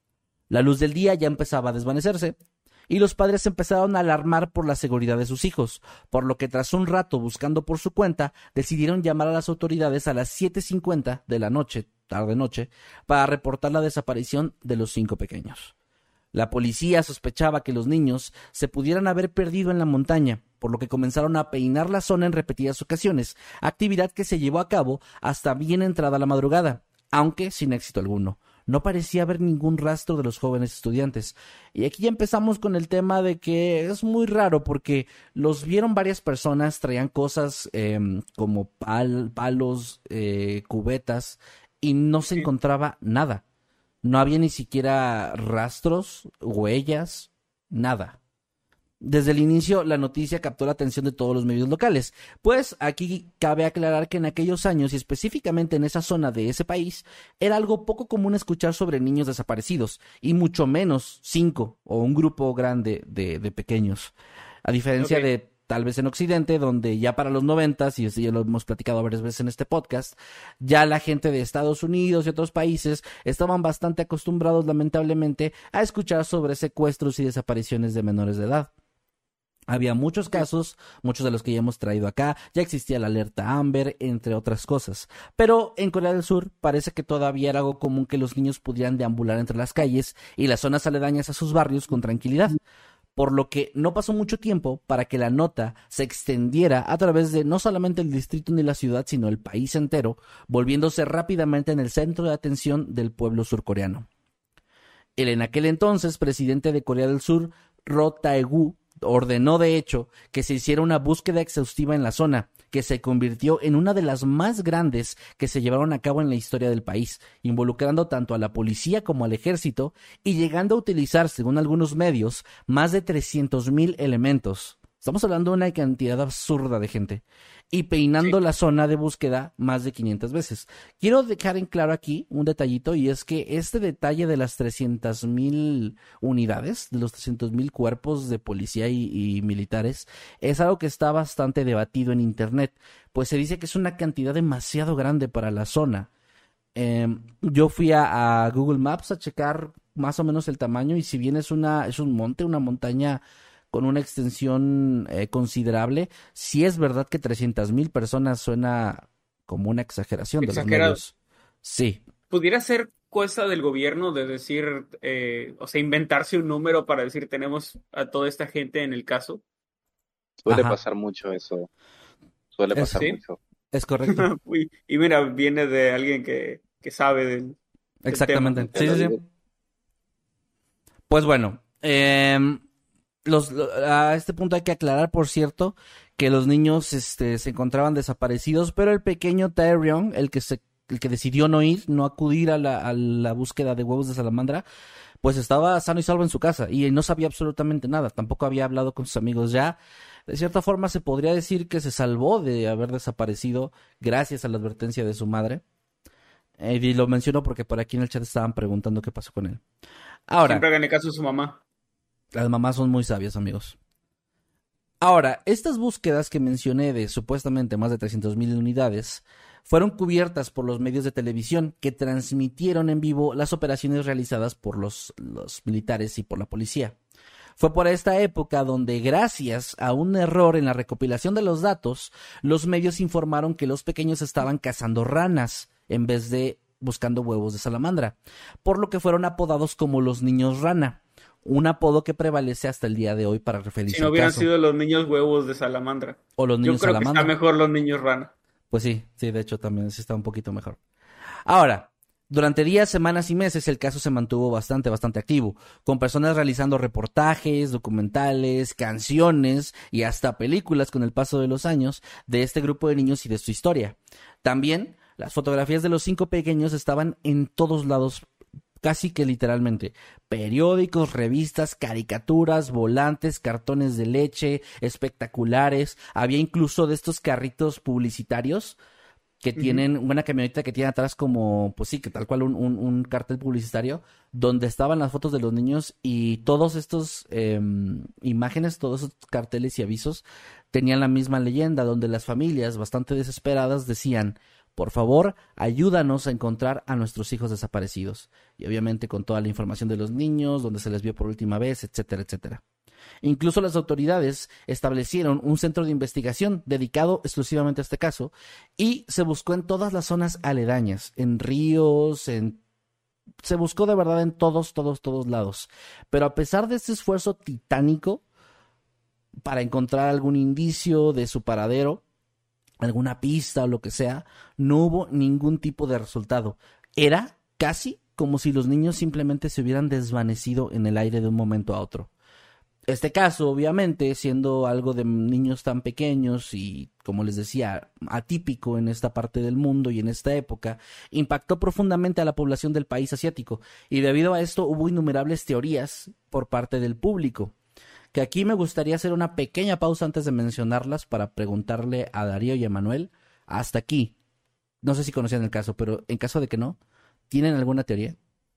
La luz del día ya empezaba a desvanecerse, y los padres empezaron a alarmar por la seguridad de sus hijos, por lo que tras un rato buscando por su cuenta, decidieron llamar a las autoridades a las siete cincuenta de la noche, tarde-noche, para reportar la desaparición de los cinco pequeños. La policía sospechaba que los niños se pudieran haber perdido en la montaña, por lo que comenzaron a peinar la zona en repetidas ocasiones, actividad que se llevó a cabo hasta bien entrada la madrugada, aunque sin éxito alguno. No parecía haber ningún rastro de los jóvenes estudiantes. Y aquí ya empezamos con el tema de que es muy raro porque los vieron varias personas, traían cosas eh, como pal, palos, eh, cubetas, y no se Sí. encontraba nada. No había ni siquiera rastros, huellas, nada. Desde el inicio, la noticia captó la atención de todos los medios locales, pues aquí cabe aclarar que en aquellos años y específicamente en esa zona de ese país, era algo poco común escuchar sobre niños desaparecidos, y mucho menos cinco o un grupo grande de, de pequeños. A diferencia Ok. de tal vez en Occidente, donde ya para los noventas, y eso ya lo hemos platicado varias veces en este podcast, ya la gente de Estados Unidos y otros países estaban bastante acostumbrados, lamentablemente, a escuchar sobre secuestros y desapariciones de menores de edad. Había muchos casos, muchos de los que ya hemos traído acá, ya existía la alerta Amber, entre otras cosas. Pero en Corea del Sur parece que todavía era algo común que los niños pudieran deambular entre las calles y las zonas aledañas a sus barrios con tranquilidad. Por lo que no pasó mucho tiempo para que la nota se extendiera a través de no solamente el distrito ni la ciudad, sino el país entero, volviéndose rápidamente en el centro de atención del pueblo surcoreano. El en aquel entonces presidente de Corea del Sur, Roh Tae-woo, ordenó de hecho que se hiciera una búsqueda exhaustiva en la zona, que se convirtió en una de las más grandes que se llevaron a cabo en la historia del país, involucrando tanto a la policía como al ejército y llegando a utilizar, según algunos medios, más de trescientos mil elementos. Estamos hablando de una cantidad absurda de gente. Y peinando Sí. la zona de búsqueda más de quinientas veces. Quiero dejar en claro aquí un detallito, y es que este detalle de las trescientas mil unidades, de los trescientos mil cuerpos de policía y, y militares, es algo que está bastante debatido en internet, pues se dice que es una cantidad demasiado grande para la zona. Eh, yo fui a, a Google Maps a checar más o menos el tamaño, y si bien es una es un monte, una montaña con una extensión eh, considerable, sí es verdad que trescientas mil personas suena como una exageración de los Exagerado. medios. Sí, ¿Pudiera ser cosa del gobierno de decir, eh, o sea, inventarse un número para decir tenemos a toda esta gente en el caso? Suele ajá, pasar mucho eso, suele es, pasar Sí. mucho. es correcto. Uy, y mira, viene de alguien que, que sabe del, del tema. Exactamente. Te Sí, lo sí, sí. digo. Pues bueno, em, los, lo- a este punto hay que aclarar, por cierto, que los niños este, se encontraban desaparecidos, pero el pequeño Taerion, el que se, el que decidió no ir, no acudir a la, a la búsqueda de huevos de salamandra, pues estaba sano y salvo en su casa y no sabía absolutamente nada. Tampoco había hablado con sus amigos ya. De cierta forma se podría decir que se salvó de haber desaparecido gracias a la advertencia de su madre. Eh, y lo menciono porque por aquí en el chat estaban preguntando qué pasó con él. Ahora, Siempre háganle caso a su mamá. las mamás son muy sabias, amigos. Ahora, estas búsquedas que mencioné de supuestamente más de trescientas mil unidades fueron cubiertas por los medios de televisión que transmitieron en vivo las operaciones realizadas por los, los militares y por la policía. Fue por esta época donde, gracias a un error en la recopilación de los datos, los medios informaron que los pequeños estaban cazando ranas en vez de buscando huevos de salamandra, por lo que fueron apodados como los niños rana, un apodo que prevalece hasta el día de hoy para referirse Si no al hubieran caso. sido los niños huevos de salamandra. O los Yo niños creo que salamandra. está mejor los niños rana. Pues sí, sí, de hecho también sí está un poquito mejor. Ahora, durante días, semanas y meses el caso se mantuvo bastante, bastante activo, con personas realizando reportajes, documentales, canciones y hasta películas con el paso de los años de este grupo de niños y de su historia. También las fotografías de los cinco pequeños estaban en todos lados, casi que literalmente. Periódicos, revistas, caricaturas, volantes, cartones de leche, espectaculares. Había incluso de estos carritos publicitarios que tienen uh-huh. una camioneta que tiene atrás como, pues sí, que tal cual un, un, un cartel publicitario donde estaban las fotos de los niños, y todos estos eh, imágenes, todos esos carteles y avisos tenían la misma leyenda, donde las familias bastante desesperadas decían: por favor, ayúdanos a encontrar a nuestros hijos desaparecidos. Y obviamente con toda la información de los niños, donde se les vio por última vez, etcétera, etcétera. Incluso las autoridades establecieron un centro de investigación dedicado exclusivamente a este caso, y se buscó en todas las zonas aledañas, en ríos, en... se buscó de verdad en todos, todos, todos lados. Pero a pesar de este esfuerzo titánico, para encontrar algún indicio de su paradero, alguna pista o lo que sea. No hubo ningún tipo de resultado. Era casi como si los niños simplemente se hubieran desvanecido en el aire de un momento a otro. Este caso, obviamente, siendo algo de niños tan pequeños y, como les decía, atípico en esta parte del mundo y en esta época, impactó profundamente a la población del país asiático, y debido a esto hubo innumerables teorías por parte del público, que aquí me gustaría hacer una pequeña pausa antes de mencionarlas para preguntarle a Darío y a Manuel. Hasta aquí, no sé si conocían el caso, pero en caso de que no, ¿tienen alguna teoría?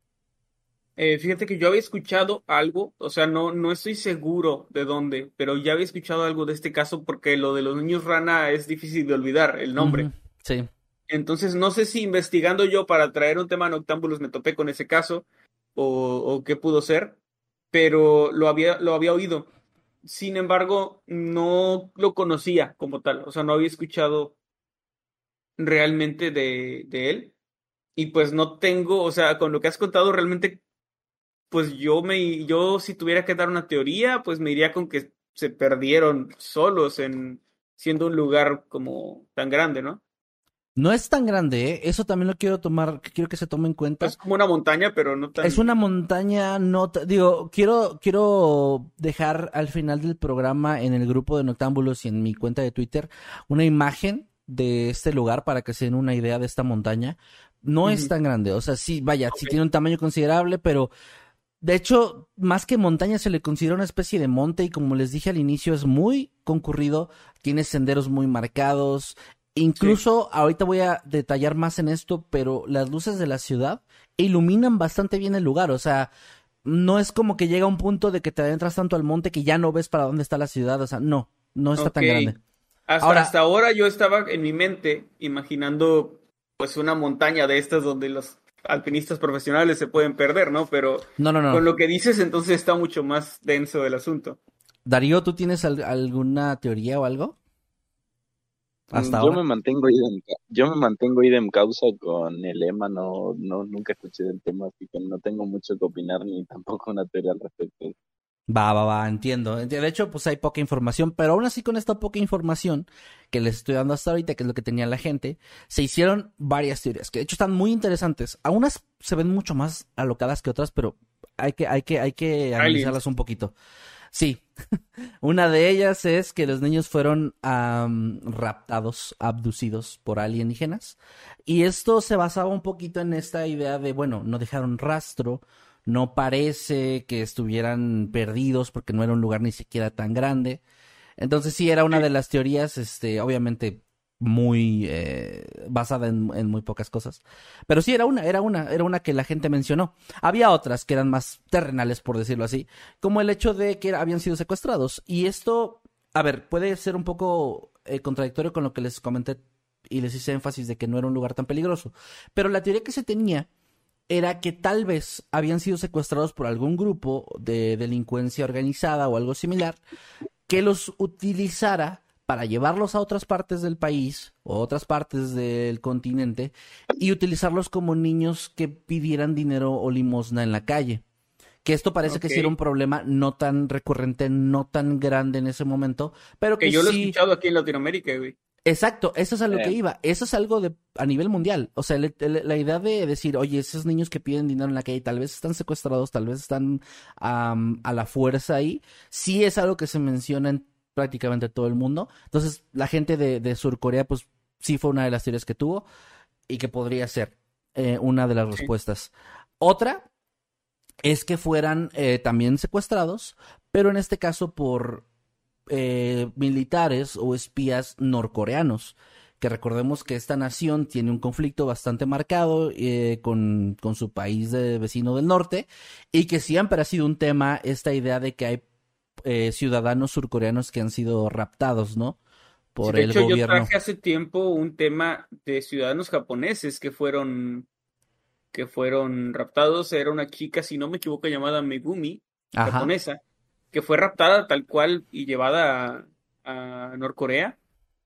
Eh, fíjate que yo había escuchado algo, o sea, no, no estoy seguro de dónde, pero ya había escuchado algo de este caso porque lo de los niños rana es difícil de olvidar, el nombre. Uh-huh. Sí. Entonces, no sé si investigando yo para traer un tema Noctámbulos me topé con ese caso o, o qué pudo ser, pero lo había, lo había oído. Sin embargo, no lo conocía como tal, o sea, no había escuchado realmente de, de él. Y pues no tengo, o sea, con lo que has contado realmente, pues yo me, yo si tuviera que dar una teoría, pues me iría con que se perdieron solos en siendo un lugar como tan grande, ¿no? No es tan grande, ¿eh? Eso también lo quiero tomar, quiero que se tome en cuenta. Es como una montaña, pero no tan... Es una montaña, no, t- digo, quiero, quiero dejar al final del programa en el grupo de Noctámbulos y en mi cuenta de Twitter una imagen de este lugar para que se den una idea de esta montaña. No Ujú. es tan grande, o sea, sí, vaya, sí Ok. tiene un tamaño considerable, pero de hecho, más que montaña se le considera una especie de monte, y como les dije al inicio, es muy concurrido, tiene senderos muy marcados. Incluso ahorita voy a detallar más en esto, pero las luces de la ciudad iluminan bastante bien el lugar. O sea, no es como que llega un punto de que te adentras tanto al monte que ya no ves para dónde está la ciudad. O sea, no, no está tan Ok. grande. Hasta, Ahora, hasta ahora yo estaba en mi mente imaginando pues una montaña de estas donde los alpinistas profesionales se pueden perder, ¿no? Pero no, no, no. con lo que dices, entonces está mucho más denso el asunto. Darío, ¿tú tienes al- alguna teoría o algo? Mm, Hasta Yo me ahora. mantengo idem, ca- yo me mantengo idem causa con el lema, no, no, nunca escuché del tema, así que no tengo mucho que opinar ni tampoco una teoría al respecto. Va, va, va, entiendo. Enti- De hecho, pues hay poca información, pero aún así con esta poca información que les estoy dando hasta ahorita, que es lo que tenía la gente, se hicieron varias teorías, que de hecho están muy interesantes. Algunas se ven mucho más alocadas que otras, pero hay que, hay que, hay que analizarlas Aliens. un poquito. Sí, una de ellas es que los niños fueron am, raptados, abducidos por alienígenas. Y esto se basaba un poquito en esta idea de, bueno, no dejaron rastro, no parece que estuvieran perdidos porque no era un lugar ni siquiera tan grande. Entonces sí, era una de las teorías, este, obviamente muy eh, basada en, en muy pocas cosas. Pero sí, era una, era una, era una que la gente mencionó. Había otras que eran más terrenales, por decirlo así, como el hecho de que era- habían sido secuestrados. Y esto, a ver, puede ser un poco eh, contradictorio con lo que les comenté y les hice énfasis de que no era un lugar tan peligroso. Pero la teoría que se tenía era que tal vez habían sido secuestrados por algún grupo de delincuencia organizada o algo similar que los utilizara para llevarlos a otras partes del país o otras partes del continente y utilizarlos como niños que pidieran dinero o limosna en la calle. Que esto parece que Ok. sí era un problema no tan recurrente, no tan grande en ese momento, pero Que que yo lo he sí. escuchado aquí en Latinoamérica, güey. Exacto, eso es a lo que Eh, iba. Eso es algo de a nivel mundial. O sea, el- el- la idea de decir, oye, esos niños que piden dinero en la calle tal vez están secuestrados, tal vez están am, a la fuerza ahí, sí es algo que se menciona en prácticamente todo el mundo. Entonces, la gente de, de Surcorea, pues sí fue una de las teorías que tuvo y que podría ser eh, una de las Sí. respuestas. Otra es que fueran eh, también secuestrados, pero en este caso por eh, militares o espías norcoreanos. Que recordemos que esta nación tiene un conflicto bastante marcado eh, con, con su país de vecino del norte, y que siempre ha sido un tema esta idea de que hay eh, ciudadanos surcoreanos que han sido raptados, ¿no? Sí, Por de el hecho, yo gobierno. traje hace tiempo un tema de ciudadanos japoneses que fueron, que fueron raptados. Era una chica, si no me equivoco, llamada Megumi, Ajá. japonesa, que fue raptada tal cual y llevada a, a Norcorea.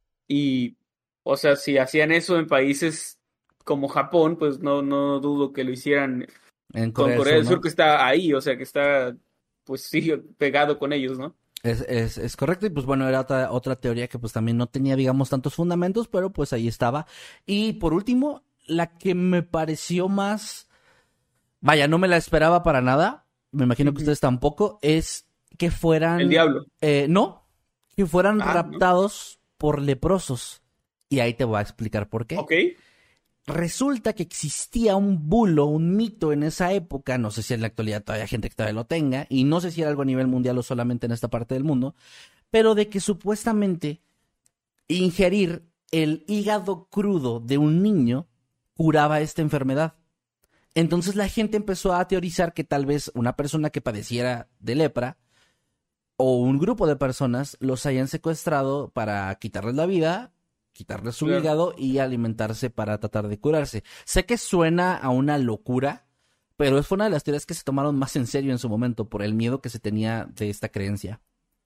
Y, o sea, si hacían eso en países como Japón, pues no, no dudo que lo hicieran En con Corea del Corea Sur, del Sur, ¿no? que está ahí, o sea, que está, pues sí, pegado con ellos, ¿no? Es, es, es correcto, y pues bueno, era otra, otra teoría que pues también no tenía, digamos, tantos fundamentos, pero pues ahí estaba. Y por último, la que me pareció más, vaya, no me la esperaba para nada, me imagino que Ujú. ustedes tampoco, es que El fueran, diablo. eh, no, que fueran Ah, ¿no? raptados por leprosos. Y ahí te voy a explicar por qué. Ok. Resulta que existía un bulo, un mito en esa época, no sé si en la actualidad todavía hay gente que todavía lo tenga, y no sé si era algo a nivel mundial o solamente en esta parte del mundo, pero de que supuestamente ingerir el hígado crudo de un niño curaba esta enfermedad. Entonces la gente empezó a teorizar que tal vez una persona que padeciera de lepra o un grupo de personas los hayan secuestrado para quitarles la vida, quitarles su Claro. hígado y alimentarse para tratar de curarse. Sé que suena a una locura, pero fue una de las teorías que se tomaron más en serio en su momento por el miedo que se tenía de esta creencia.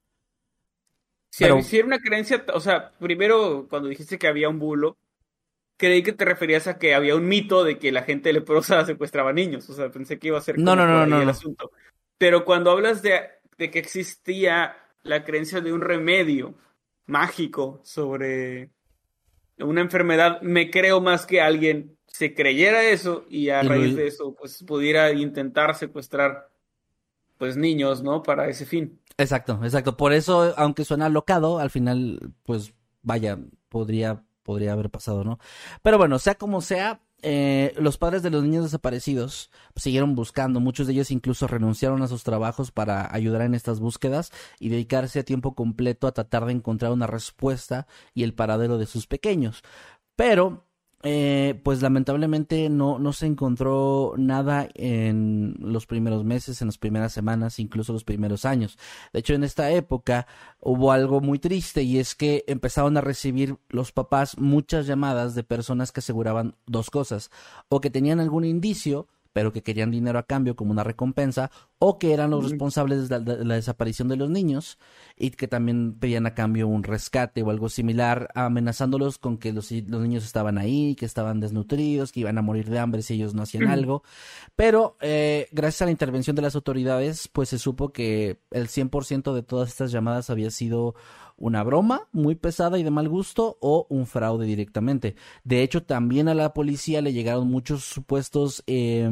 Si, Pero hab- si era una creencia, o sea, primero cuando dijiste que había un bulo, creí que te referías a que había un mito de que la gente leprosa secuestraba niños. O sea, pensé que iba a ser no, no, como por no, ahí no, el no. asunto. Pero cuando hablas de, de que existía la creencia de un remedio mágico sobre una enfermedad, me creo más que alguien se creyera eso y a Y lo, raíz de eso, pues pudiera intentar secuestrar, pues niños, ¿no? Para ese fin. exacto, exacto. Por eso, aunque suena locado, al final, pues vaya, podría, podría haber pasado, ¿no? Pero bueno, sea como sea, eh, los padres de los niños desaparecidos siguieron buscando. Muchos de ellos incluso renunciaron a sus trabajos para ayudar en estas búsquedas y dedicarse a tiempo completo a tratar de encontrar una respuesta y el paradero de sus pequeños. Pero, eh, pues lamentablemente no, no se encontró nada en los primeros meses, en las primeras semanas, incluso los primeros años. De hecho, en esta época hubo algo muy triste y es que empezaron a recibir los papás muchas llamadas de personas que aseguraban dos cosas, o que tenían algún indicio pero que querían dinero a cambio como una recompensa, o que eran los Mm. responsables de la, de la desaparición de los niños y que también pedían a cambio un rescate o algo similar, amenazándolos con que los, los niños estaban ahí, que estaban desnutridos, que iban a morir de hambre si ellos no hacían algo. Pero eh, gracias a la intervención de las autoridades, pues se supo que el cien por ciento de todas estas llamadas había sido una broma muy pesada y de mal gusto o un fraude directamente. De hecho, también a la policía le llegaron muchos supuestos eh,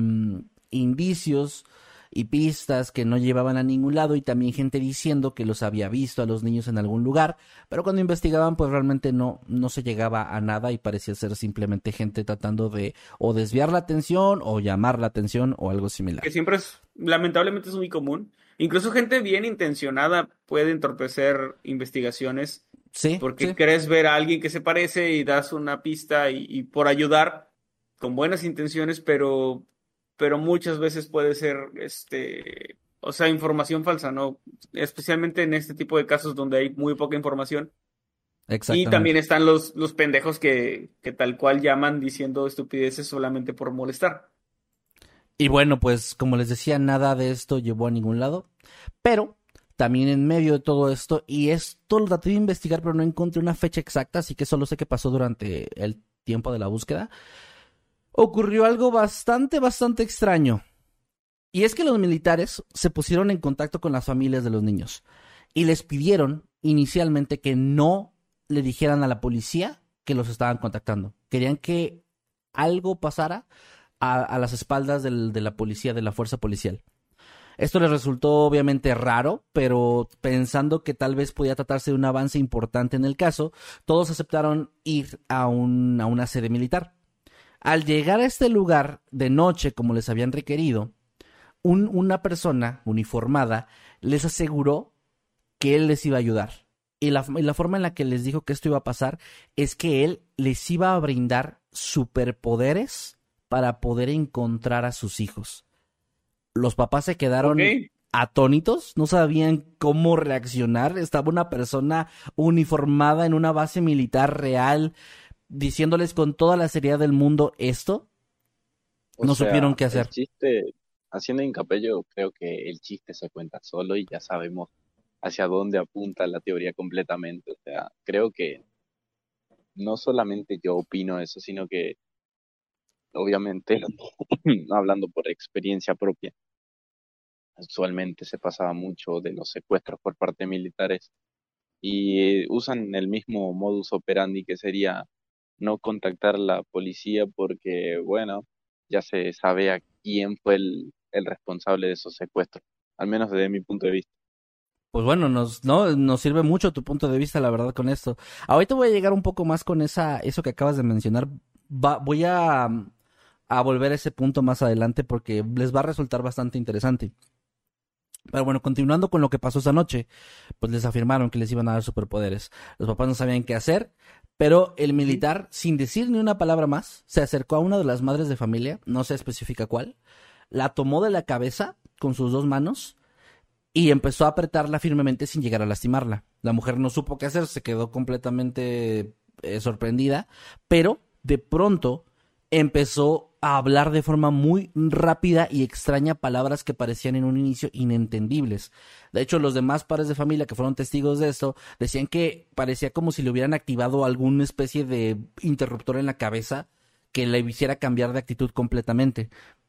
indicios y pistas que no llevaban a ningún lado y también gente diciendo que los había visto a los niños en algún lugar, pero cuando investigaban pues realmente no, no se llegaba a nada y parecía ser simplemente gente tratando de o desviar la atención o llamar la atención o algo similar. Que siempre es, lamentablemente es muy común. Incluso gente bien intencionada puede entorpecer investigaciones Sí, porque sí. crees ver a alguien que se parece y das una pista y, y por ayudar con buenas intenciones, pero, pero muchas veces puede ser, este, o sea, información falsa, ¿no? Especialmente en este tipo de casos donde hay muy poca información. Y Exactamente. también están los, los pendejos que, que tal cual llaman diciendo estupideces solamente por molestar. Y bueno, pues como les decía, nada de esto llevó a ningún lado. Pero también en medio de todo esto, y esto lo traté de investigar, pero no encontré una fecha exacta, así que solo sé que pasó durante el tiempo de la búsqueda, ocurrió algo bastante, bastante extraño. Y es que los militares se pusieron en contacto con las familias de los niños y les pidieron inicialmente que no le dijeran a la policía que los estaban contactando. Querían que algo pasara a, a las espaldas del, de la policía, de la fuerza policial. Esto les resultó obviamente raro, pero pensando que tal vez podía tratarse de un avance importante en el caso, todos aceptaron ir a, un, a una sede militar. Al llegar a este lugar de noche, como les habían requerido, un, una persona uniformada les aseguró que él les iba a ayudar. Y la, y la forma en la que les dijo que esto iba a pasar es que él les iba a brindar superpoderes para poder encontrar a sus hijos. Los papás se Ok. quedaron atónitos, no sabían cómo reaccionar. Estaba una persona uniformada en una base militar real diciéndoles con toda la seriedad del mundo esto. O No supieron sea, qué el hacer. chiste, haciendo hincapié, yo creo que el chiste se cuenta solo y ya sabemos hacia dónde apunta la teoría completamente. O sea, creo que no solamente yo opino eso, sino que obviamente, hablando por experiencia propia, Usualmente se pasaba mucho de los secuestros por parte de militares y usan el mismo modus operandi que sería no contactar a la policía porque, bueno, ya se sabe a quién fue el, el responsable de esos secuestros, al menos desde mi punto de vista. Pues bueno, nos, no, nos sirve mucho tu punto de vista, la verdad, con esto. Ahorita voy a llegar un poco más con esa, eso que acabas de mencionar. Va, voy a, a volver a ese punto más adelante porque les va a resultar bastante interesante. Pero bueno, continuando con lo que pasó esa noche, pues les afirmaron que les iban a dar superpoderes. Los papás no sabían qué hacer, pero el militar, sin decir ni una palabra más, se acercó a una de las madres de familia, no se especifica cuál, la tomó de la cabeza con sus dos manos y empezó a apretarla firmemente sin llegar a lastimarla. La mujer no supo qué hacer, se quedó completamente eh, sorprendida, pero de pronto empezó a hablar de forma muy rápida y extraña palabras que parecían en un inicio inentendibles. De hecho, los demás padres de familia que fueron testigos de esto decían que parecía como si le hubieran activado alguna especie de interruptor en la cabeza que le hiciera cambiar de actitud completamente.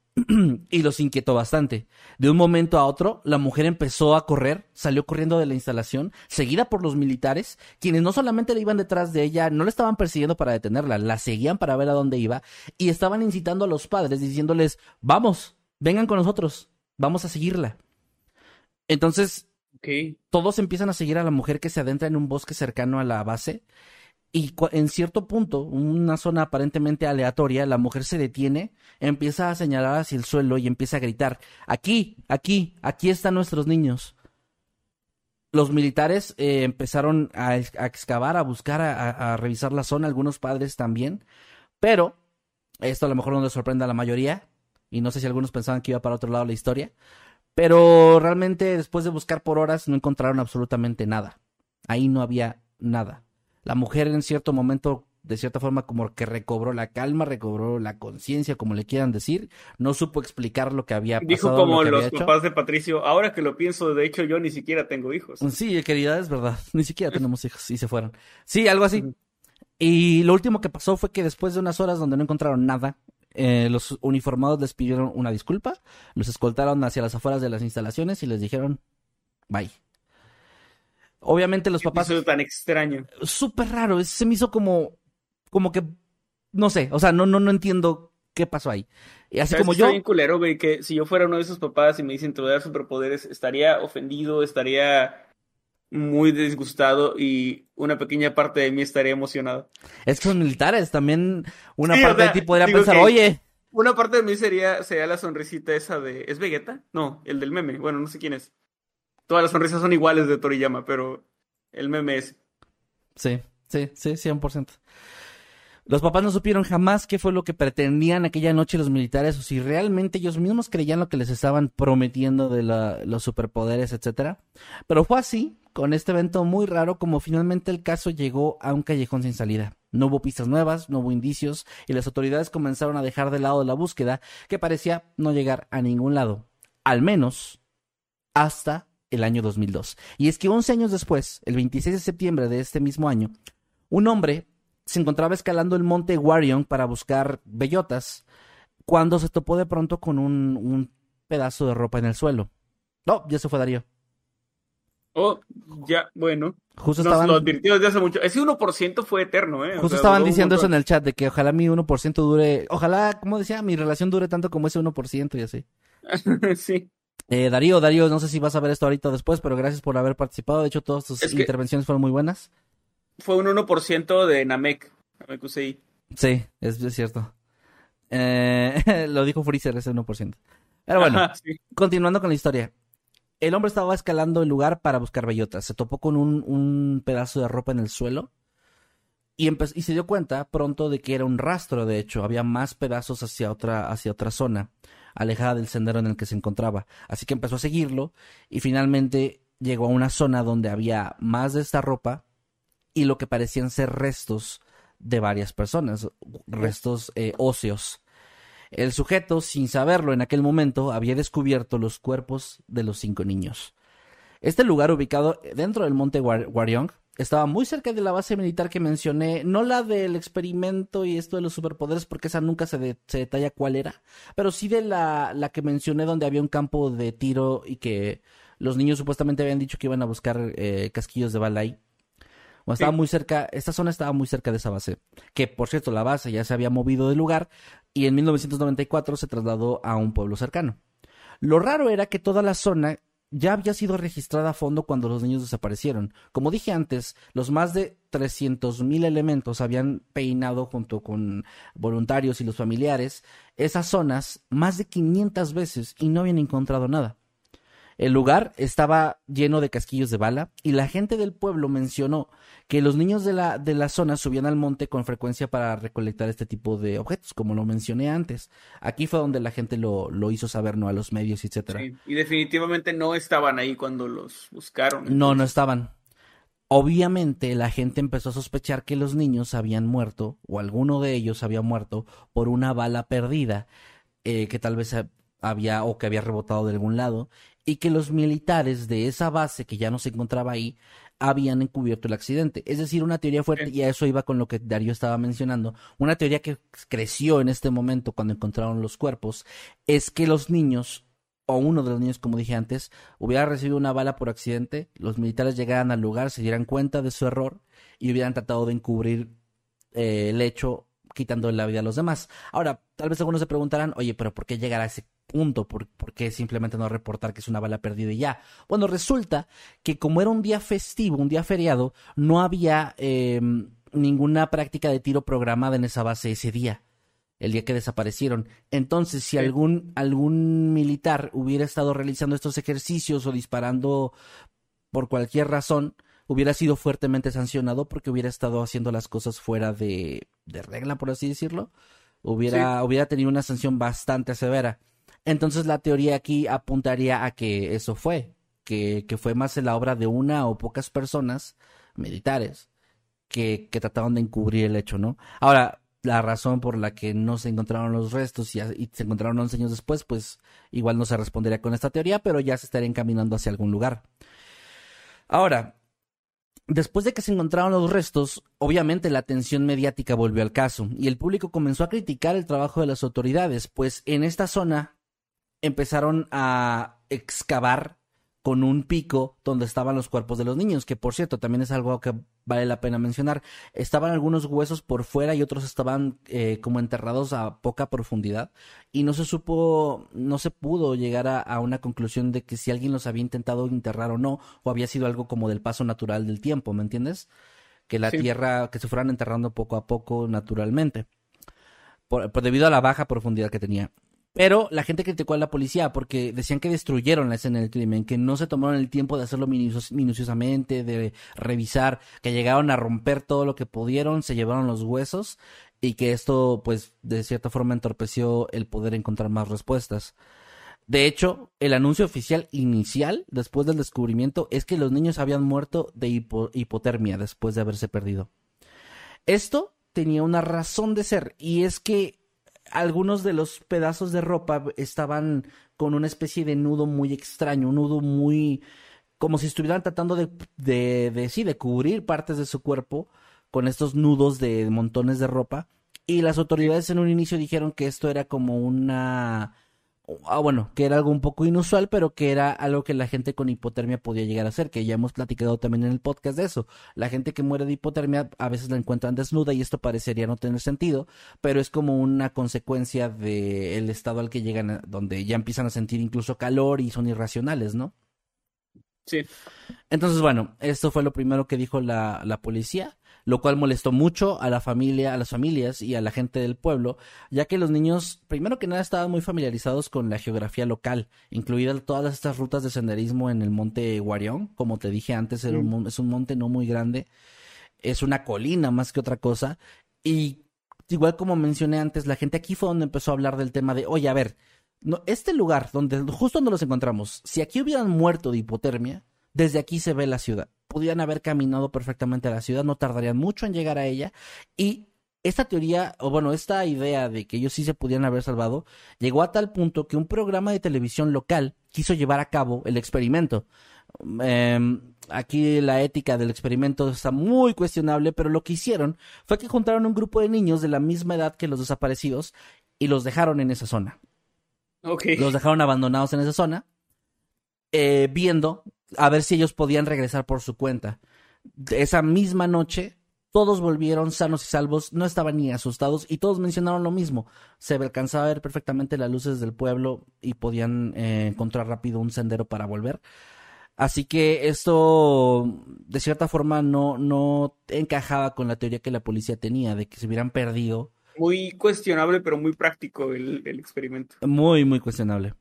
Y los inquietó bastante. De un momento a otro, la mujer empezó a correr, salió corriendo de la instalación, seguida por los militares, quienes no solamente le iban detrás de ella, no la estaban persiguiendo para detenerla, la seguían para ver a dónde iba, y estaban incitando a los padres, diciéndoles, vamos, vengan con nosotros, vamos a seguirla. Entonces, Okay. todos empiezan a seguir a la mujer que se adentra en un bosque cercano a la base, y en cierto punto, una zona aparentemente aleatoria, la mujer se detiene, empieza a señalar hacia el suelo y empieza a gritar, aquí, aquí, aquí están nuestros niños. Los militares eh, empezaron a, a excavar, a buscar, a, a revisar la zona, algunos padres también, pero esto a lo mejor no les sorprende a la mayoría, y no sé si algunos pensaban que iba para otro lado la historia, pero realmente después de buscar por horas no encontraron absolutamente nada. Ahí no había nada. La mujer en cierto momento, de cierta forma, como que recobró la calma, recobró la conciencia, como le quieran decir. No supo explicar lo que había pasado. Dijo como lo que los había hecho. papás de Patricio, ahora que lo pienso, de hecho yo ni siquiera tengo hijos. Sí, querida, es verdad. Ni siquiera tenemos hijos y se fueron. Sí, algo así. Y lo último que pasó fue que después de unas horas donde no encontraron nada, eh, los uniformados les pidieron una disculpa, los escoltaron hacia las afueras de las instalaciones y les dijeron, bye. Obviamente los papás... Eso es tan extraño. Súper raro, es- se me hizo como, como que, no sé, o sea, no, no, no entiendo qué pasó ahí. Y así ¿Sabes como qué yo, está bien culero, güey? Que si yo fuera uno de esos papás y me dicen te voy a dar superpoderes, estaría ofendido, estaría muy disgustado y una pequeña parte de mí estaría emocionado. es que son militares, también una Sí, o parte sea, de ti podría digo pensar, que- oye, Una parte de mí sería, sería la sonrisita esa de... ¿Es Vegeta? No, el del meme. Bueno, no sé quién es. Todas las sonrisas son iguales de Toriyama, pero el meme es... sí, sí, sí, cien por ciento. Los papás no supieron jamás qué fue lo que pretendían aquella noche los militares o si realmente ellos mismos creían lo que les estaban prometiendo de la- los superpoderes, etcétera. Pero fue así, con este evento muy raro, como finalmente el caso llegó a un callejón sin salida. No hubo pistas nuevas, no hubo indicios y las autoridades comenzaron a dejar de lado la búsqueda que parecía no llegar a ningún lado. Al menos hasta el año dos mil dos. Y es que once años después, el veintiséis de septiembre de este mismo año, un hombre se encontraba escalando el monte Wariong para buscar bellotas cuando se topó de pronto con un, un pedazo de ropa en el suelo. No, ya se fue Darío. Oh, ya, bueno. Justo Nos estaban, lo advirtió desde hace mucho. Ese uno por ciento fue eterno, ¿eh? O justo sea, estaban duró un diciendo eso en montón. el chat, de que ojalá mi uno por ciento dure, ojalá, como decía, mi relación dure tanto como ese uno por ciento y así. Sí. Eh, Darío, Darío, no sé si vas a ver esto ahorita o después, pero gracias por haber participado. De hecho, todas tus Es que- intervenciones fueron muy buenas. Fue un uno por ciento de Namek. Namek U C I. Sí, es, es cierto. Eh, lo dijo Freezer, ese uno por ciento. Pero bueno, Ajá, sí. continuando con la historia. El hombre estaba escalando el lugar para buscar bellotas. Se topó con un, un pedazo de ropa en el suelo y, empe- y se dio cuenta pronto de que era un rastro, de hecho. Había más pedazos hacia otra, hacia otra zona, alejada del sendero en el que se encontraba. Así que empezó a seguirlo y finalmente llegó a una zona donde había más de esta ropa y lo que parecían ser restos de varias personas, restos eh, óseos. El sujeto, sin saberlo en aquel momento, había descubierto los cuerpos de los cinco niños. Este lugar, ubicado dentro del monte War- Wariong, estaba muy cerca de la base militar que mencioné, no la del experimento y esto de los superpoderes, porque esa nunca se, de, se detalla cuál era, pero sí de la, la que mencioné donde había un campo de tiro y que los niños supuestamente habían dicho que iban a buscar eh, casquillos de bala ahí. Bueno, estaba Sí. muy cerca, esta zona estaba muy cerca de esa base, que por cierto la base ya se había movido de lugar y en mil novecientos noventa y cuatro se trasladó a un pueblo cercano. Lo raro era que toda la zona ya había sido registrada a fondo cuando los niños desaparecieron. Como dije antes, los más de trescientos mil elementos habían peinado junto con voluntarios y los familiares esas zonas más de quinientas veces y no habían encontrado nada. El lugar estaba lleno de casquillos de bala y la gente del pueblo mencionó que los niños de la, de la zona subían al monte con frecuencia para recolectar este tipo de objetos, como lo mencioné antes. Aquí fue donde la gente lo, lo hizo saber, ¿no? A los medios, etcétera. Sí, y definitivamente no estaban ahí cuando los buscaron. No, no entonces. estaban. Obviamente la gente empezó a sospechar que los niños habían muerto, o alguno de ellos había muerto, por una bala perdida, eh, que tal vez había o que había rebotado de algún lado, y que los militares de esa base que ya no se encontraba ahí habían encubierto el accidente. Es decir, una teoría fuerte, Sí. y a eso iba con lo que Darío estaba mencionando, una teoría que creció en este momento cuando encontraron los cuerpos, es que los niños, o uno de los niños, como dije antes, hubiera recibido una bala por accidente, los militares llegaran al lugar, se dieran cuenta de su error y hubieran tratado de encubrir eh, el hecho quitando la vida a los demás. Ahora, tal vez algunos se preguntarán, oye, pero ¿por qué llegar a ese punto? ¿Por, por qué simplemente no reportar que es una bala perdida y ya? Bueno, resulta que como era un día festivo, un día feriado, no había eh, ninguna práctica de tiro programada en esa base ese día, el día que desaparecieron. Entonces, si Sí. algún, algún militar hubiera estado realizando estos ejercicios o disparando por cualquier razón, hubiera sido fuertemente sancionado porque hubiera estado haciendo las cosas fuera de, de regla, por así decirlo. Hubiera, Sí. hubiera tenido una sanción bastante severa. Entonces la teoría aquí apuntaría a que eso fue, que, que fue más en la obra de una o pocas personas militares que, que trataban de encubrir el hecho, ¿no? Ahora, la razón por la que no se encontraron los restos y, y se encontraron once años después, pues igual no se respondería con esta teoría, pero ya se estaría encaminando hacia algún lugar. Ahora, después de que se encontraron los restos, obviamente la atención mediática volvió al caso y el público comenzó a criticar el trabajo de las autoridades, pues en esta zona empezaron a excavar con un pico donde estaban los cuerpos de los niños, que por cierto también es algo que vale la pena mencionar. Estaban algunos huesos por fuera y otros estaban eh, como enterrados a poca profundidad y no se supo, no se pudo llegar a, a una conclusión de que si alguien los había intentado enterrar o no, o había sido algo como del paso natural del tiempo, ¿me entiendes? Que la Sí. tierra, que se fueran enterrando poco a poco naturalmente, por, por debido a la baja profundidad que tenía. Pero la gente criticó a la policía porque decían que destruyeron la escena del crimen, que no se tomaron el tiempo de hacerlo minucios- minuciosamente, de revisar, que llegaron a romper todo lo que pudieron, se llevaron los huesos y que esto, pues, de cierta forma entorpeció el poder encontrar más respuestas. De hecho, el anuncio oficial inicial, después del descubrimiento, es que los niños habían muerto de hipo- hipotermia después de haberse perdido. Esto tenía una razón de ser, y es que algunos de los pedazos de ropa estaban con una especie de nudo muy extraño, un nudo muy, como si estuvieran tratando de, de, de, sí, de cubrir partes de su cuerpo con estos nudos de montones de ropa. Y las autoridades en un inicio dijeron que esto era como una, ah, bueno, que era algo un poco inusual, pero que era algo que la gente con hipotermia podía llegar a hacer, que ya hemos platicado también en el podcast de eso. La gente que muere de hipotermia a veces la encuentran desnuda y esto parecería no tener sentido, pero es como una consecuencia del estado al que llegan, a- donde ya empiezan a sentir incluso calor y son irracionales, ¿no? Sí. Entonces, bueno, esto fue lo primero que dijo la, la policía, lo cual molestó mucho a la familia, a las familias y a la gente del pueblo, ya que los niños, primero que nada, estaban muy familiarizados con la geografía local, incluidas todas estas rutas de senderismo en el monte Guarión. Como te dije antes, era un, mon- es un monte no muy grande, es una colina más que otra cosa, y igual como mencioné antes, la gente aquí fue donde empezó a hablar del tema de, oye, a ver, no, este lugar, donde justo donde los encontramos, si aquí hubieran muerto de hipotermia, desde aquí se ve la ciudad. Pudieran haber caminado perfectamente a la ciudad, no tardarían mucho en llegar a ella. Y esta teoría, o bueno, esta idea de que ellos sí se pudieran haber salvado, llegó a tal punto que un programa de televisión local quiso llevar a cabo el experimento. Eh, aquí la ética del experimento está muy cuestionable, pero lo que hicieron fue que juntaron un grupo de niños de la misma edad que los desaparecidos y los dejaron en esa zona. Okay. Los dejaron abandonados en esa zona, eh, viendo a ver si ellos podían regresar por su cuenta. Esa misma noche, todos volvieron sanos y salvos, no estaban ni asustados y todos mencionaron lo mismo. Se alcanzaba a ver perfectamente las luces del pueblo y podían eh, encontrar rápido un sendero para volver. Así que esto, de cierta forma, no, no encajaba con la teoría que la policía tenía de que se hubieran perdido. Muy cuestionable, pero muy práctico el, el experimento. Muy, muy cuestionable.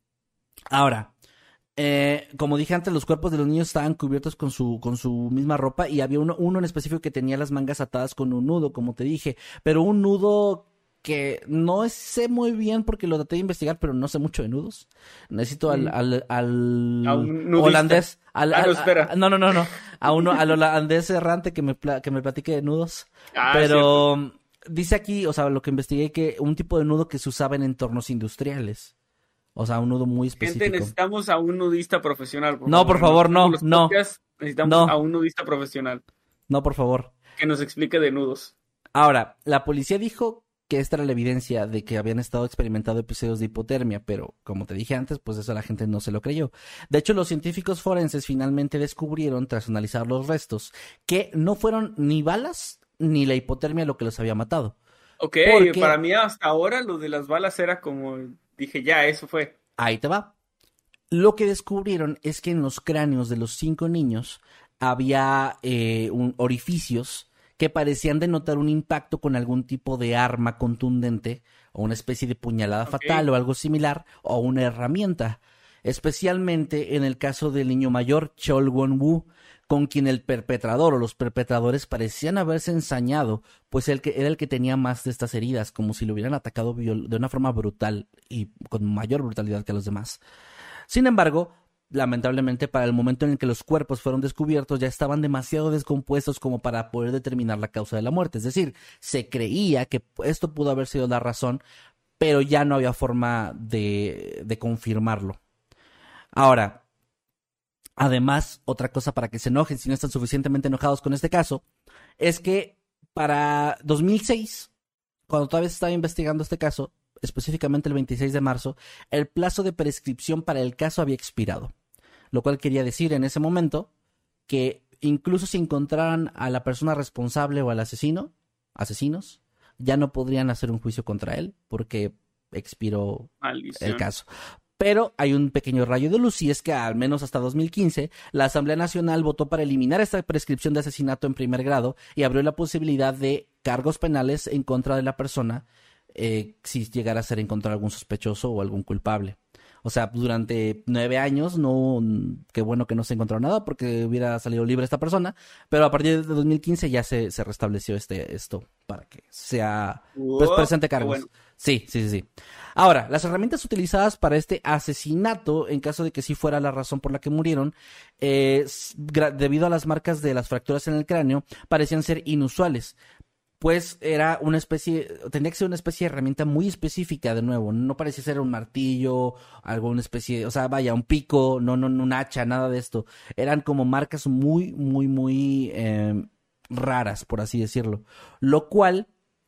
Ahora, eh, como dije antes, los cuerpos de los niños estaban cubiertos con su, con su misma ropa y había uno, uno en específico que tenía las mangas atadas con un nudo, como te dije, pero un nudo que no sé muy bien porque lo traté de investigar, pero no sé mucho de nudos. Necesito al, al, al A un nudista. holandés. Al, Ah, no, al- espera. a- no, no, no, no. A uno, al holandés errante que me, pla- que me platique de nudos. Ah, pero dice aquí, o sea, lo que investigué, que un tipo de nudo que se usaba en entornos industriales. O sea, un nudo muy específico. Gente, necesitamos a un nudista profesional. Por No, por favor, no, Los no. podcasts, necesitamos No. a un nudista profesional No, por favor. que nos explique de nudos. Ahora, la policía dijo que esta era la evidencia de que habían estado experimentando episodios de hipotermia, pero como te dije antes, pues eso la gente no se lo creyó. De hecho, los científicos forenses finalmente descubrieron, tras analizar los restos, que no fueron ni balas ni la hipotermia lo que los había matado. Ok, Porque- para mí hasta ahora lo de las balas era como, dije, ya, eso fue. Ahí te va. Lo que descubrieron es que en los cráneos de los cinco niños había eh, un- orificios que parecían denotar un impacto con algún tipo de arma contundente o una especie de puñalada Ok. fatal o algo similar o una herramienta. Especialmente en el caso del niño mayor, Chol Won-woo, con quien el perpetrador o los perpetradores parecían haberse ensañado, pues él que era el que tenía más de estas heridas, como si lo hubieran atacado viol- de una forma brutal y con mayor brutalidad que los demás. Sin embargo, lamentablemente para el momento en el que los cuerpos fueron descubiertos ya estaban demasiado descompuestos como para poder determinar la causa de la muerte. Es decir, se creía que esto pudo haber sido la razón, pero ya no había forma de, de confirmarlo. Ahora, además, otra cosa para que se enojen si no están suficientemente enojados con este caso, es que para dos mil seis, cuando todavía se estaba investigando este caso, específicamente el veintiséis de marzo, el plazo de prescripción para el caso había expirado. Lo cual quería decir en ese momento que incluso si encontraran a la persona responsable o al asesino, asesinos, ya no podrían hacer un juicio contra él porque expiró Maldición. el caso. Pero hay un pequeño rayo de luz y es que al menos hasta dos mil quince la Asamblea Nacional votó para eliminar esta prescripción de asesinato en primer grado y abrió la posibilidad de cargos penales en contra de la persona eh, si llegara a ser encontrado algún sospechoso o algún culpable. O sea, durante nueve años, no, qué bueno que no se encontró nada porque hubiera salido libre esta persona, pero a partir de dos mil quince ya se, se restableció este, esto para que sea pues, Wow, presente qué cargos. bueno. Sí, sí, sí, sí. Ahora, las herramientas utilizadas para este asesinato, en caso de que sí fuera la razón por la que murieron, eh, s- gra- debido a las marcas de las fracturas en el cráneo, parecían ser inusuales. Pues era una especie, tendría que ser una especie de herramienta muy específica de nuevo, no parecía ser un martillo, alguna especie, o sea, vaya, un pico, no, no, no un hacha, nada de esto. Eran como marcas muy, muy, muy eh, raras, por así decirlo. Lo cual,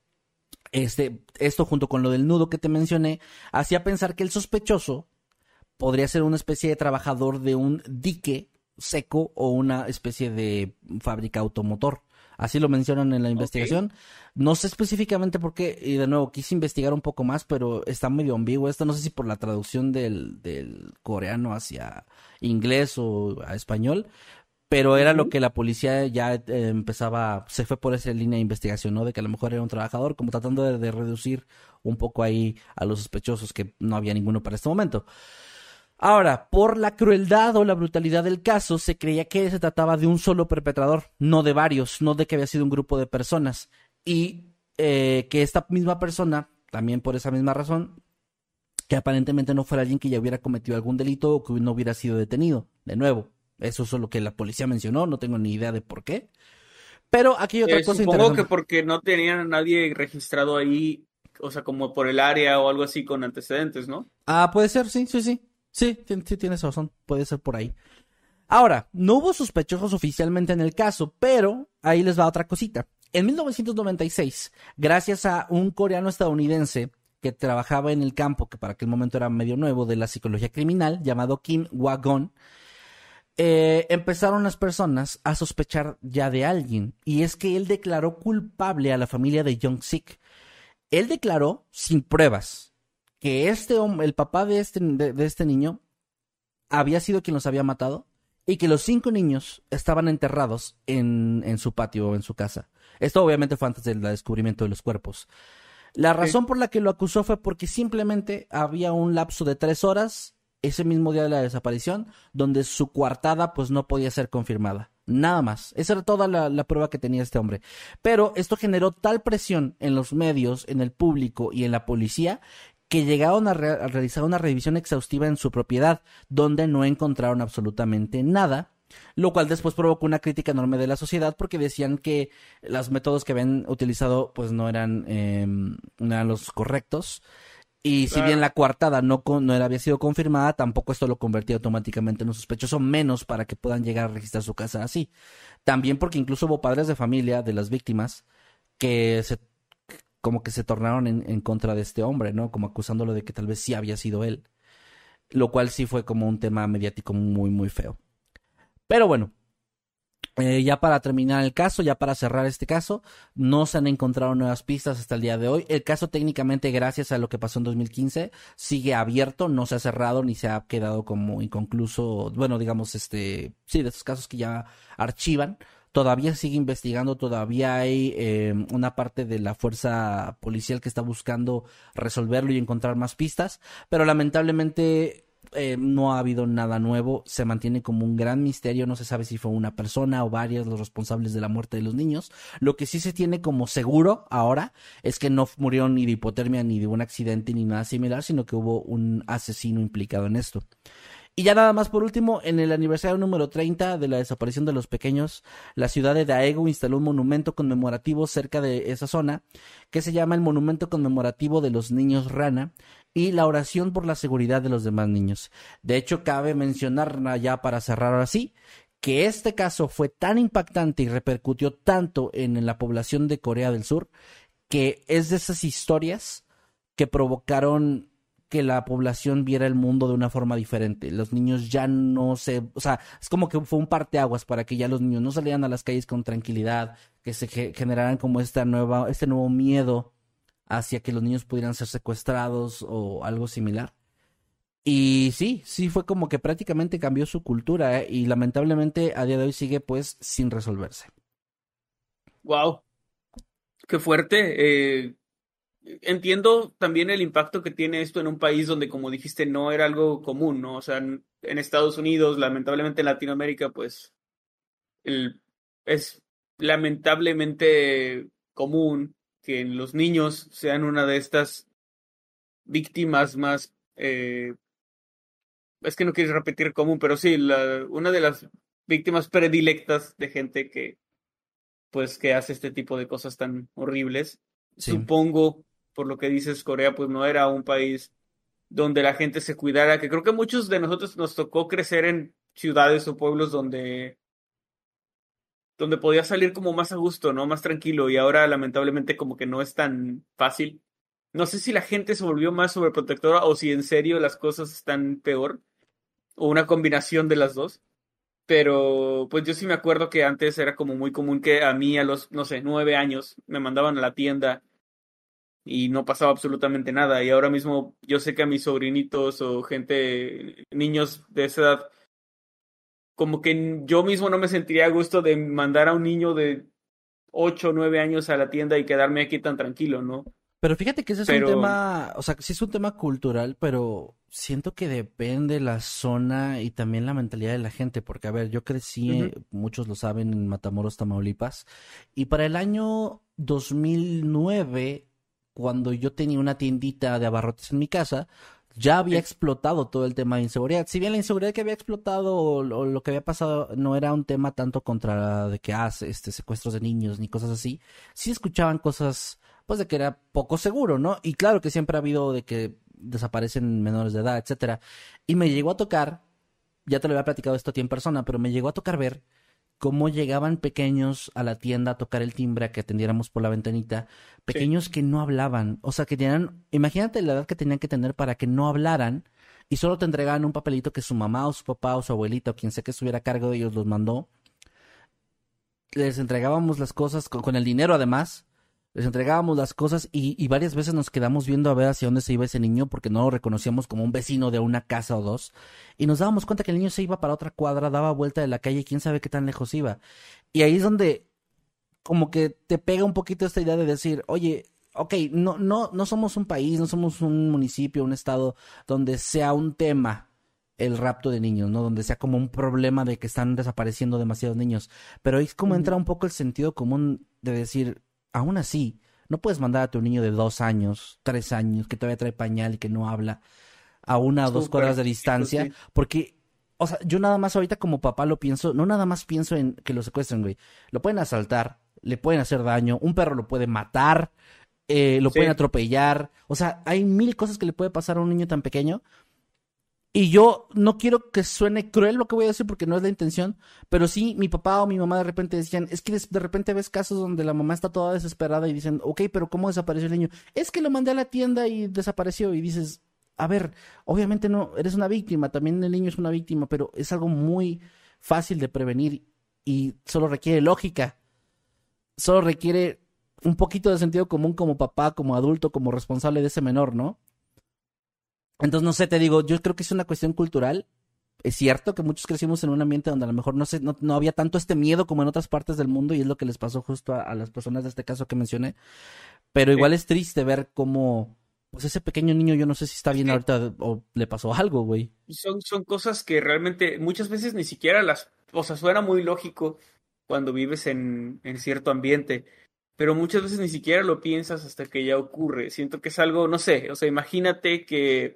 este, esto junto con lo del nudo que te mencioné, hacía pensar que el sospechoso podría ser una especie de trabajador de un dique seco o una especie de fábrica automotor. Así lo mencionan en la investigación. No sé específicamente por qué, y de nuevo, quise investigar un poco más, pero está medio ambiguo esto. No sé si por la traducción del, del coreano hacia inglés o a español, pero era lo que la policía ya eh, empezaba, se fue por esa línea de investigación, ¿no? De que a lo mejor era un trabajador, como tratando de, de reducir un poco ahí a los sospechosos, que no había ninguno para este momento. Ahora, por la crueldad o la brutalidad del caso, se creía que se trataba de un solo perpetrador, no de varios, no de que había sido un grupo de personas. Y eh, que esta misma persona, también por esa misma razón, que aparentemente no fuera alguien que ya hubiera cometido algún delito o que no hubiera sido detenido. De nuevo, eso es lo que la policía mencionó, no tengo ni idea de por qué. Pero aquí hay otra Eh, cosa supongo interesante. que porque no tenían a nadie registrado ahí, o sea, como por el área o algo así con antecedentes, ¿no? Ah, puede ser, sí, sí, sí. Sí, ti- sí tienes razón, puede ser por ahí. Ahora, no hubo sospechosos oficialmente en el caso, pero ahí les va otra cosita. En mil novecientos noventa y seis, gracias a un coreano estadounidense que trabajaba en el campo, que para aquel momento era medio nuevo, de la psicología criminal, llamado Kim Wagon, eh, empezaron las personas a sospechar ya de alguien. Y es que él declaró culpable a la familia de Jong-sik. Él declaró, sin pruebas, que este hombre, el papá de este, de, de este niño, había sido quien los había matado y que los cinco niños estaban enterrados en, en su patio o en su casa. Esto obviamente fue antes del descubrimiento de los cuerpos. La razón sí. por la que lo acusó fue porque simplemente había un lapso de tres horas, ese mismo día de la desaparición, donde su coartada pues no podía ser confirmada. Nada más. Esa era toda la, la prueba que tenía este hombre. Pero esto generó tal presión en los medios, en el público y en la policía que llegaron a, re- a realizar una revisión exhaustiva en su propiedad, donde no encontraron absolutamente nada, lo cual después provocó una crítica enorme de la sociedad porque decían que los métodos que habían utilizado pues no eran, eh, no eran los correctos. Y si bien la coartada no, con, no era, había sido confirmada, tampoco esto lo convertía automáticamente en un sospechoso, menos para que puedan llegar a registrar su casa así. También porque incluso hubo padres de familia de las víctimas que se como que se tornaron en, en contra de este hombre, ¿no? Como acusándolo de que tal vez sí había sido él. Lo cual sí fue como un tema mediático muy, muy feo. Pero bueno, eh, ya para terminar el caso, ya para cerrar este caso, no se han encontrado nuevas pistas hasta el día de hoy. El caso técnicamente, gracias a lo que pasó en dos mil quince, sigue abierto, no se ha cerrado ni se ha quedado como inconcluso. Bueno, digamos, este, sí, de esos casos que ya archivan. Todavía sigue investigando, todavía hay eh, una parte de la fuerza policial que está buscando resolverlo y encontrar más pistas, pero lamentablemente eh, no ha habido nada nuevo, se mantiene como un gran misterio, no se sabe si fue una persona o varias los responsables de la muerte de los niños. Lo que sí se tiene como seguro ahora es que no murieron ni de hipotermia ni de un accidente ni nada similar, sino que hubo un asesino implicado en esto. Y ya nada más por último, en el aniversario número treinta de la desaparición de los pequeños, la ciudad de Daegu instaló un monumento conmemorativo cerca de esa zona, que se llama el Monumento Conmemorativo de los Niños Rana, y la oración por la seguridad de los demás niños. De hecho, cabe mencionar ya para cerrar así, que este caso fue tan impactante y repercutió tanto en la población de Corea del Sur, que es de esas historias que provocaron que la población viera el mundo de una forma diferente. Los niños ya no se... O sea, es como que fue un parteaguas para que ya los niños no salieran a las calles con tranquilidad, que se ge- generaran como esta nueva, este nuevo miedo hacia que los niños pudieran ser secuestrados o algo similar. Y sí, sí fue como que prácticamente cambió su cultura, ¿eh? Y lamentablemente a día de hoy sigue pues sin resolverse. Wow, qué fuerte. Eh, entiendo también el impacto que tiene esto en un país donde, como dijiste, no era algo común, ¿no? O sea, en, en Estados Unidos, lamentablemente en Latinoamérica, pues el, es lamentablemente común que los niños sean una de estas víctimas más, eh, es que no quiero repetir común, pero sí, la, una de las víctimas predilectas de gente que, pues, que hace este tipo de cosas tan horribles. Sí. Supongo, por lo que dices, Corea, pues no era un país donde la gente se cuidara, que creo que muchos de nosotros nos tocó crecer en ciudades o pueblos donde donde podía salir como más a gusto, ¿no? Más tranquilo, y ahora lamentablemente como que no es tan fácil. No sé si la gente se volvió más sobreprotectora o si en serio las cosas están peor, o una combinación de las dos. Pero pues yo sí me acuerdo que antes era como muy común que a mí a los, no sé, nueve años me mandaban a la tienda y no pasaba absolutamente nada. Y ahora mismo yo sé que a mis sobrinitos o gente, niños de esa edad, como que yo mismo no me sentiría a gusto de mandar a un niño de ocho o nueve años a la tienda y quedarme aquí tan tranquilo, ¿no? Pero fíjate que ese es Pero... un tema, o sea, sí es un tema cultural, pero siento que depende la zona y también la mentalidad de la gente, porque a ver, yo crecí, uh-huh. muchos lo saben, en Matamoros, Tamaulipas, y para el año dos mil nueve, cuando yo tenía una tiendita de abarrotes en mi casa, ya había explotado todo el tema de inseguridad. Si bien la inseguridad que había explotado o, o lo que había pasado no era un tema tanto contra de que hace este secuestros de niños ni cosas así, sí escuchaban cosas pues de que era poco seguro, ¿no? Y claro que siempre ha habido de que desaparecen menores de edad, etcétera. Y me llegó a tocar ya te lo había platicado esto a ti en persona, pero me llegó a tocar ver cómo llegaban pequeños a la tienda a tocar el timbre, a que atendiéramos por la ventanita, pequeños sí. que no hablaban, o sea, que tenían, imagínate la edad que tenían que tener para que no hablaran, y solo te entregaban un papelito que su mamá o su papá o su abuelita o quien sea que estuviera a cargo de ellos los mandó. Les entregábamos las cosas con, con el dinero además, les entregábamos las cosas y, y varias veces nos quedamos viendo a ver hacia dónde se iba ese niño porque no lo reconocíamos como un vecino de una casa o dos y nos dábamos cuenta que el niño se iba para otra cuadra, daba vuelta de la calle y quién sabe qué tan lejos iba. Y ahí es donde como que te pega un poquito esta idea de decir, oye, ok, no, no, no somos un país, no somos un municipio, un estado donde sea un tema el rapto de niños, ¿no? Donde sea como un problema de que están desapareciendo demasiados niños. Pero ahí es como uh-huh. entra un poco el sentido común de decir, aún así, no puedes mandar a tu niño de dos años, tres años, que todavía trae pañal y que no habla, a una o dos cuadras de distancia, sí. porque, o sea, yo nada más ahorita como papá lo pienso, no nada más pienso en que lo secuestren, güey. Lo pueden asaltar, le pueden hacer daño, un perro lo puede matar, eh, lo sí. pueden atropellar, o sea, hay mil cosas que le puede pasar a un niño tan pequeño. Y yo no quiero que suene cruel lo que voy a decir porque no es la intención, pero sí, mi papá o mi mamá de repente decían, es que de repente ves casos donde la mamá está toda desesperada y dicen, ok, pero ¿cómo desapareció el niño? Es que lo mandé a la tienda y desapareció y dices, a ver, obviamente no, eres una víctima, también el niño es una víctima, pero es algo muy fácil de prevenir y solo requiere lógica, solo requiere un poquito de sentido común como papá, como adulto, como responsable de ese menor, ¿no? Entonces, no sé, te digo, yo creo que es una cuestión cultural. Es cierto que muchos crecimos en un ambiente donde a lo mejor no, se, no, no había tanto este miedo como en otras partes del mundo y es lo que les pasó justo a, a las personas de este caso que mencioné. Pero igual sí. es triste ver cómo, pues ese pequeño niño, yo no sé si está bien sí. ahorita o le pasó algo, güey. Son, son cosas que realmente muchas veces ni siquiera las... O sea, suena muy lógico cuando vives en, en cierto ambiente, pero muchas veces ni siquiera lo piensas hasta que ya ocurre. Siento que es algo, no sé, o sea, imagínate que...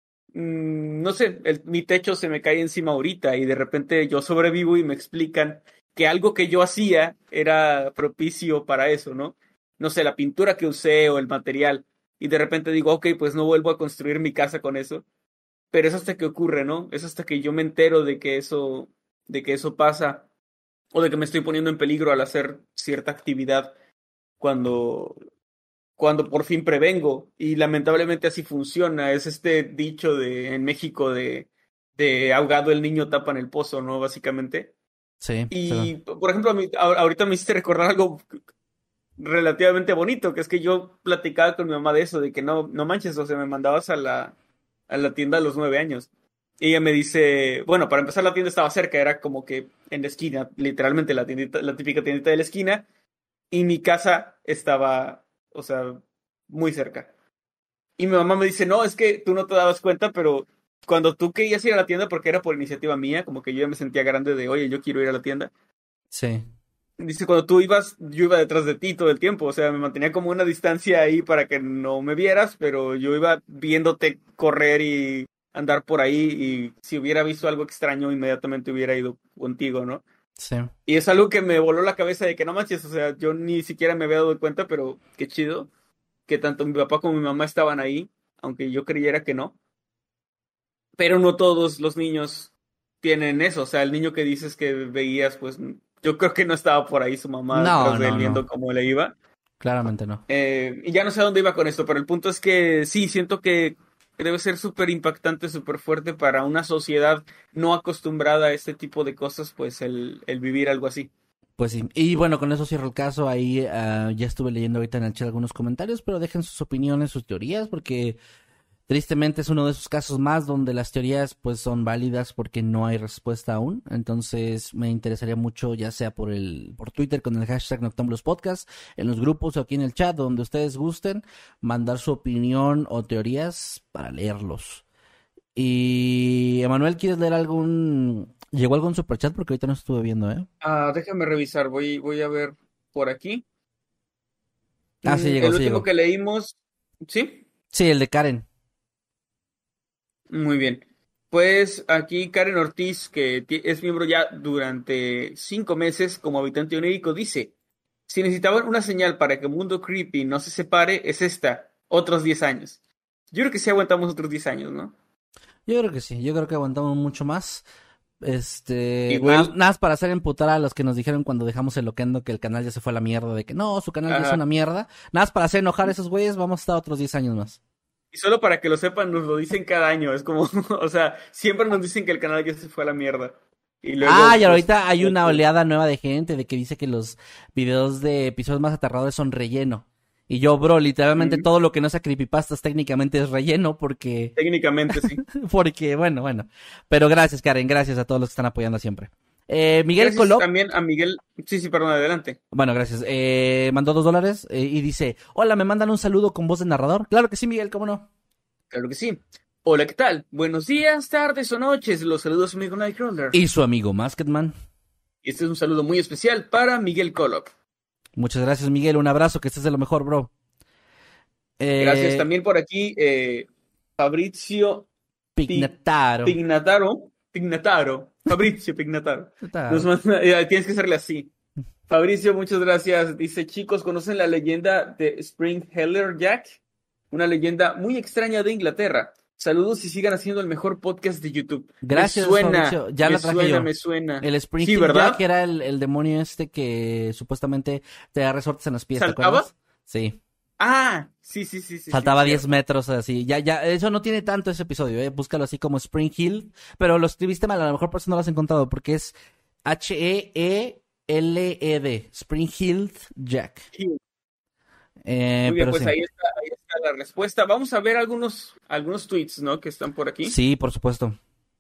no sé, el, mi techo se me cae encima ahorita y de repente yo sobrevivo y me explican que algo que yo hacía era propicio para eso, ¿no? No sé, la pintura que usé o el material y de repente digo, ok, pues no vuelvo a construir mi casa con eso, pero es hasta que ocurre, ¿no? Es hasta que yo me entero de que eso, de que eso pasa o de que me estoy poniendo en peligro al hacer cierta actividad cuando... cuando por fin prevengo, y lamentablemente así funciona, es este dicho de en México de, de ahogado el niño tapa en el pozo, ¿no? Básicamente. Sí. Y, sí. por ejemplo, a mí, ahorita me hiciste recordar algo relativamente bonito, que es que yo platicaba con mi mamá de eso, de que no, no manches, o sea, me mandabas a la, a la tienda a los nueve años. Y ella me dice, bueno, para empezar la tienda estaba cerca, era como que en la esquina, literalmente la tiendita, la típica tiendita de la esquina, y mi casa estaba... o sea, muy cerca. Y mi mamá me dice, no, es que tú no te dabas cuenta, pero cuando tú querías ir a la tienda, porque era por iniciativa mía, como que yo ya me sentía grande de, oye, yo quiero ir a la tienda. Sí. Dice, cuando tú ibas, yo iba detrás de ti todo el tiempo, o sea, me mantenía como una distancia ahí para que no me vieras, pero yo iba viéndote correr y andar por ahí, y si hubiera visto algo extraño, inmediatamente hubiera ido contigo, ¿no? Sí. Y es algo que me voló la cabeza de que no manches, o sea, yo ni siquiera me había dado cuenta, pero qué chido que tanto mi papá como mi mamá estaban ahí, aunque yo creyera que no. Pero no todos los niños tienen eso, o sea, el niño que dices que veías, pues yo creo que no estaba por ahí su mamá no, detrás de él no, viendo no. cómo le iba. Claramente no. Eh, y ya no sé a dónde iba con esto, pero el punto es que sí, siento que debe ser súper impactante, súper fuerte para una sociedad no acostumbrada a este tipo de cosas, pues el, el vivir algo así. Pues sí, y bueno, con eso cierro el caso, ahí uh, ya estuve leyendo ahorita en el chat algunos comentarios, pero dejen sus opiniones, sus teorías, porque tristemente es uno de esos casos más donde las teorías pues son válidas porque no hay respuesta aún, entonces me interesaría mucho ya sea por el por Twitter con el hashtag Noctámbulos Podcast, en los grupos o aquí en el chat donde ustedes gusten, mandar su opinión o teorías para leerlos. Y Emanuel, ¿quieres leer algún... ¿Llegó algún superchat? Porque ahorita no estuve viendo, ¿eh? Ah, déjame revisar, voy, voy a ver por aquí. Ah, sí llegó, El sí último llegó. que leímos, ¿sí? Sí, el de Karen. Muy bien. Pues aquí Karen Ortiz, que ti- es miembro ya durante cinco meses como habitante onírico, dice, si necesitaban una señal para que Mundo Creepy no se separe, es esta, otros diez años. Yo creo que sí aguantamos otros diez años, ¿no? Yo creo que sí, yo creo que aguantamos mucho más, Este, Igual. nada, nada más para hacer emputar a los que nos dijeron cuando dejamos el Loquendo que el canal ya se fue a la mierda, de que no, su canal ya Ajá. es una mierda. Nada más para hacer enojar a esos güeyes, vamos a estar otros diez años más. Y solo para que lo sepan, nos lo dicen cada año. Es como, o sea, siempre nos dicen que el canal ya se fue a la mierda. Y luego, Ah, y pues, ahorita hay una pues, oleada nueva de gente de que dice que los videos de episodios más aterradores son relleno. Y yo, bro, literalmente Ujú. todo lo que no sea creepypastas técnicamente es relleno porque, Técnicamente sí. porque, bueno, bueno. Pero gracias, Karen, gracias a todos los que están apoyando siempre. Eh, Miguel Gracias Coló, también a Miguel. Sí, sí, perdón, adelante. bueno, gracias. Eh, mandó dos dólares eh, y dice, hola, ¿me mandan un saludo con voz de narrador? Claro que sí, Miguel, ¿cómo no? Claro que sí. Hola, ¿qué tal? Buenos días, tardes o noches. Los saludos, amigo Nightcrawler. Y su amigo Masketman. Y este es un saludo muy especial para Miguel Coloc. Muchas gracias, Miguel, un abrazo, que estés de lo mejor, bro. Eh, Gracias también por aquí, eh, Fabrizio Pignataro. Pignataro. Pignataro. Fabrizio Pignataro. Pignataro. Nos manda- eh, tienes que hacerle así. Fabricio, muchas gracias. Dice, chicos, ¿conocen la leyenda de Spring Heller Jack? Una leyenda muy extraña de Inglaterra. Saludos y sigan haciendo el mejor podcast de YouTube. Gracias, me suena, Fabricio. Ya me la traje suena, yo. me suena. El Spring Sí, Hill ¿verdad? Jack era el, el demonio este que supuestamente te da resortes en los pies, ¿te ¿Saltaba? acuerdas? Sí. Ah, sí, sí, sí, sí. Saltaba sí, diez cierto. metros así. Ya, ya, eso no tiene tanto ese episodio, eh. Búscalo así como Spring Hill. Pero lo escribiste mal, a lo mejor por eso no lo has encontrado, porque es H E E L E D. Spring Hill Jack. Sí. Eh, Muy bien, pero pues sí. ahí está, ahí está la respuesta. Vamos a ver algunos, algunos tweets, ¿no? Que están por aquí. Sí, por supuesto.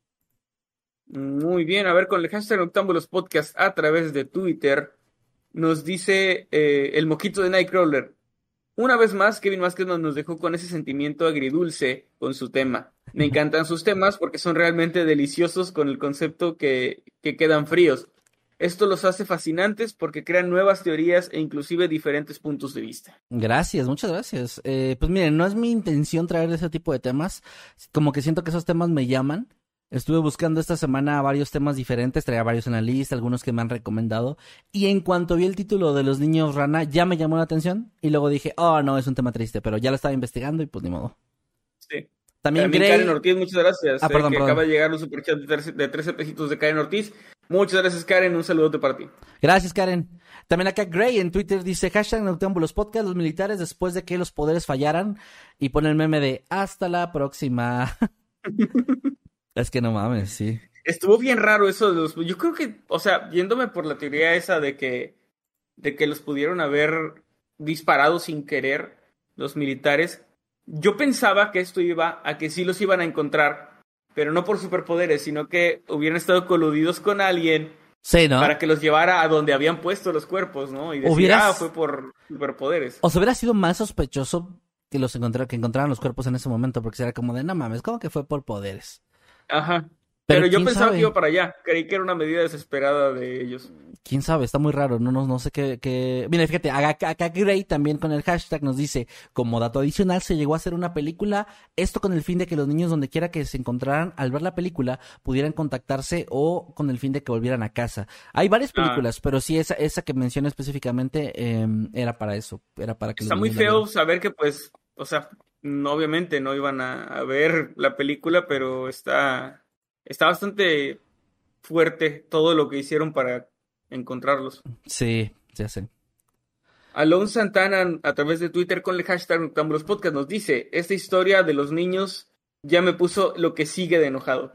Muy bien, a ver, con el hashtag Noctámbulos Podcast a través de Twitter, nos dice eh, el mojito de Nightcrawler. Una vez más, Kevin Masketman nos dejó con ese sentimiento agridulce con su tema. Me encantan sus temas porque son realmente deliciosos con el concepto que, que quedan fríos. Esto los hace fascinantes porque crean nuevas teorías e inclusive diferentes puntos de vista. Gracias, muchas gracias. Eh, pues miren, no es mi intención traer ese tipo de temas. Como que siento que esos temas me llaman. Estuve buscando esta semana varios temas diferentes, traía varios en la lista, algunos que me han recomendado. Y en cuanto vi el título de Los Niños Rana, ya me llamó la atención. Y luego dije, oh, no, es un tema triste, pero ya lo estaba investigando y pues ni modo. Sí. También, También Grey... Karen Ortiz, muchas gracias. Ah, eh, perdón, que perdón. acaba de llegar un superchat de trece, de trece pesitos de Karen Ortiz. Muchas gracias, Karen. Un saludote para ti. Gracias, Karen. También acá Gray en Twitter dice, hashtag Noctámbulos Podcast, los militares después de que los poderes fallaran. Y pone el meme de, hasta la próxima. Es que no mames, sí. Estuvo bien raro eso de los... Yo creo que, o sea, yéndome por la teoría esa de que, de que los pudieron haber disparado sin querer los militares, yo pensaba que esto iba a que sí los iban a encontrar, pero no por superpoderes, sino que hubieran estado coludidos con alguien Sí, ¿no? para que los llevara a donde habían puesto los cuerpos, ¿no? Y decir, Hubieras- ah, fue por superpoderes. O sea, hubiera sido más sospechoso que los encontraran, que encontraran los cuerpos en ese momento, porque sería como de, no mames, ¿cómo que fue por poderes? Ajá. Pero Pero, yo quién pensaba sabe. que iba para allá. Creí que era una medida desesperada de ellos. Quién sabe, está muy raro, no, no, no sé qué, qué... Mira, fíjate, acá, acá Gray también con el hashtag nos dice, como dato adicional se llegó a hacer una película, esto con el fin de que los niños donde quiera que se encontraran al ver la película pudieran contactarse o con el fin de que volvieran a casa. Hay varias Ah. películas, pero sí esa, esa que mencioné específicamente eh, era para eso, era para que Está los muy niños la feo vieran. saber que, pues, o sea, no, obviamente no iban a, a ver la película, pero está, está bastante fuerte todo lo que hicieron para encontrarlos. Sí, ya sé. Alon Santana, a través de Twitter con el hashtag Noctámbulos Podcast, nos dice, esta historia de los niños ya me puso lo que sigue de enojado.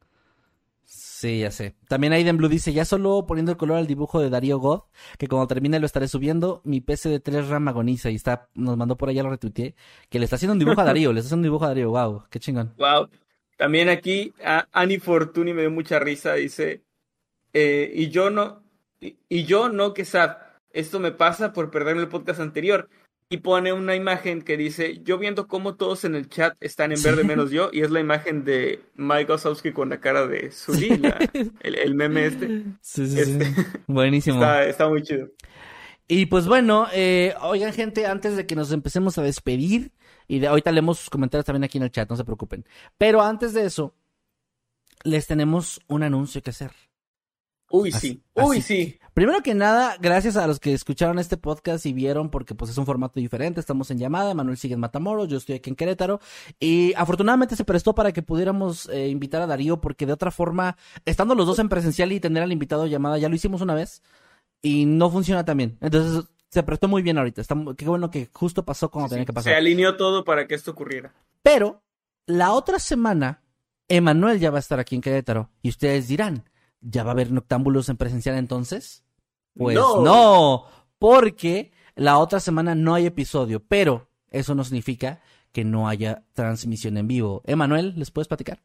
Sí, ya sé. También Aiden Blue dice, ya solo poniendo el color al dibujo de Darío God, que cuando termine lo estaré subiendo, mi P C de tres RAM agoniza y está, nos mandó por allá, lo retuiteé, que le está haciendo un dibujo a Darío, le está haciendo un dibujo a Darío, wow, qué chingón. Wow. También aquí a Annie Fortuny me dio mucha risa, dice, eh, y yo no, y, y yo no que sad, esto me pasa por perderme el podcast anterior. Y pone una imagen que dice, yo viendo cómo todos en el chat están en Sí. verde menos yo, y es la imagen de Mike Wazowski con la cara de Sully, la- el, el meme este. Sí, sí, sí. Este, Buenísimo. está, está muy chido. Y pues bueno, eh, oigan gente, antes de que nos empecemos a despedir, y de ahorita leemos sus comentarios también aquí en el chat, no se preocupen. Pero antes de eso, les tenemos un anuncio que hacer. Uy, Así- sí, uy, así sí. Primero que nada, gracias a los que escucharon este podcast y vieron, porque pues es un formato diferente, estamos en llamada, Manuel sigue en Matamoros, yo estoy aquí en Querétaro, y afortunadamente se prestó para que pudiéramos eh, invitar a Darío, porque de otra forma, estando los dos en presencial y tener al invitado llamada, ya lo hicimos una vez, y no funciona tan bien, entonces se prestó muy bien ahorita, está, mu- qué bueno que justo pasó como Sí, tenía sí, que se pasar. alineó todo para que esto ocurriera. Pero, la otra semana, Emanuel ya va a estar aquí en Querétaro, y ustedes dirán, ¿ya va a haber Noctámbulos en presencial entonces? Pues No. no, porque la otra semana no hay episodio, pero eso no significa que no haya transmisión en vivo. Emanuel, ¿les puedes platicar?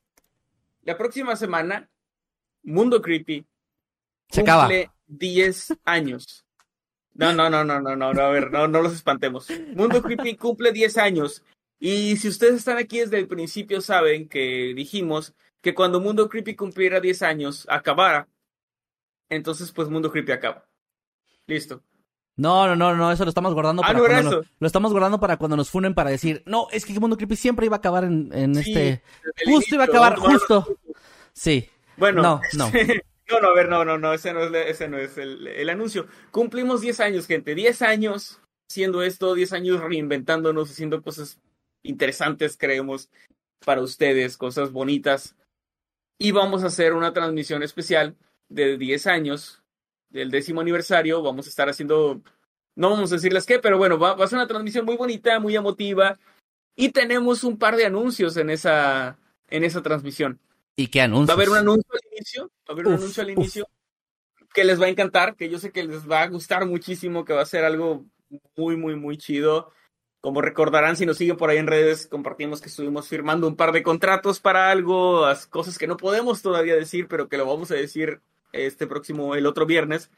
La próxima semana, Mundo Creepy Se cumple acaba. diez años. No, no, no, no, no, no, no, a ver, no, no los espantemos. Mundo Creepy cumple diez años. Y si ustedes están aquí desde el principio, saben que dijimos que cuando Mundo Creepy cumpliera diez años, acabara. Entonces, pues Mundo Creepy acaba. Listo. No, no, no, no, eso lo estamos guardando Ah, para ¿no era cuando eso? nos, lo estamos guardando para cuando nos funen para decir, no, es que Mundo Creepy siempre iba a acabar en, en Sí, este, desde el justo iba a inicio, acabar, vamos a tomarlo- justo. Sí. Bueno, No, no. no, no, a ver, no, no, no, ese no es, ese no es el, el anuncio. Cumplimos diez años, gente, diez años haciendo esto, diez años reinventándonos, haciendo cosas interesantes, creemos, para ustedes, cosas bonitas. Y vamos a hacer una transmisión especial de diez años, del décimo aniversario. Vamos a estar haciendo, no vamos a decirles qué, pero bueno, va, va a ser una transmisión muy bonita, muy emotiva. Y tenemos un par de anuncios en esa, en esa transmisión. ¿Y qué anuncios? Va a haber un anuncio al inicio, va a haber un Uf, anuncio al uf. inicio que les va a encantar, que yo sé que les va a gustar muchísimo, que va a ser algo muy, muy, muy chido. Como recordarán, si nos siguen por ahí en redes, compartimos que estuvimos firmando un par de contratos para algo, las cosas que no podemos todavía decir, pero que lo vamos a decir este próximo, el otro viernes.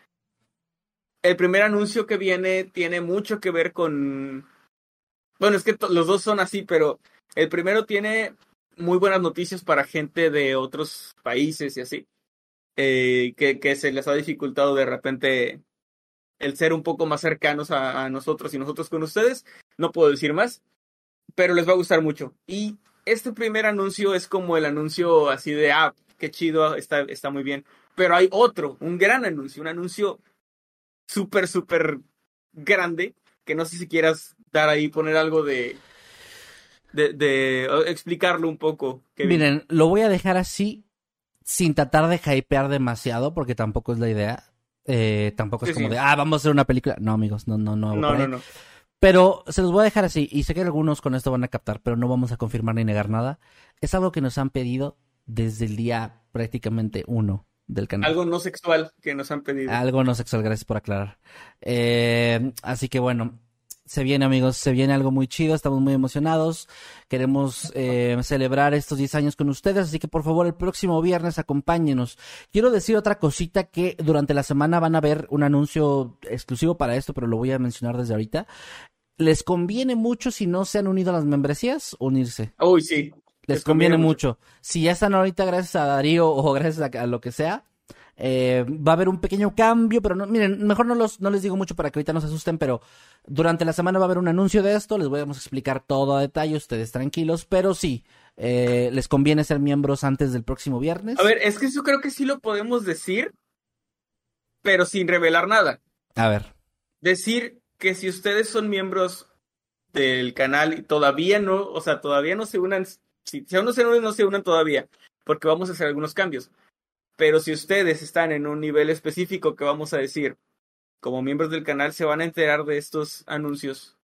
El primer anuncio que viene tiene mucho que ver con... Bueno, es que to- los dos son así, pero el primero tiene muy buenas noticias para gente de otros países y así. Eh, que, que se les ha dificultado de repente el ser un poco más cercanos a, a nosotros y nosotros con ustedes. No puedo decir más, pero les va a gustar mucho. Y este primer anuncio es como el anuncio así de, ah, qué chido, está, está muy bien. Pero hay otro, un gran anuncio, un anuncio súper, súper grande, que no sé si quieras dar ahí, poner algo de, de, de o explicarlo un poco, Kevin. Miren, lo voy a dejar así, sin tratar de hypear demasiado, porque tampoco es la idea. Eh, tampoco es Sí, como sí. de, ah, vamos a hacer una película. No, amigos, no, no, no. va No, por ahí. no, no. Pero se los voy a dejar así, y sé que algunos con esto van a captar, pero no vamos a confirmar ni negar nada. Es algo que nos han pedido desde el día prácticamente uno del canal. Algo no sexual que nos han pedido. Algo no sexual, gracias por aclarar. Eh, así que bueno, se viene, amigos, se viene algo muy chido, estamos muy emocionados. Queremos eh, celebrar estos diez años con ustedes, así que por favor el próximo viernes acompáñenos. Quiero decir otra cosita, que durante la semana van a ver un anuncio exclusivo para esto, pero lo voy a mencionar desde ahorita. Les conviene mucho, si no se han unido a las membresías, unirse. Uy, sí. Les, Les conviene, conviene mucho. Si ya están ahorita gracias a Darío o gracias a, a lo que sea, eh, va a haber un pequeño cambio, pero no, miren, mejor no, los, no les digo mucho para que ahorita no se asusten, pero durante la semana va a haber un anuncio de esto, les voy a explicar todo a detalle, ustedes tranquilos, pero sí, eh, les conviene ser miembros antes del próximo viernes. A ver, es que eso creo que sí lo podemos decir, pero sin revelar nada. A ver, Decir que si ustedes son miembros del canal y todavía no, o sea, todavía no se unan, si, si aún no se unen, no se unan todavía, porque vamos a hacer algunos cambios. Pero si ustedes están en un nivel específico que vamos a decir, como miembros del canal, se van a enterar de estos anuncios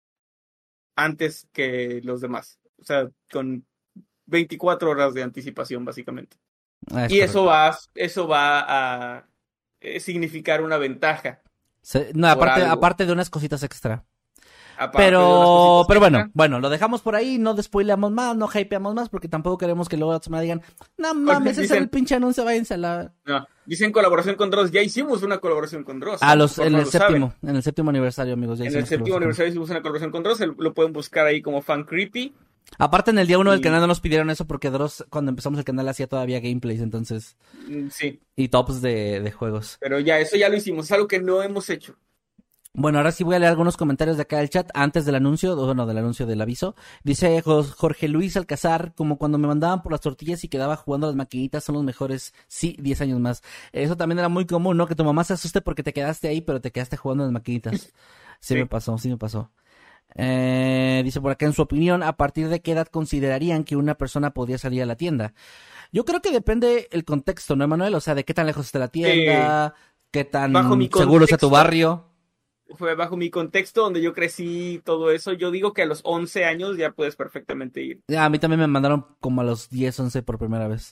antes que los demás. O sea, con veinticuatro horas de anticipación, básicamente. ah, es Y eso correcto. va, eso va a eh, significar una ventaja. Se- no, por aparte, algo. aparte de unas cositas extra. aparte de unas Pero, cositas pero bueno, extra. bueno, lo dejamos por ahí, no despoileamos más, no hypeamos más, porque tampoco queremos que luego la semana digan, no mames, ese es dicen- el pinche anuncio, váyanse a la... No, dicen colaboración con Dross. Ya hicimos una colaboración con Dross. A los, Por en no el lo séptimo, saben. en el séptimo aniversario, amigos. Ya En el hicimos séptimo colaboración. aniversario hicimos una colaboración con Dross. el- Lo pueden buscar ahí como Fan Creepy. Aparte, en el día uno del Y- canal no nos pidieron eso porque Dross, cuando empezamos el canal, hacía todavía gameplays, entonces, Mm, Sí, y tops de, de juegos. pero ya, eso ya lo hicimos. Es algo que no hemos hecho. Bueno, ahora sí voy a leer algunos comentarios de acá del chat antes del anuncio, o bueno, del anuncio del aviso. Dice Jorge Luis Alcázar, como cuando me mandaban por las tortillas y quedaba jugando a las maquinitas, son los mejores. Sí, diez años más. Eso también era muy común, ¿no? Que tu mamá se asuste porque te quedaste ahí, pero te quedaste jugando a las maquinitas. Sí, sí. me pasó, sí me pasó. Eh, dice por acá, en su opinión, ¿a partir de qué edad considerarían que una persona podría salir a la tienda? Yo creo que depende el contexto, ¿no, Emanuel? O sea, de qué tan lejos está la tienda, sí. qué tan seguro está tu barrio. Fue bajo mi contexto donde yo crecí todo eso. Yo digo que a los once años ya puedes perfectamente ir. A mí también me mandaron como a los diez, once por primera vez.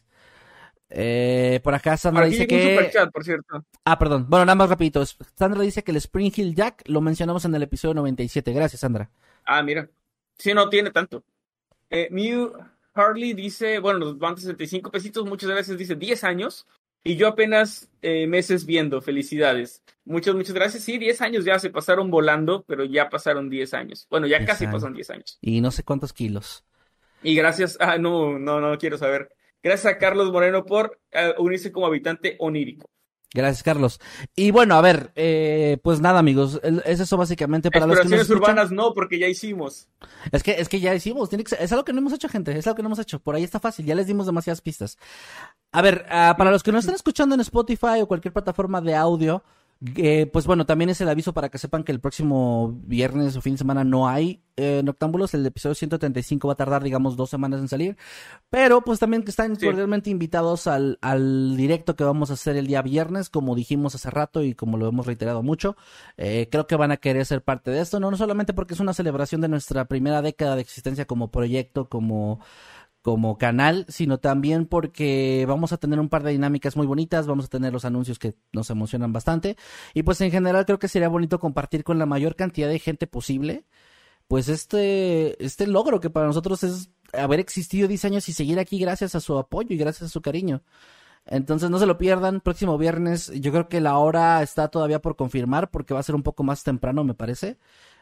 Eh, por acá Sandra Aquí dice llegó que... un superchat, por cierto. Ah, perdón. Bueno, nada más rapidito. Sandra dice que el Spring Hill Jack lo mencionamos en el episodio noventa y siete. Gracias, Sandra. Ah, mira. Sí, no tiene tanto. Eh, Mew Harley dice, bueno, nos van sesenta y cinco pesitos. Muchas gracias. Dice diez años. Y yo apenas eh, meses viendo. Felicidades. Muchas, muchas gracias. Sí, diez años ya se pasaron volando, pero ya pasaron diez años. Bueno, ya casi pasaron diez años. Y no sé cuántos kilos. Y gracias, ah, no, no, no quiero saber. Gracias a Carlos Moreno por uh, unirse como habitante onírico. Gracias, Carlos. Y bueno, a ver, eh, pues nada, amigos, es eso básicamente para los que nos escuchan. Urbanas no, porque ya hicimos. Es que, es que ya hicimos, tiene que ser, es algo que no hemos hecho, gente, es algo que no hemos hecho. Por ahí está fácil, ya les dimos demasiadas pistas. A ver, uh, para los que nos están escuchando en Spotify o cualquier plataforma de audio, eh, pues bueno, también es el aviso para que sepan que el próximo viernes o fin de semana no hay eh, Noctámbulos. El episodio ciento treinta y cinco va a tardar, digamos, dos semanas en salir. Pero pues también que están sí. cordialmente invitados al, al directo que vamos a hacer el día viernes, como dijimos hace rato y como lo hemos reiterado mucho. Eh, creo que van a querer ser parte de esto, no, no solamente porque es una celebración de nuestra primera década de existencia como proyecto, como... como canal, sino también porque vamos a tener un par de dinámicas muy bonitas, vamos a tener los anuncios que nos emocionan bastante, y pues en general creo que sería bonito compartir con la mayor cantidad de gente posible, pues este, este logro que para nosotros es haber existido diez años y seguir aquí gracias a su apoyo y gracias a su cariño. Entonces no se lo pierdan, próximo viernes, yo creo que la hora está todavía por confirmar, porque va a ser un poco más temprano, me parece,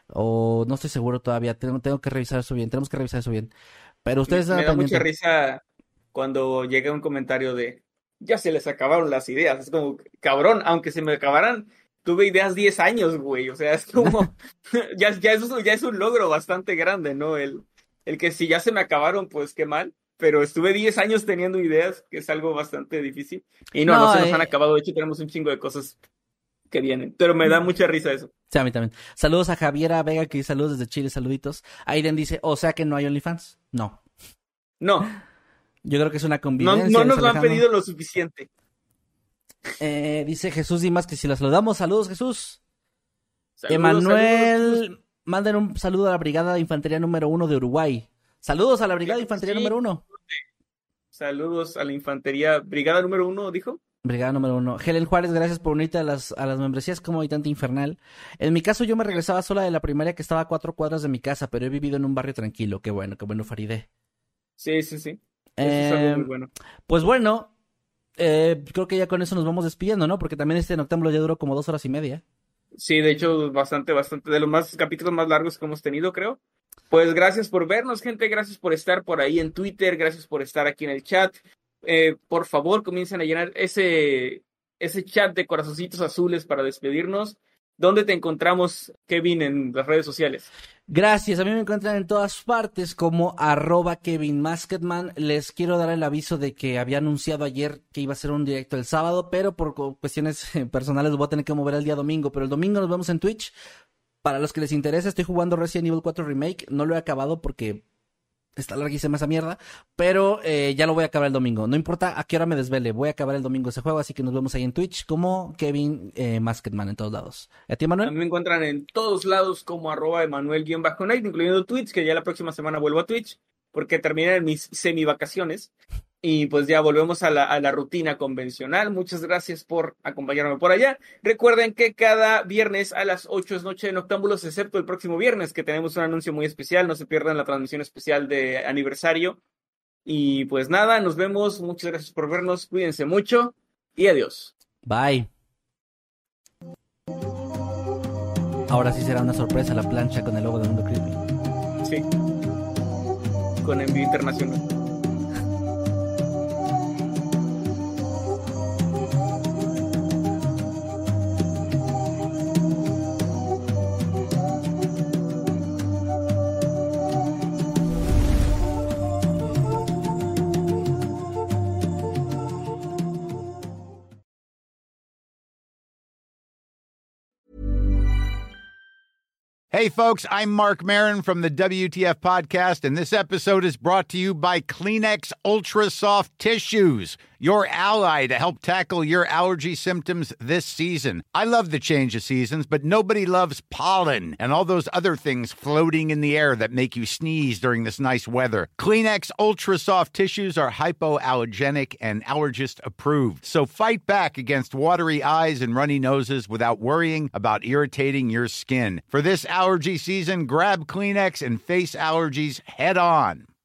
o no estoy seguro todavía, tengo, tengo que revisar eso bien, tenemos que revisar eso bien. Pero ustedes me, me da mucha risa cuando llega un comentario de ya se les acabaron las ideas. Es como, cabrón, aunque se me acabaran, tuve ideas diez años, güey. O sea, es como, ya, ya, es, ya es un logro bastante grande, ¿no? El, el que si ya se me acabaron, pues qué mal. Pero estuve diez años teniendo ideas, que es algo bastante difícil. Y no, no, no se nos eh... han acabado. De hecho, tenemos un chingo de cosas que vienen. Pero me da mucha risa eso. Sí, a mí también. Saludos a Javiera Vega, que dice saludos desde Chile, saluditos. Aiden dice, o sea que no hay OnlyFans. No. No. Yo creo que es una convivencia. No, no nos lo han pedido lo suficiente. Eh, dice Jesús Dimas que si la saludamos. Saludos, Jesús. Saludos, Emanuel, saludos. Manden un saludo a la Brigada de Infantería número uno de Uruguay. Saludos a la Brigada de Infantería sí. número uno. Saludos a la Infantería. Brigada número uno, ¿dijo? Brigada número uno. Helen Juárez, gracias por unirte a las, a las membresías como habitante infernal. En mi caso, yo me regresaba sola de la primaria que estaba a cuatro cuadras de mi casa, pero he vivido en un barrio tranquilo. Qué bueno, qué bueno, Farideh. Sí, sí, sí. Eso eh, es algo muy bueno. Pues bueno, eh, creo que ya con eso nos vamos despidiendo, ¿no? Porque también este Noctámbulo ya duró como dos horas y media. Sí, de hecho, bastante, bastante. De los más capítulos más largos que hemos tenido, creo. Pues gracias por vernos, gente. Gracias por estar por ahí en Twitter. Gracias por estar aquí en el chat. Eh, por favor, comiencen a llenar ese, ese chat de corazoncitos azules para despedirnos. ¿Dónde te encontramos, Kevin, en las redes sociales? Gracias, a mí me encuentran en todas partes como arroba Kevin Masketman. Les quiero dar el aviso de que había anunciado ayer que iba a ser un directo el sábado, pero por cuestiones personales lo voy a tener que mover el día domingo. Pero el domingo nos vemos en Twitch. Para los que les interesa, estoy jugando Resident Evil cuatro Remake. No lo he acabado porque está larguísima esa mierda, pero eh, ya lo voy a acabar el domingo. No importa a qué hora me desvele, voy a acabar el domingo ese juego, así que nos vemos ahí en Twitch como Kevin eh, Masketman en todos lados. ¿A ti, Manuel? A mí me encuentran en todos lados como arroba Emanuel-Night, incluyendo Twitch, que ya la próxima semana vuelvo a Twitch, porque terminan mis semi-vacaciones. Y pues ya volvemos a la, a la rutina convencional. Muchas gracias por acompañarme por allá. Recuerden que cada viernes a las ocho es Noche de Noctámbulos, excepto el próximo viernes, que tenemos un anuncio muy especial. No se pierdan la transmisión especial de aniversario. Y pues nada, nos vemos. Muchas gracias por vernos. Cuídense mucho y adiós. Bye. Ahora sí será una sorpresa la plancha con el logo de Mundo Creepy. Sí. Con envío internacional. Hey, folks, I'm Mark Maron from the W T F Podcast, and this episode is brought to you by Kleenex Ultra Soft Tissues, your ally to help tackle your allergy symptoms this season. I love the change of seasons, but nobody loves pollen and all those other things floating in the air that make you sneeze during this nice weather. Kleenex Ultra Soft Tissues are hypoallergenic and allergist approved, so fight back against watery eyes and runny noses without worrying about irritating your skin. For this allergy season, grab Kleenex and face allergies head on.